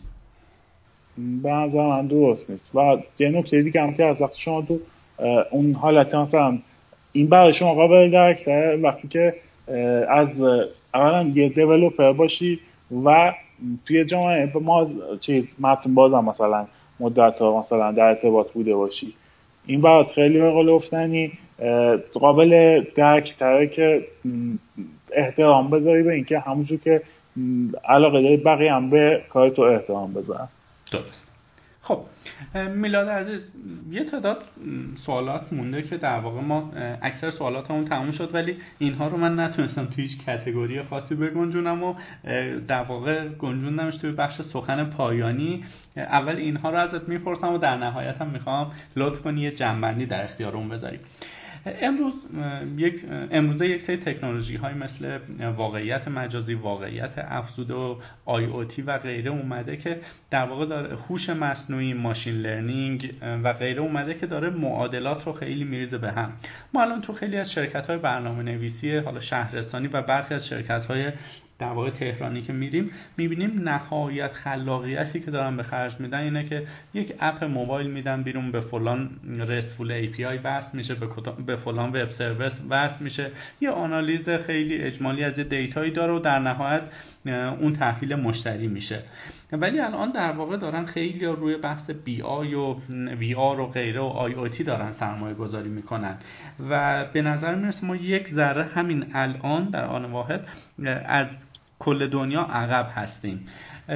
به نظر من درست نیست. و یه نکته دیگه هم که از وقتی شما تو اون حالت مثلا این برای شما قابل درک‌تره وقتی که از اولا یه دیولپر باشی و توی جامعه ما چیز متن بازم مثلا مدت‌ها مثلا در ارتباط بوده باشی، این برات خیلی به قول افتنی قابل درک‌تره که احترام بذاری به این که همونجور که علاقه داری بقیه هم به کار تو احترام بذارن. درست. خب میلاد عزیز، یه تعداد سوالات مونده که در واقع ما اکثر سوالاتمون تموم شد، ولی اینها رو من نتونستم توی هیچ کاتگوری خاصی بگنجونم و در واقع گنجوندمش توی بخش سخن پایانی. اول اینها رو ازت میپرسم و در نهایت هم میخوام لطف کنی یه جنبندی در اختیارمون بذاری. امروز یک امروزه یک سری تکنولوژی های مثل واقعیت مجازی، واقعیت افزوده و آی او تی و غیره اومده که در واقع داره هوش مصنوعی، ماشین لرنینگ و غیره اومده که داره معادلات رو خیلی میریزه به هم. ما الان تو خیلی از شرکت های برنامه نویسی حالا شهرستانی و برخی از شرکت های در واقع تهرانی که میریم میبینیم نهایت خلاقیتی که دارن به خرج میدن اینه که یک اپ موبایل میدن بیرون، به فلان رستفول ای پی آی وصل میشه، به فلان وب سرویس وصل میشه، یه آنالیز خیلی اجمالی از دیتایی داره و در نهایت اون تحویل مشتری میشه. ولی الان در واقع دارن خیلی روی بحث بی آی و وی آر و غیره و آی او تی دارن سرمایه گذاری میکنن و به نظر میرسه ما یک ذره همین الان در آن واحد از کل دنیا عقب هستیم.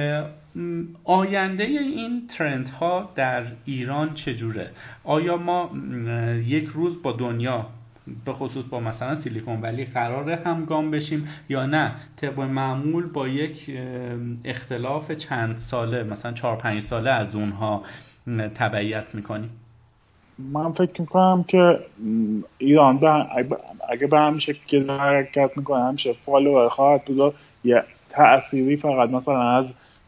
آینده این ترند ها در ایران چجوره؟ آیا ما یک روز با دنیا به خصوص با مثلا سیلیکون ولی قراره همگام بشیم یا نه طبق معمول با یک اختلاف چند ساله مثلا چهار پنج ساله از اونها تبعیت میکنیم؟ من فکر میکنم که ایران اگه به همین شکل که حرکت میکنه همیشه فالوور خواهد بود، یه تأثیری فقط مثلا از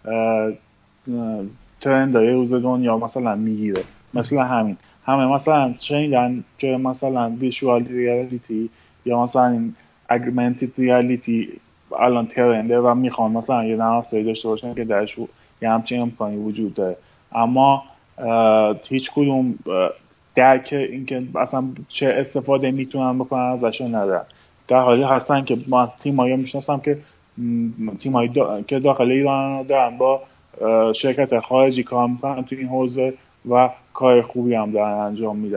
ترندهای روز دنیا مثلا میگیره. مثلا همین همه مثلا شنیدن که مثلا ویژوال ریالیتی یا مثلا این اگمنتد ریالیتی الان ترنده و میخوان مثلا یه نرم افزاری داشته باشن که درش یه همچین امکانی وجود داره، اما هیچ کدوم درک اینکه اصلا چه استفاده میتونن بکنن ازشون ندارن. در حالی هستن که ما تیمایی میشناسم که تیمایی دا... که داخل ایران دارن با شرکت خارجی کار میکنن تو این حوزه و کار خوبی هم دارن انجام میدن.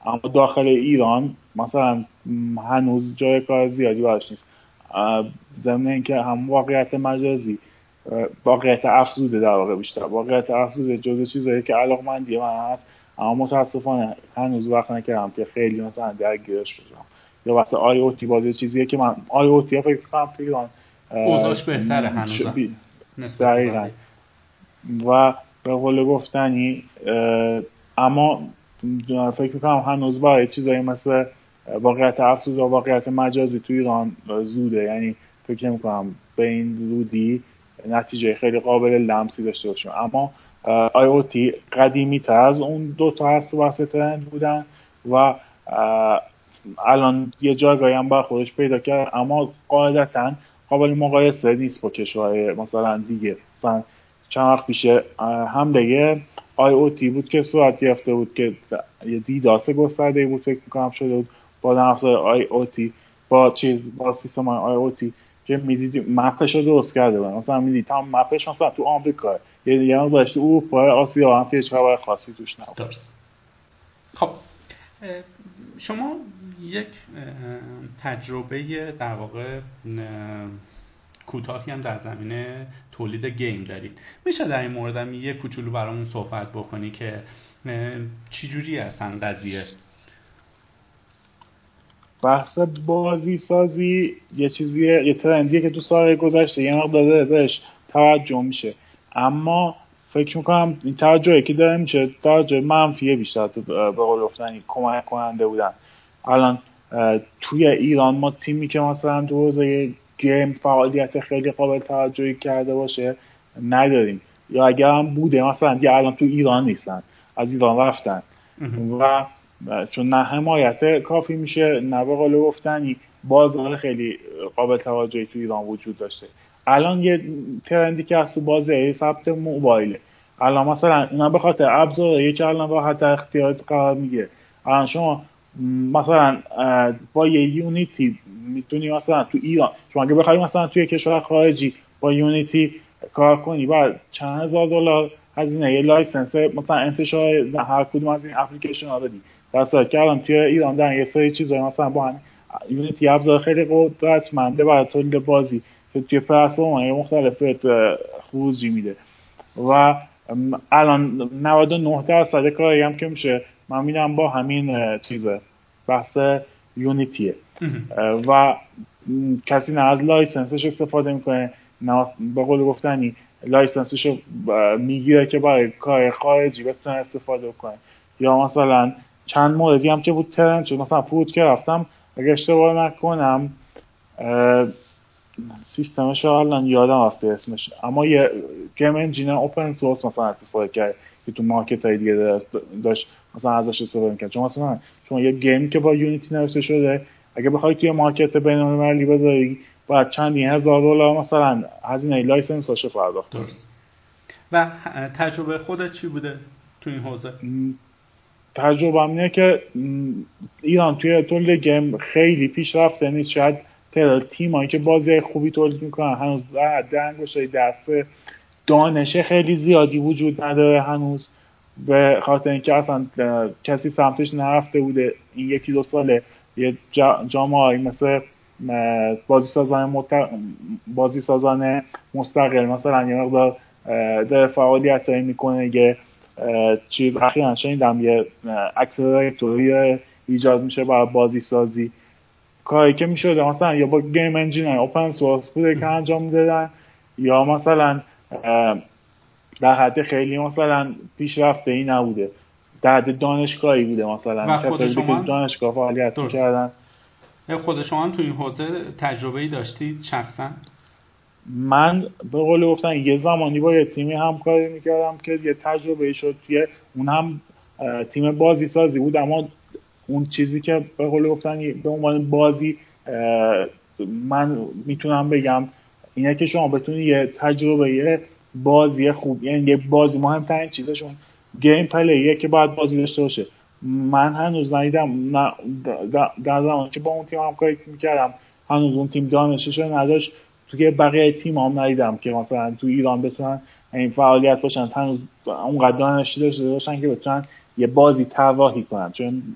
اما داخل ایران مثلا هنوز جای کار زیادی براش نیست. ضمن اینکه هم واقعیت مجازی واقعیت افزوده در واقع بیشتر واقعیت افزوده جزء چیزایی که علاقمندی من هست، اما متاسفانه هنوز وقت نکردم که خیلی مثلا درگیرش بشم. یا وقت آی او تی بازی چیزیه که من آی او تی فکر کنم تو ایران اوضاعش بهتره هنوز دقیقاً و به قول گفتنی اما فکر میکنم هنوز برای چیزایی مثل واقعیت افزود و واقعیت مجازی تو ایران زوده، یعنی فکر نمیکنم به این زودی نتیجه خیلی قابل لمسی داشته باشیم. اما آی او تی قدیمی تر از اون دو تا هست واسه ترند بودن و الان یه جایگاهی هم بر خودش پیدا کرد، اما قاعدتاً قابل مقایسه نیست با کشورهای مثلا دیگه. مثلا چند وقت پیش حمله آی او تی بود که صورت گرفته بود که یه دیداس گسترده بود فکر میکنم شده بود با نفسای آی او تی با چیز با سیستم آی او تی که میدیدی مپش رو درست کرده بود. مثلا میدید تمام مپش مثلا تو آمریکا یه دیگه هم داشت تو اروپا آسیا هم هیچ خبر خاصی توش نبود. خب شما یک تجربه در واقع کوتاهی هم در زمینه تولید گیم دارید، میشه در این مورد هم یه کوچولو برامون صحبت بکنی که چی جوری هستن قضیه؟ بحث بازی سازی یه چیزیه، یه ترندیه که تو سال گذشته یه مقدار داشت توجه میشه، اما فکر میکنم این توجهی که داره میشه توجه منفیه بیشتر تو به قول گفتنی کمک کننده بودن. الان توی ایران ما تیمی که مثلا تو حوزه گیم فعالیت خیلی قابل توجهی کرده باشه نداریم، یا اگر هم بوده مثلا دیگه الان تو ایران نیستن، از ایران رفتن و چون نه حمایت کافی میشه نه به قول گفتنی بازار خیلی قابل توجهی تو ایران وجود داشته. الان یه ترندی که از تو بازه ثبت موبایله، الان مثلا اینا به خاطر ابزاری که الان راحت اختیارات قرار میگیره. الان شما مثلا با یه یونیتی میتونی مثلا تو ایران شما اگه بخوای مثلا توی کشور خارجی با یونیتی کار کنی بعد چند هزار دلار هزینه یه لایسنس مثلا انتشار هر کدوم از این اپلیکیشن ها بدی، در صورتی که الان توی ایران دارن یه سری چیزایی مثلا با هم یونیتی ابزار خیلی قدرتمنده برای تولید بازی که توی پلتفرم‌های مختلف خروجی میده و الان نود و نه درصد کاری هم که میشه من میدم با همین چیزه بحث یونیتیه و کسی نه از لایسنسش استفاده میکنه نه به قول گفتنی لایسنسش میگیره که برای کار خارجی بتونه استفاده کنه. یا مثلا چند موردی هم که بود ترند شد، مثلا فرود که رفتم اگه اشتباه نکنم سیستمش الان یادم رفته اسمش، اما یه گیم انجین اوپن سورس مثلا استفاده کرد که تو مارکت های دیگه داشت مثلا ازش استفاده می‌کرد. چون مثلا شما یه گیم که با یونیتی نوشته شده اگه بخوای توی مارکت بین‌المللی بذاری باید چندین هزار دلار مثلا هزینه لایسنسش پرداخت کنی. و تجربه خودت چی بوده تو این حوزه؟ تجربه اینه که ایران توی تولید گیم خیلی پیشرفته نیست. شاید تعداد تیمایی که بازی خوبی تولید میکنن هنوز در انگشتای دست دانش خیلی زیادی وجود نداره هنوز، به خاطر اینکه اصلا کسی سمتش نرفته بوده. این یکی دو ساله یه جامعه مثل بازی سازان مت... بازی سازان مستقل مثلا یه مقدار در فعالیت هایی میکنه یه چیز اخیراً شنیدم یه اکسلراتوری ایجاد میشه برای بازی سازی، کاری که میشده مثلا یا با گیم انجین اوپن سورس بوده که انجام میدادن یا مثلا در حد خیلی مثلا پیشرفته ای نبوده، در حد دانشگاهی بوده مثلا کسایی که دانشگاه فعالیت میکردن. خود شما هم تو این حوزه تجربه‌ای داشتید شخصا؟ من به قول گفتن یه زمانی با یه تیمی همکاری میکردم که یه تجربه‌ای شد توی اون هم تیم بازی سازی بود، اما اون چیزی که به قول گفتن به عنوان بازی من میتونم بگم اینه که شما بتونی یه تجربه بازی خوب، یعنی یه بازی مهمترین چیزشون گیم پلیه که باید بازی داشته باشه. من هنوز ندیدم نه در زمانی که با اون تیم همکاری میکردم هنوز اون تیم دانشش رو نداشت، توی بقیه تیم هم ندیدم که مثلا تو ایران بتونن این فعالیت باشن هنوز اونقدر دانشی داشته باشن که بتونن یه بازی طراحی کنن. چون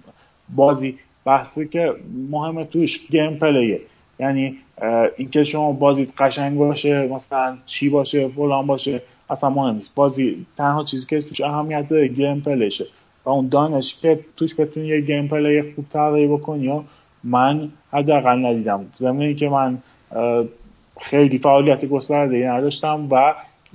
بازی بحثی که مهمه توش گیم پلیه، یعنی اینکه شما بازی قشنگ باشه، مثلا چی باشه فلان باشه اصلا مهم نیست. بازی تنها چیزی که توش اهمیت داره گیم پلیشه و اون دانش که توش بتونی یه گیم پلی خوب طراحی بکنی و من حداقل ندیدم. زمینی که من خیلی فعالیت گسترده نداشتم و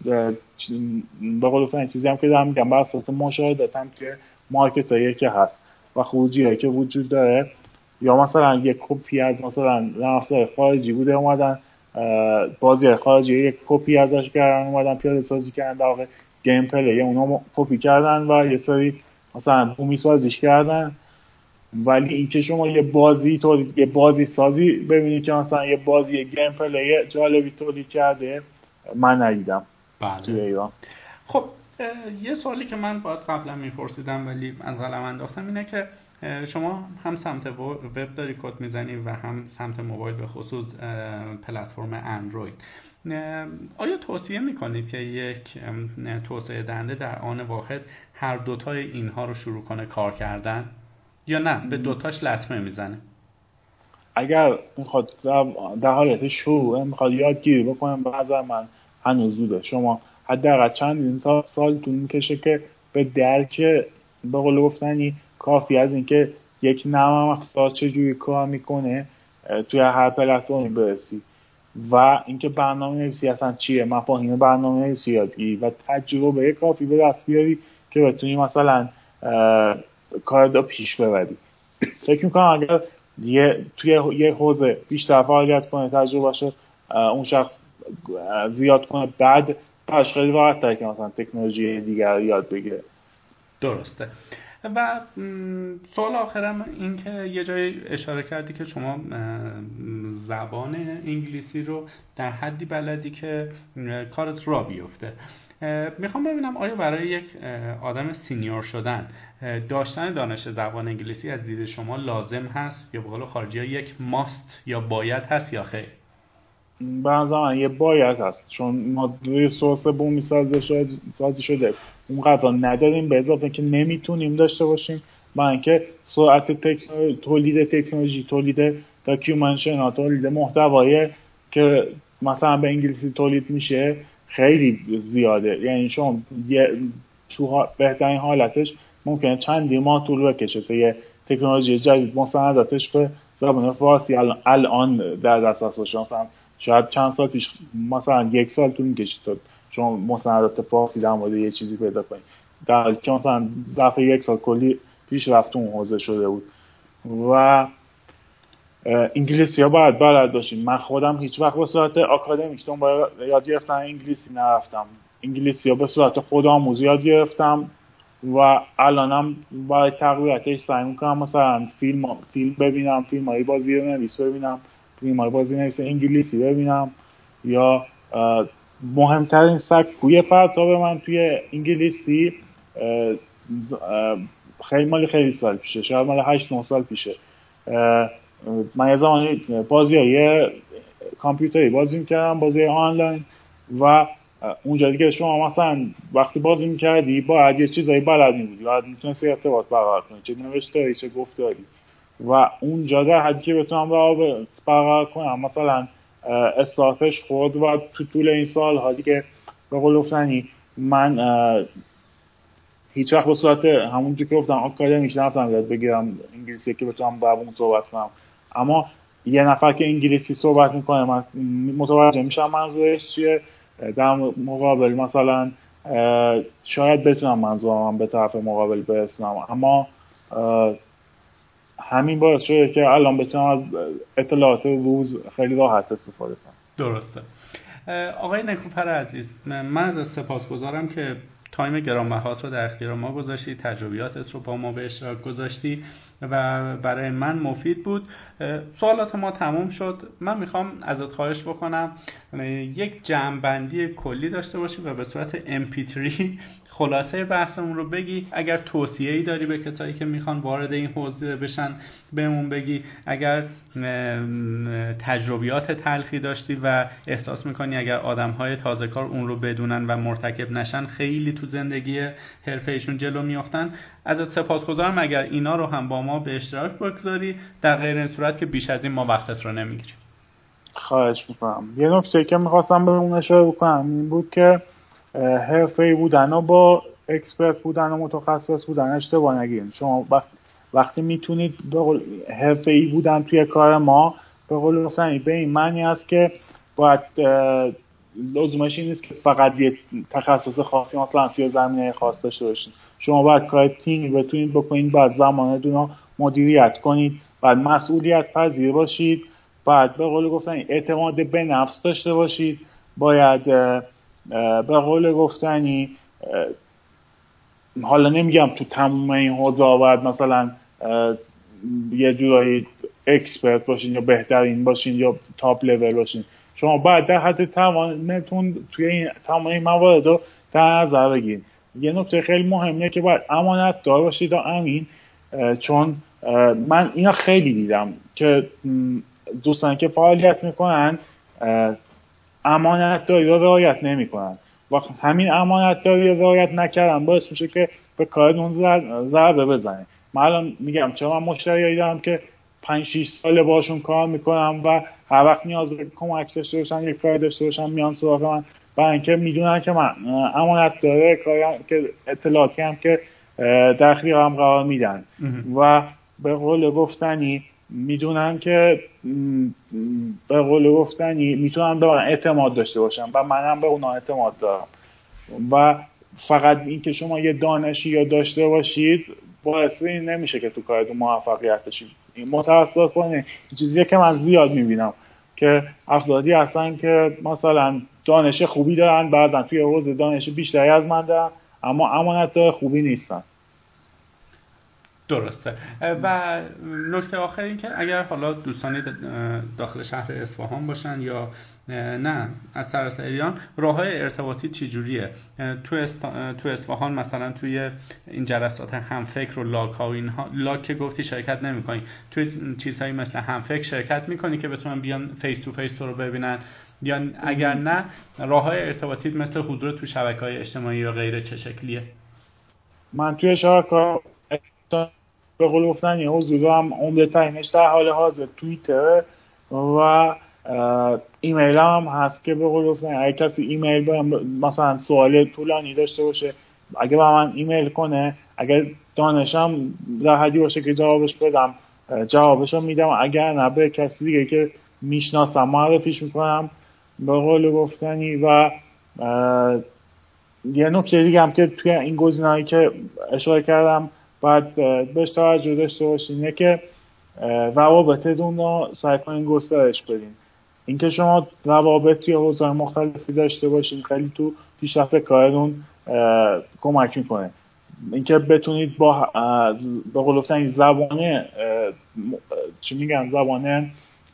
به قول افتن چیزی هم که دارم میگم بر اساس مشاهداتم که مارکت هایی که هست و خروجی هایی که وجود داره، یا مثلا یک کپی از مثلا نماسای خارجی بوده اومدن بازی خارجی یک کپی ازش کردن اومدن پیاده سازی کردن در واقع گیم پلی اونا کپی کردن و یه سری مثلا بومی سازیش کردن. ولی اینکه شما یه بازی تولید یه بازی سازی ببینید که مثلا یه بازی گیم پلی جالبی تولید کرده من ندیدم توی ایران. خب یه سوالی که من باید قبلا میپرسیدم ولی از قلم انداختم اینه که شما هم سمت وب داری کد میزنی و هم سمت موبایل، به خصوص پلتفرم اندروید. آیا توصیه میکنید که یک توسعه دهنده در آن واحد هر دوتای اینها رو شروع کنه کار کردن یا نه به دوتاش لطمه میزنه؟ اگر میخواد در حالت شروع میخواد یادگیری بکنه به نظر من هنوز زوده. شما حداقل چند تا سال طول میکشه که به درک به قول گفتنی کافی از اینکه یک نرم افزار چجوری کار میکنه توی هر پلتفرمی برسی و اینکه برنامه‌نویسی اصلا چیه، مفاهیم برنامه‌نویسی یاد بگیری و تجربه کافی به دست بیاری که بتونی مثلا کار رو پیش ببری. فکر میکنم اگر یه توی یه حوزه بیشتر فعالیت کنه، تجربه شد اون شخص زیاد کنه، بعد باش خیلی راحت تره که مثلا تکنولوژی دیگر یاد بگیره. درسته. و سوال آخرم این که یه جای اشاره کردی که شما زبان انگلیسی رو در حدی بلدی که کارت را بیفته. میخوام ببینم آیا برای یک آدم سینیور شدن داشتن دانش زبان انگلیسی از دید شما لازم هست یا به قول خارجی‌ها یک ماست یا باید هست یا خیر؟ به نظر من یه باید هست، چون ما روی سورس بومی سازی شده اونقدر نداریم، به اضافه که نمیتونیم داشته باشیم برای اینکه سرعت تکنولوژی، تولید تکنولوژی، تولید داکیومنتیشن، تولید محتوایی که مثلا به انگلیسی تولید میشه خیلی زیاده. یعنی شما تو بهترین حالتش ممکنه چندی ماه طول بکشه تا یه تکنولوژی جدید مستنداتش به زبان فارسی الان, الان در دسترس باشه. مثلا شاید چند سال پیش مثلا یک سال طول می‌کشید تا شما مستندات فارسی در مورد یه چیزی پیدا کنید، در حالی که مثلا ظرف یک سال کلی پیشرفت اون حوزه شده بود. و انگلیسی ها باید بلد باشیم. من خودم هیچ وقت به صورت آکادمیک دنبال یاد گرفتن انگلیسی نرفتم، انگلیسی ها به صورت خودآموزی یاد گرفتم و الانم برای تقویتش سعی میکنم مثلا فیلم فیلم ببینم، فیلم های بازی نویس ببینم، فیلم های بازی نویس انگلیسی ببینم، یا مهمترین سکوی پرتاب من توی انگلیسی خیلی مالی خیلی سال پیشه، شاید مالی هشت نه سال پیشه. من یه زمانی بازی های کامپیوتری بازی میکردم، بازی آنلاین، و اونجا دیگه شما مثلا وقتی بازی میکردی باید یه چیزایی بلد میبودی، باید میتونستی ارتباط برقرار کنی، چه نوشتاری چه گفتاری، و اونجا در حدی که بتونم برقرار کنم مثلا استارتش خود و تو طول این سال ها دیگه به قول گفتنی من هیچ وقت به صورت همونجور که گفتم آکادمیک نرفتم یاد بگیرم انگلیسی که بتونم با اون صحبت کنم، اما یه نفر که انگلیسی صحبت میکنه من متوجه میشم منظورش چیه، در مقابل مثلا شاید بتونم منظورم به طرف مقابل برسونم، اما همین باعث شده که الان بتونم از اطلاعات روز خیلی راحت استفاده کنم. درسته. آقای نکوپر عزیز، من از سپاسگزارم که تایم گرانبهات رو در اختیار ما گذاشتی، تجربیاتت رو با ما به اشتراک گذاشتی و برای من مفید بود. سوالات ما تموم شد. من میخوام ازت خواهش بکنم یک جمع‌بندی کلی داشته باشیم و به صورت ام پی تری خلاصه بحثمون رو بگی. اگر توصیه‌ای داری به کسایی که میخوان وارد این حوزه بشن بهمون بگی. اگر تجربیات تلخی داشتی و احساس میکنی اگر آدم‌های تازه‌کار اون رو بدونن و مرتکب نشن خیلی تو زندگی حرفه‌ایشون جلو میافتن. ازت سپاسگزارم اگر اینا رو هم با ما به اشتراک بگذاری، در غیر این صورت که بیش از این ما وقتت رو نمیگیریم. خواهش میکنم. یه نکته که میخواستم به اون اشاره بکنم این بود که حرفه‌ای بودن و با اکسپرت بودن و متخصص بودن اشتباه نگیرید. شما وقتی وقتی میتونید به قول حرفه‌ای بودن توی کار ما به قول حسینی به این معنی است که باید لزومش این نیست که فقط یه تخصص خاصی مثلا توی زمینه خاص داشته باشید. شما باید کار تیمی بتونید بکنید، بعد زمانتون رو مدیریت کنید، بعد مسئولیت پذیر باشید، بعد به قول گفتنی اعتماد به نفس داشته باشید، باید به قول گفتنی حالا نمیگم تو تمام این حوزه‌ها باید مثلا یه جورایی اکسپرت باشین یا بهترین باشین یا تاپ لول باشین. شما باید در حد توانتون توی این تمام این موارد رو در نظر بگیرید. یه نکته خیلی مهمه که باید امانت دار باشید و امین، چون من اینا خیلی دیدم که دوستان که فعالیت میکنن امانت داری رو رعایت نمیکنن و همین امانت داری رو رعایت نکردن باعث میشه که به کارتون ضربه بزنه. من الان میگم چرا من مشتریایی دارم که پنج شش ساله باشون کار میکنم و هر وقت نیاز به کمک داشته باشن یک کار داشته باشن میان سراغ من، برای اینکه میدونن که من امانت داره کاری که اطلاعاتی هم که در اختیارم قرار میدن و به قول گفتنی میدونن که به قول گفتنی میتونن به من اعتماد داشته باشن و منم به اونا اعتماد دارم. و فقط این که شما یه دانشی یا داشته باشید باعث این نمیشه که تو کارتون موفقیت بشید. این متاسفانه چیزیه که من زیاد میبینم که افرادی هستن که مثلا دانش خوبی دارن، بعضن توی حوزه دانش بیشتری از من دارن اما امانتدار خوبی نیستن. درسته. و نکته آخر این که اگر حالا دوستانی داخل شهر اصفهان باشن یا نه از سراسر ایران، راههای ارتباطی چجوریه؟ تو است... تو اصفهان مثلا توی این جلسات همفکر و لاک ها و اینها، لاک که گفتی شرکت نمی‌کنی، توی چیزهایی مثل همفکر شرکت می‌کنی که بتونن بیان فیس تو فیس تو رو ببینن، یا اگر نه راههای ارتباطی مثل حضور تو شبکه‌های اجتماعی و غیره چه شکلیه؟ من توی شبکه‌ها به قول گفتن یه حضور هم عمده ترینش در حال حاضر توییتر و ایمیل هم هست که به قول گفتن اگه کسی ایمیل مثلا سوال طولانی داشته باشه اگه با من ایمیل کنه، اگر دانشم در حدی باشه که جوابش بدم جوابشو میدم، اگر نه به کسی دیگه که میشناسم معرفیش میکنم به قول گفتنی. و یه نکته دیگه هم که توی این گزینه‌ای که اشاره کردم باید بهش توجه داشته باشین اینه که روابطتون رو سعی کنین گسترش بدین. اینکه شما روابط توی حوزه‌های مختلفی داشته باشین خیلی تو پیشرفت کارتون کمک میکنه. اینکه بتونید با به قول گفتن زبانه چی میگن زبانه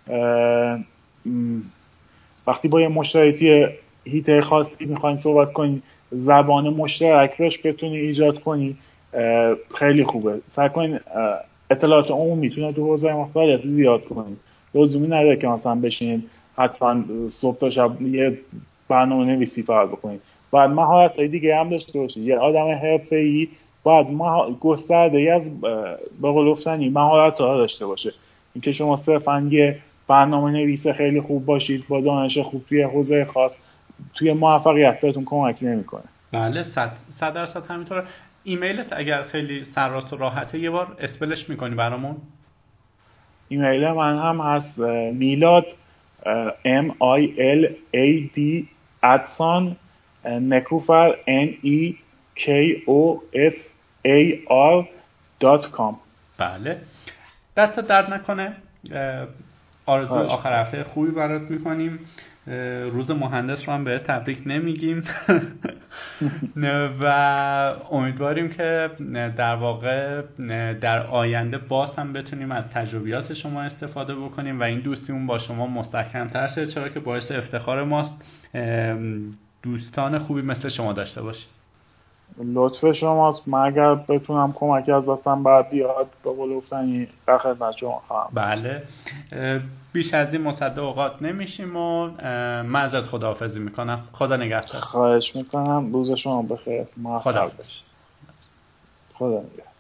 وقتی با یه مشتری هیته خاصی میخواین صحبت کنین زبان مشترک روش بتونید ایجاد کنید خیلی خوبه. سعی کنین اطلاعات عمومی میتونه تو حوزه مختلف زیاد کنید. لزومی نداره که مثلا بشینید حتما صبح تا شب یه برنامه نویسی فقط بکنید. باید مهارت‌های دیگه هم داشته باشید. یه آدم حرفه‌ای باید گسترده‌ای از به قول گفتنی مهارت‌ها داشته باشه. اینکه شما صرفاً یه برنامه نویس خیلی خوب باشید با دانش خوب توی حوزه خاص توی موفقیت بهتون کمک نمی‌کنه. بله صد درصد همینطوره. ایمیلت اگر خیلی سرراست و راحته یه بار اسپلش میکنی برامون؟ ایمیل من هم هست میلاد ام آی ال ای دی ادسان نکوفر ان ای کی او اف ای آر دات کام. بله دست درد نکنه. آرزوی آخر هفته خوبی برات میکنیم. روز مهندس رو هم به تبریک نمیگیم و امیدواریم که در واقع در آینده باز هم بتونیم از تجربیات شما استفاده بکنیم و این دوستیمون با شما مستحکم‌تر شه، چرا که باعث افتخار ماست دوستان خوبی مثل شما داشته باشیم. لطف شماست. من اگر بتونم کمکی از دستم بعد بیاد به قول گفتنی در خدمت شما خواهم. بله بیش از این مصدق اوقات نمیشیم و من ازت خداحافظی میکنم. خدا نگهدار. خواهش میکنم. روز شما بخیر. موفق باشید. خدا نگهدار.